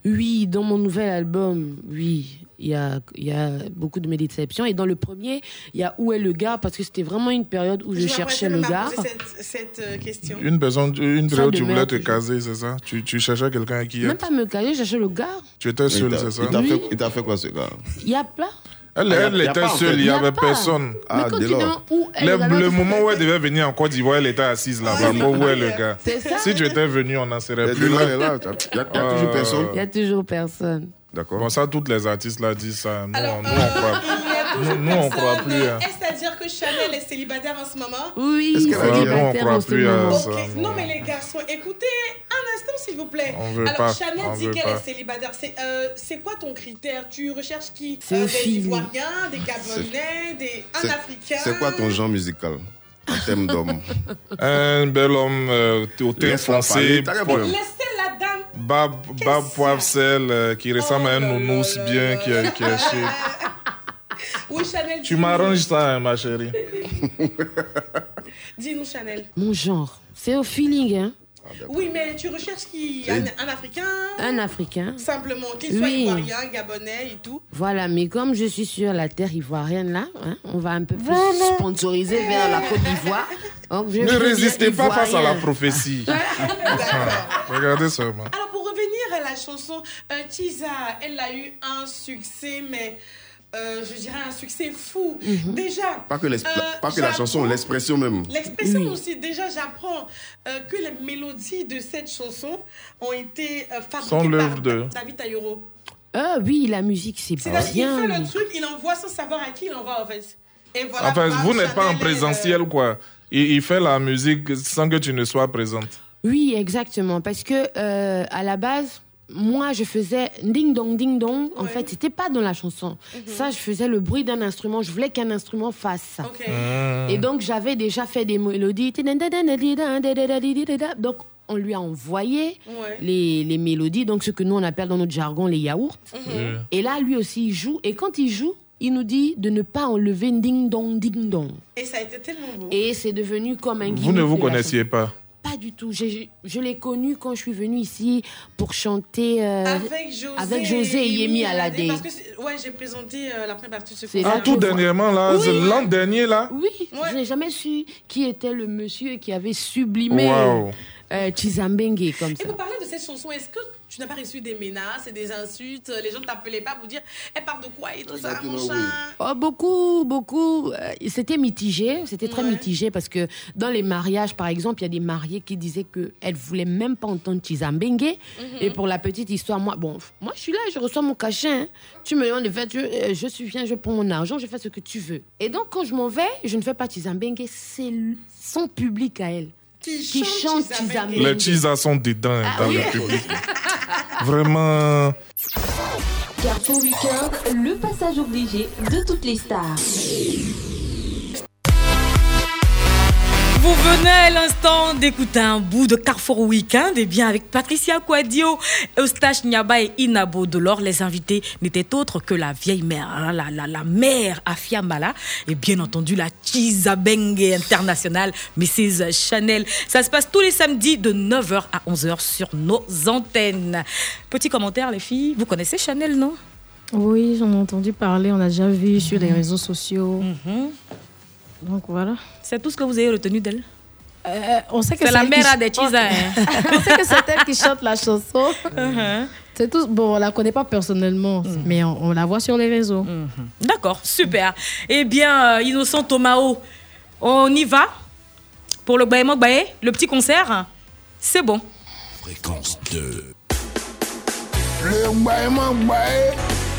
Oui, dans mon nouvel album, oui. Il y a, il y a beaucoup de mes déceptions. Et dans le premier, il y a Où est le gars? Parce que c'était vraiment une période où je, je cherchais le gars. Cette, cette euh, question. Une personne, une période où tu voulais te caser, c'est ça? Tu, tu cherchais quelqu'un à qui... Même pas me caser, je cherchais le gars. Tu étais seule, c'est ça? Il t'a Oui. fait, il t'a fait quoi, ce gars? Il y a plein. Elle, Ah, y a- elle y a était pas, en seule, fait. il n'y Y a avait pas. personne. Ah, Mais quand dès tu lors. demandes où est Le, le gars, le tu moment fais- où elle devait venir en Côte d'Ivoire, elle était assise là-bas. Ouais, Pas où est c'est le ça. gars? C'est ça. Si tu étais venu, on n'en serait Mais plus dès là, là. il est là. Il y a, il y a toujours Euh, personne. Il y a toujours personne. D'accord. Bon, ça, toutes les artistes là disent ça. Nous, Alors, on- nous, euh, on croit. il y a toujours Nous, nous, on croit personne. plus. hein. Est-ce à dire que Chanel est célibataire en ce moment? Oui, Est-ce qu'elle a Euh, dit- nous, on croit plus à ça. Ok, nous. non mais les garçons, écoutez un instant s'il vous plaît. On veut Alors pas, Chanel on dit veut qu'elle pas. est célibataire. C'est euh, c'est quoi ton critère? Tu recherches qui? C'est Euh, au Des feeling. Ivoiriens, des Gabonais, des un C'est- Africain. C'est quoi ton genre musical en termes d'homme? Un bel homme euh, au teint Laisse-la foncé, parler, t'as po- raison. Laissez la dame. bab, bab poivre sel, euh, qui ressemble à un nounous bien, qui est, qui est chic. Oui Chanel. Tu dis-nous. m'arranges ça, hein, ma chérie. Dis-nous Chanel. Mon genre, c'est au feeling, hein. Oui mais tu recherches qui? Un, un Africain? Un Africain. Simplement, qu'il soit Oui. ivoirien, gabonais et tout. Voilà, mais comme je suis sur la terre ivoirienne là, hein, on va un peu plus sponsoriser vers la Côte d'Ivoire. Donc, je Ne veux dire résistez pas face à la ivoirien. prophétie. Ah, regardez seulement. Alors pour revenir à la chanson, euh, Tisa, elle a eu un succès, mais euh, je dirais un succès fou. Mhm. Déjà. Pas que, l'exp- euh, pas que la j'apprends- chanson, l'expression même. L'expression Oui. aussi, déjà j'apprends euh, que les mélodies de cette chanson ont été euh, fabriquées Sont par l'œuvre de- David Tayoro. Ah oui, la musique, c'est C'est-à-dire qu'il bien. fait le oui. truc, il envoie sans savoir à qui il envoie en fait. Et voilà. Enfin, pourquoi vous n'êtes pas en Chanel est, euh, présentiel, quoi. Il, il fait la musique sans que tu ne sois présente. Oui, exactement. Parce que euh, à la base, moi, je faisais ding dong ding dong. En fait, c'était pas dans la chanson. Ça, je faisais le bruit d'un instrument. Je voulais qu'un instrument fasse ça. Mmh. Et donc, j'avais déjà fait des mélodies. Donc, on lui a envoyé Ouais. les, les mélodies, donc ce que nous on appelle dans notre jargon les yaourts. Mhm. Et là, lui aussi, il joue. Et quand il joue, il nous dit de ne pas enlever ding dong ding dong. Et ça a été tellement beau. Et c'est devenu comme un Vous ne vous gimmick de la connaissiez pas. Pas du tout. J'ai- Je l'ai connu quand je suis venue ici pour chanter euh, Avec José, avec José et Yemi Alade. Parce que c'est- ouais, j'ai présenté euh, la première partie de ce C'est concert. Ah, tout dernièrement, là, Oui. c'est l'an dernier, là. Oui, je n'ai jamais su qui était le monsieur qui avait sublimé Waouh. euh, Chizambenge comme ça. Et pour parler de cette chanson, est-ce que tu n'as pas reçu des menaces et des insultes? Les gens ne t'appelaient pas pour dire elle parle de quoi et tout ça, mon chat? Oh, beaucoup, beaucoup. Euh, c'était mitigé, c'était très mitigé parce que dans les mariages, par exemple, il y a des mariés qui disaient qu'elles ne voulaient même pas entendre Chizambenge. Et pour la petite histoire, moi, bon, moi je suis là, je reçois mon cachet. hein. Tu me demandes de faire, je, euh, je suis viens, je prends mon argent, je fais ce que tu veux. Et donc quand je m'en vais, je ne fais pas Chizambenge, c'est l- son public à elle. Qui, chante Chizambenge. Les cheese sont dedans hein, Ah dans oui. le public. Vraiment. Carrefour Weekend, le passage obligé de toutes les stars. Vous venez à l'instant d'écouter un bout de Carrefour Weekend, et bien avec Patricia Quadio, Eustache Niaba et Inabo Delors. Les invités n'étaient autres que la vieille mère, hein, la, la, la mère Afia Mala, et bien entendu la Chizambenge internationale, missus Chanel. Ça se passe tous les samedis de neuf heures à onze heures sur nos antennes. Petit commentaire, les filles, vous connaissez Chanel, non? Oui, j'en ai entendu parler, on a déjà vu sur les réseaux sociaux. Donc voilà. C'est tout ce que vous avez retenu d'elle? Euh, on sait que C'est la elle mère qui- à des Chiza, hein. On sait que c'est elle qui chante la chanson. C'est tout. Bon, on la connaît pas personnellement, mais on, on la voit sur les réseaux. D'accord, super. Eh bien, euh, Innocent Tomao, on y va pour le Baye Mogbaye, le petit concert. C'est bon. Fréquence deux. Le Mbaye Mbaye.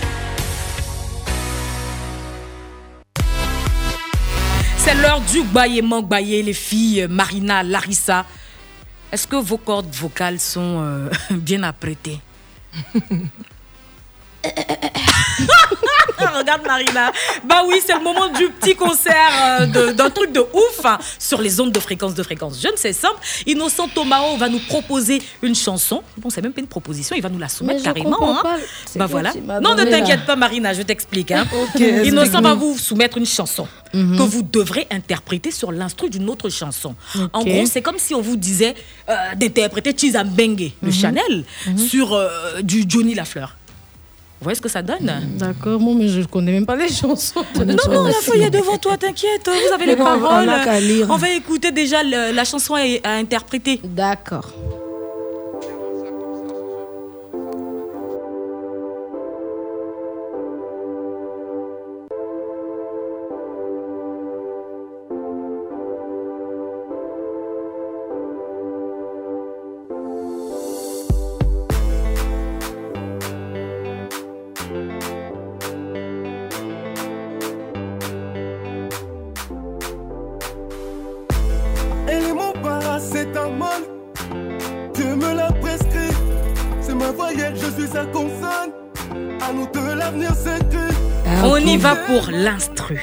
C'est l'heure du Baye Mogbaye, les filles, Marina, Larissa. Est-ce que vos cordes vocales sont euh, bien apprêtées? regarde Marina. Bah oui, c'est le moment du petit concert euh, de, d'un truc de ouf hein, sur les ondes de fréquence de fréquence jeune. C'est simple. Innocent Tomao va nous proposer une chanson. Bon, c'est même pas une proposition, il va nous la soumettre carrément. Hein. Bah voilà. Non, ne t'inquiète là. pas, Marina, je t'explique. Hein. Okay, Innocent va vous soumettre une chanson mm-hmm. que vous devrez interpréter sur l'instru d'une autre chanson. Okay. En gros, c'est comme si on vous disait euh, d'interpréter Chizambengue de mm-hmm. Chanel mm-hmm. sur euh, du Johnny Lafleur. Vous voyez ce que ça donne? D'accord, moi, mais je ne connais même pas les chansons. Non, non, la feuille est devant toi, t'inquiète. Vous avez les paroles. On va écouter déjà le, la chanson à, à interpréter. D'accord. Dieu me l'a prescrit. C'est ma voyelle, je suis sa consonne. À nous de l'avenir s'écrit. On y va pour l'instru.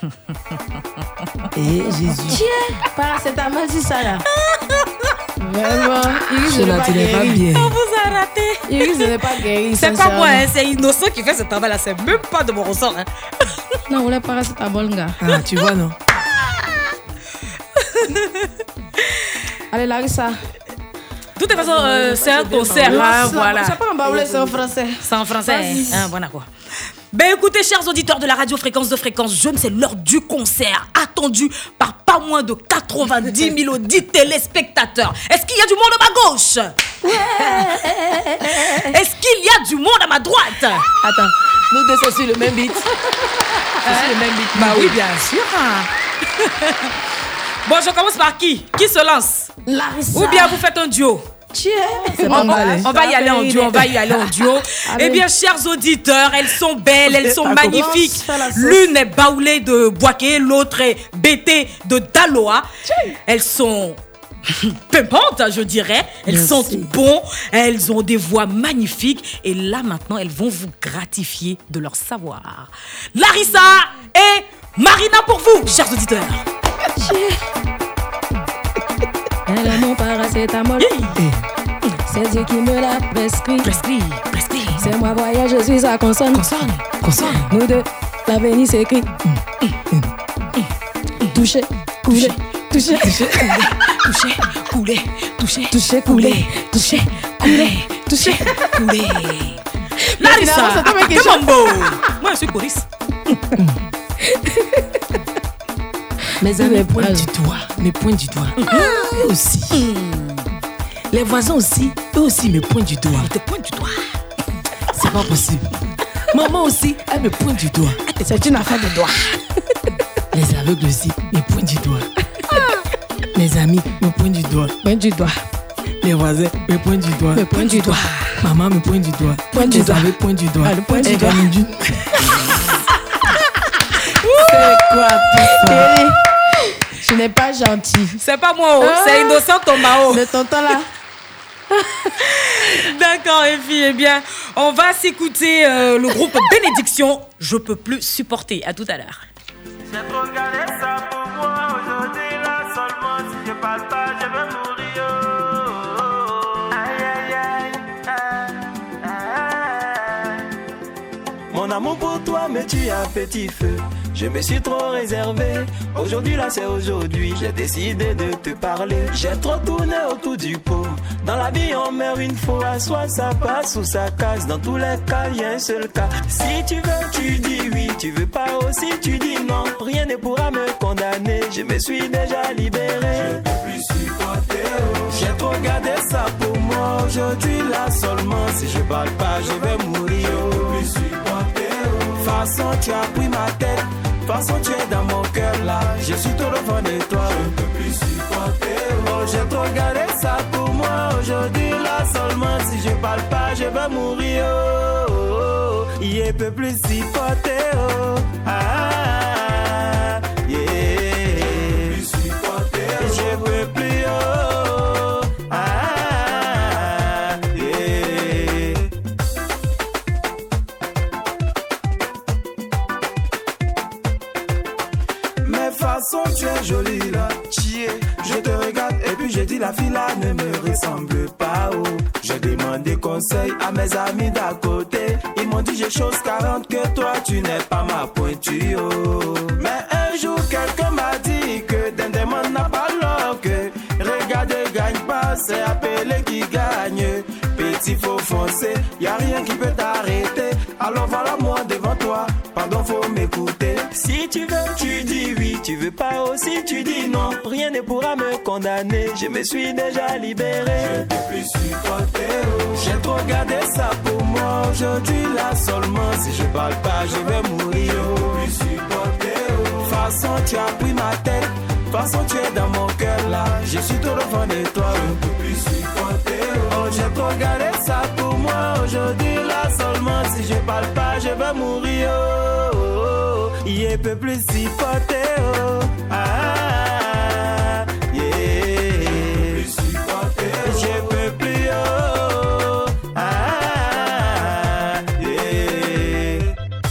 Et Jésus. Tiens, paracétamol, c'est ça là. Vraiment, je ne la tenais pas bien. On vous a raté. Iris ne pas guéri. C'est pas moi, hein, c'est Innocent qui fait ce travail-là. C'est même pas de mon ressort. Hein. Non, on l'a paracétamol, gars. Ah, tu vois, non? Allez, Larissa. De toute façon, euh, c'est un concert. Hein, voilà. C'est pas en baoulé, c'est en français. C'est en français. Hein, voilà quoi. Ben écoutez, chers auditeurs de la radio Fréquence de Fréquence Jeune, c'est l'heure du concert attendu par pas moins de quatre-vingt-dix mille audits téléspectateurs. Est-ce qu'il y a du monde à ma gauche? Ouais. Est-ce qu'il y a du monde à ma droite? Attends, nous deux, c'est sur le même beat. C'est sur le même beat. Bah oui, bien sûr. Hein. Bon, je commence par qui? Qui se lance? Larissa. Ou bien vous faites un duo? Tiens, on, on, on va y aller en duo, on va y aller en duo. Eh bien, chers auditeurs, elles sont belles, elles sont magnifiques. L'une est baoulée de Boaké, l'autre est bêtée de Daloa. Elles sont pimpantes, je dirais. Elles Merci. Sont bonnes, elles ont des voix magnifiques. Et là, maintenant, elles vont vous gratifier de leur savoir. Larissa et Marina pour vous, chers auditeurs. Elle a mon paracétamol. Yeah. C'est Dieu qui me l'a prescrit. Prescrit, prescrit. C'est moi voyage, je suis sa consonne. Consonne, consonne. Nous deux, l'avenir s'écrit. Mm. Mm. Mm. Toucher, couler, toucher, toucher, toucher, couler, toucher, toucher, couler, toucher, couler, toucher, couler. Larissa, c'est mambo. Moi, je suis choriste. Mes amis me pointent du doigt, me pointent du doigt. Mmh. Ah, eux aussi. Mmh. Les voisins aussi, eux aussi me pointent du doigt. Ils te pointent du doigt. C'est pas possible. Maman aussi, elle me pointe du doigt. C'est une affaire de doigt. Les aveugles aussi me pointent du doigt. Mes amis me pointent du doigt. Pointe du doigt. Les voisins me pointent du doigt. Me pointent du doigt. Maman me pointe du doigt. Pointe du doigt. Les aveugles pointent du doigt. Elle pointe du doigt. C'est quoi tout ça? Tu n'es pas gentil. C'est pas moi, oh. ah. C'est Innocent Tomao. Le tonton là. D'accord, et puis, eh bien, on va s'écouter euh, le groupe Bénédiction. Je peux plus supporter. À tout à l'heure. J'ai trop regardé ça pour moi aujourd'hui, là seulement. Si je parle pas, je vais mourir. Aïe, aïe, aïe, aïe, aïe. Mon amour pour toi me tue à petit feu. Je me suis trop réservé. Aujourd'hui, là, c'est aujourd'hui. J'ai décidé de te parler. J'ai trop tourné autour du pot. Dans la vie, on meurt une fois. Soit ça passe ou ça casse. Dans tous les cas, il y a un seul cas. Si tu veux, tu dis oui. Tu veux pas aussi, tu dis non. Rien ne pourra me condamner. Je me suis déjà libéré. Je peux plus supporter. Oh. J'ai trop gardé ça pour moi. Aujourd'hui, là, seulement. Si je parle pas, je vais mourir. Je peux plus supporter. Oh. Façon, tu as pris ma tête. De toute façon, tu es dans mon cœur là. Je suis tout au fond de toi. Je ne peux plus supporter. Oh, j'ai trop gardé ça pour moi. Aujourd'hui, là seulement. Si je parle pas, je vais mourir. Oh, oh, oh. Il ne peut plus supporter. Oh, ah, ah, yeah. Je ne peux plus supporter. Je peux plus. Oh, ah, ah, yeah. façon tu es jolie là, tu es. Je te regarde et puis je dis la fille là ne me ressemble pas. Oh. J'ai demandé conseil à mes amis d'à côté. Ils m'ont dit j'ai chose quarante que toi tu n'es pas ma pointure. Oh. Mais un jour quelqu'un m'a dit que Dendemon n'a pas l'or que regarder gagne pas, c'est appelé qui gagne. Petit faux foncé, y a rien qui peut t'arrêter. Alors voilà moi devant toi, pardon faut m'écouter. Si tu veux tu dis oui, tu veux pas aussi tu dis non. Rien ne pourra me condamner, je me suis déjà libéré. Je peux plus supporter, oh. J'ai trop gardé ça pour moi. Aujourd'hui là seulement, si je parle pas je vais mourir. Je peux plus supporter, oh. Façon tu as pris ma tête, façon tu es dans mon cœur là. Je suis tout au fond de toi, je peux plus supporter, oh. Oh, j'ai trop gardé ça pour moi. Aujourd'hui là seulement, si je parle pas je vais mourir. Oh, oh, oh. Il peut plus supporter, oh. Ah, yeah. Je peux plus, oh. Ah, yeah.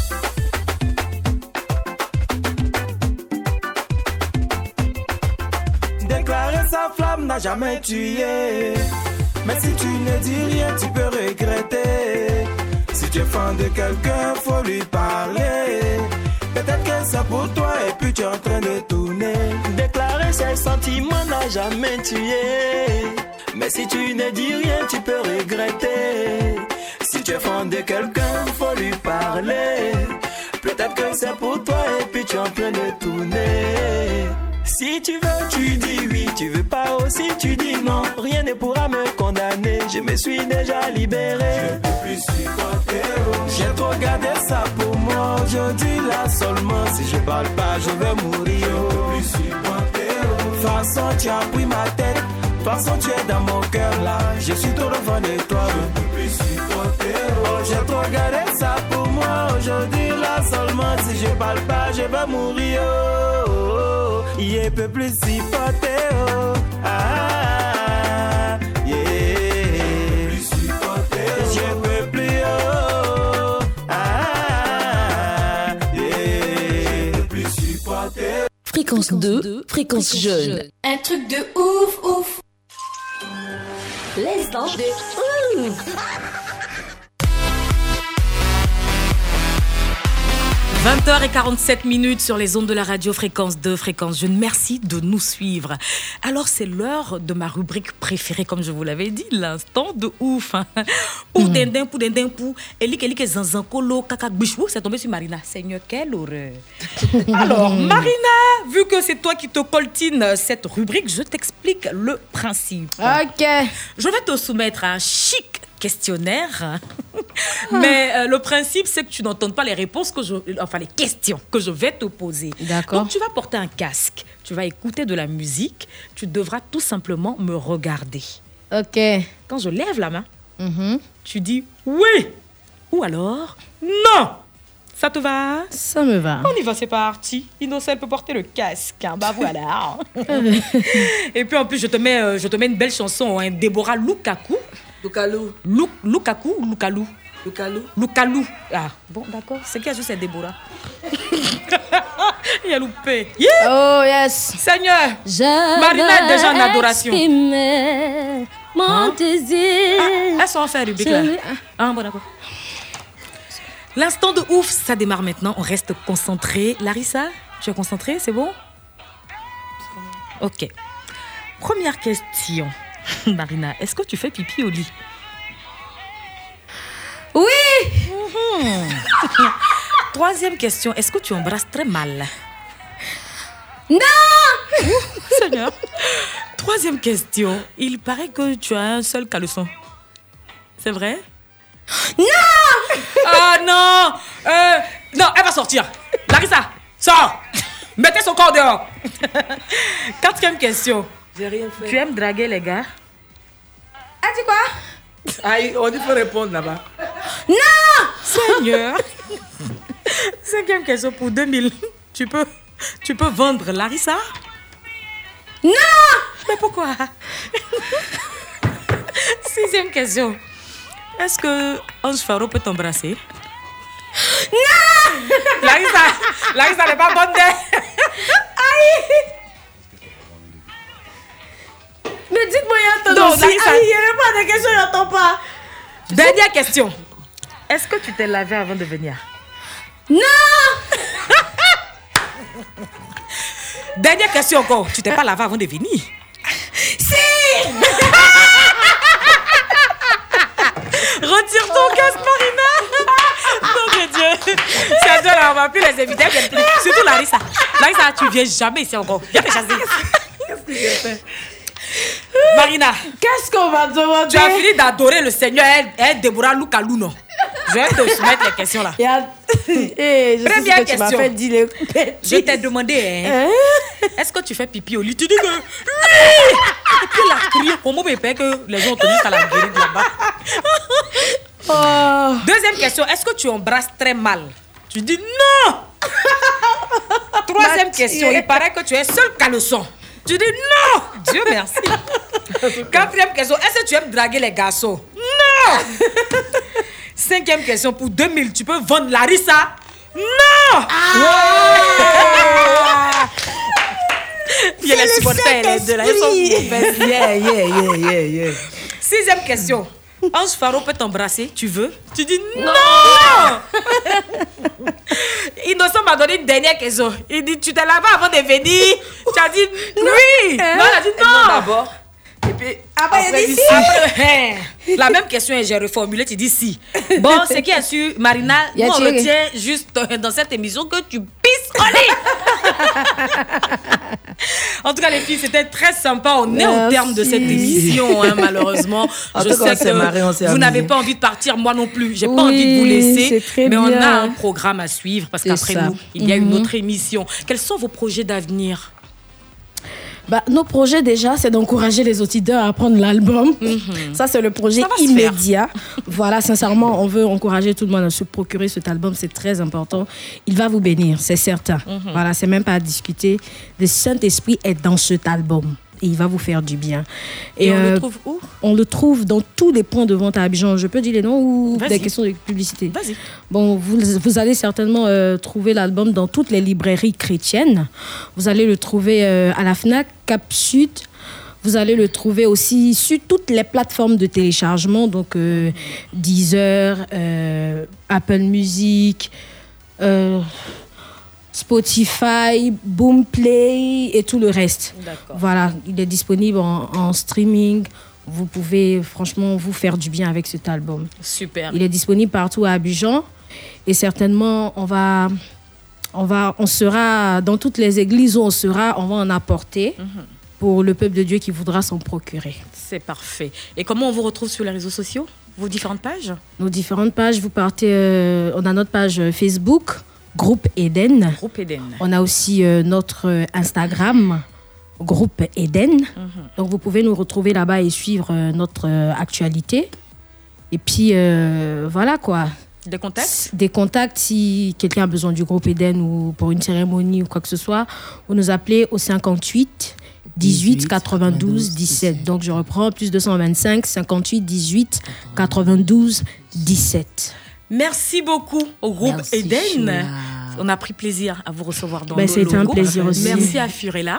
Déclarer sa flamme n'a jamais tué. Mais si tu ne dis rien, tu peux regretter. Si tu es fan de quelqu'un, faut lui parler. Peut-être que c'est pour toi et puis tu es en train de tourner. Déclarer ses sentiments n'a jamais tué. Mais si tu ne dis rien, tu peux regretter. Si tu es fan de quelqu'un, faut lui parler. Peut-être que c'est pour toi et puis tu es en train de tourner. Si tu veux, tu dis oui, tu veux pas aussi, tu dis non. Rien ne pourra me condamner, je me suis déjà libéré. Je peux plus supporter, oh. J'ai trop gardé ça pour moi. Aujourd'hui là seulement, si je parle pas, je vais mourir. Je peux plus supporter, oh. Façon tu as pris ma tête, façon tu es dans mon cœur là. Je suis tout devant de toi. Je peux plus supporter, oh. Oh, j'ai trop gardé ça pour moi. Aujourd'hui là seulement, si je parle pas, je vais mourir. Oh, oh, oh. Il peut plus supporter, oh. Ah, yeah. Plus supporter, oh. Je peux plus, oh. Ah, yeah. Plus supporter. Fréquence deux, fréquence jeune. Un truc de ouf, ouf. L'instant de ouf. vingt heures quarante-sept minutes sur les ondes de la radio Fréquence deux, Fréquence Jeune. Merci de nous suivre. Alors, c'est l'heure de ma rubrique préférée, comme je vous l'avais dit, l'instant de ouf. Pour dindin, pour dindin, pour Eli, Eli, que zanzan, kolo, kaka, bouchou, c'est tombé sur Marina. Seigneur, quelle horreur. Alors, Marina, vu que c'est toi qui te coltine cette rubrique, je t'explique le principe. Ok. Je vais te soumettre un chic questionnaire. Mais euh, le principe, c'est que tu n'entends pas les réponses, que je, enfin les questions que je vais te poser. D'accord. Donc, tu vas porter un casque, tu vas écouter de la musique, tu devras tout simplement me regarder. Ok. Quand je lève la main, mm-hmm. tu dis oui ou alors non. Ça te va? Ça me va. On y va, c'est parti. Innocent peut porter le casque. Hein. Bah voilà. Et puis en plus, je te mets, euh, je te mets une belle chanson, hein, Déborah Lukaku. Lukalu. Luk, Lukaku ou Lukalu? Lukalu. Lukalu. Ah, bon, d'accord. C'est qui a joué cette Déborah? Il a loupé. Yeah. Oh, yes. Seigneur. Marina est déjà en adoration. Mon hein? désir. Ah, elles sont en fait rubrique là. Ah, bon, d'accord. L'instant de ouf, ça démarre maintenant. On reste concentré. Larissa, tu es concentrée? C'est bon? Ok. Première question. Marina, est-ce que tu fais pipi au lit? Oui. Mmh. Troisième question, est-ce que tu embrasses très mal? Non. Seigneur. Troisième question, il paraît que tu as un seul caleçon. C'est vrai? Non. Ah non euh, Non, elle va sortir. Larissa, sors. Mettez son corps dehors. Quatrième question. J'ai rien fait. Tu aimes draguer les gars? Ah, tu quoi? Aïe, on dit faut répondre là-bas. Non. Seigneur. Cinquième question pour deux mille. Tu peux, tu peux vendre Larissa? Non. Mais pourquoi? Sixième question. Est-ce que Ange Faro peut t'embrasser? Non. Larissa, Larissa n'est pas bonne. Aïe. Non, aussi. Larissa. Ah, il n'y a pas de questions, j'entends pas. Dernière question. Est-ce que tu t'es lavé avant de venir? Non. Dernière question encore. Tu t'es pas lavé avant de venir? Si. Retire ton casque, Marina. Non, mon Dieu. C'est à toi, là, on va plus les éviter. Surtout Larissa. Larissa, tu viens jamais ici encore. Viens te chasser. Qu'est-ce que j'ai fait? Marina. Qu'est-ce qu'on va demander? Tu as fini d'adorer le Seigneur, elle, Deborah Loukalou, non? Je vais te soumettre les questions là. A... Hey, je Première sais que question. tu m'as fait dire les... Je t'ai demandé, hein, hein? Est-ce que tu fais pipi au lit? Tu dis que oui! Et puis la crié, comment me paye que les gens ont tenu à la guérite là-bas? Oh. Deuxième question, est-ce que tu embrasses très mal? Tu dis non! Troisième question, il paraît que tu es seul caleçon. Tu dis non! Dieu merci. Quatrième question, est-ce que tu aimes draguer les garçons? Non! Cinquième question, pour deux mille, tu peux vendre Larissa? Non! Ah! Il y a les supporters, les deux là, ils sont mauvaises. Yeah, yeah, yeah, yeah, yeah. Sixième question. Ange Faro peut t'embrasser, tu veux? Tu dis non! Innocent m'a donné une dernière question. Il dit, tu t'es lavé avant de venir? Tu as dit oui! Non, elle a dit non! Non d'abord. Et puis, après, après, il dit si. Après, hein, la même question et j'ai reformulé, tu dis si. Bon, ce qui est sûr, Marina, nous, on retient juste dans cette émission que tu pisses au lit. En tout cas, les filles, c'était très sympa. On est Merci. au terme de cette émission, hein, malheureusement. En Je tout cas, sais on s'est que marré, on s'est vous amusé. n'avez pas envie de partir, moi non plus. J'ai Oui, pas envie de vous laisser. c'est très mais on a bien. un programme à suivre parce C'est qu'après ça. nous, il y a une Mhm. autre émission. Quels sont vos projets d'avenir? Bah, nos projets déjà, c'est d'encourager les auditeurs à prendre l'album. Mm-hmm. Ça, c'est le projet Ça va se immédiat. Voilà, sincèrement, on veut encourager tout le monde à se procurer cet album. C'est très important. Il va vous bénir, c'est certain. Mm-hmm. Voilà, c'est même pas à discuter. Le Saint-Esprit est dans cet album. Et il va vous faire du bien. Et on le euh, trouve où? On le trouve dans tous les points de vente à Abidjan. Je peux dire les noms ou Vas-y. des questions de publicité? Vas-y. Bon, vous, vous allez certainement euh, trouver l'album dans toutes les librairies chrétiennes. Vous allez le trouver euh, à la FNAC, Cap Sud. Vous allez le trouver aussi sur toutes les plateformes de téléchargement, donc euh, Deezer, euh, Apple Music, euh, Spotify, Boomplay et tout le reste. D'accord. Voilà, il est disponible en, en streaming. Vous pouvez franchement vous faire du bien avec cet album. Super. Il est disponible partout à Abidjan et certainement on va, on va, on sera dans toutes les églises où on sera, on va en apporter pour le peuple de Dieu qui voudra s'en procurer. C'est parfait. Et comment on vous retrouve sur les réseaux sociaux? Vos différentes pages? Nos différentes pages, vous partez, euh, on a notre page Facebook, Groupe Eden. Groupe Eden. On a aussi euh, notre euh, Instagram, Groupe Eden. Donc vous pouvez nous retrouver là-bas et suivre euh, notre euh, actualité. Et puis euh, voilà quoi. Des contacts? Des contacts si quelqu'un a besoin du Groupe Eden ou pour une cérémonie ou quoi que ce soit. Vous nous appelez au cinquante-huit dix-huit quatre-vingt-douze dix-sept. Donc je reprends, plus deux cent vingt-cinq cinquante-huit dix-huit quatre-vingt-douze dix-sept. Merci beaucoup au groupe Merci, Eden. Sheila. On a pris plaisir à vous recevoir dans Ben, nos c'était un locaux. plaisir aussi. Merci à Furela.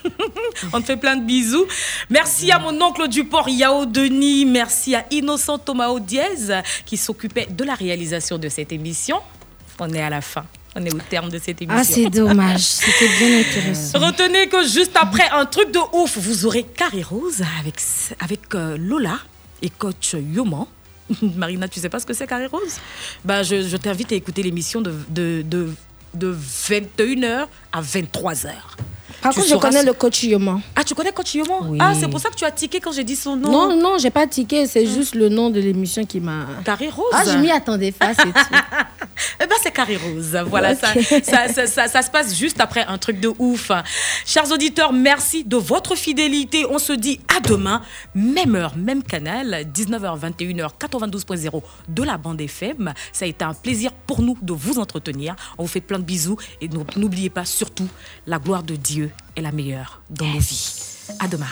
On te fait plein de bisous. Merci à mon oncle Duport, Yao Denis. Merci à Innocent Tomao Diez qui s'occupait de la réalisation de cette émission. On est à la fin. On est au terme de cette émission. Ah, c'est dommage. C'était bien intéressant. Retenez que juste après un truc de ouf, vous aurez Carré Rose avec, avec euh, Lola et coach Yoman. Marina, tu sais pas ce que c'est Carré Rose? Bah, je, je t'invite à écouter l'émission de, de, de, de vingt et une heures à vingt-trois heures. Par Tu contre, je sauras connais ce- le coach Yoman. Ah, tu connais coach Yoman? Oui. Ah, c'est pour ça que tu as tiqué quand j'ai dit son nom. Non, non, j'ai pas tiqué. C'est juste le nom de l'émission qui m'a. Carré Rose. Ah, je m'y attendais pas, c'est tout. Eh ben, c'est Carré Rose. Voilà, Ok. ça, ça, ça, ça, ça se passe juste après un truc de ouf. Chers auditeurs, merci de votre fidélité. On se dit à demain, même heure, même canal, dix-neuf heures vingt et une heures, quatre-vingt-douze point zéro de la bande F M. Ça a été un plaisir pour nous de vous entretenir. On vous fait plein de bisous et n'ou- n'oubliez pas surtout, la gloire de Dieu est la meilleure dans nos vies. À demain.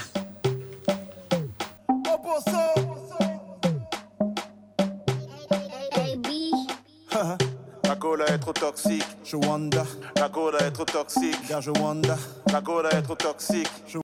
La cola est trop toxique, je wonder. La cola est trop toxique, car je wonder. La cola est trop toxique, je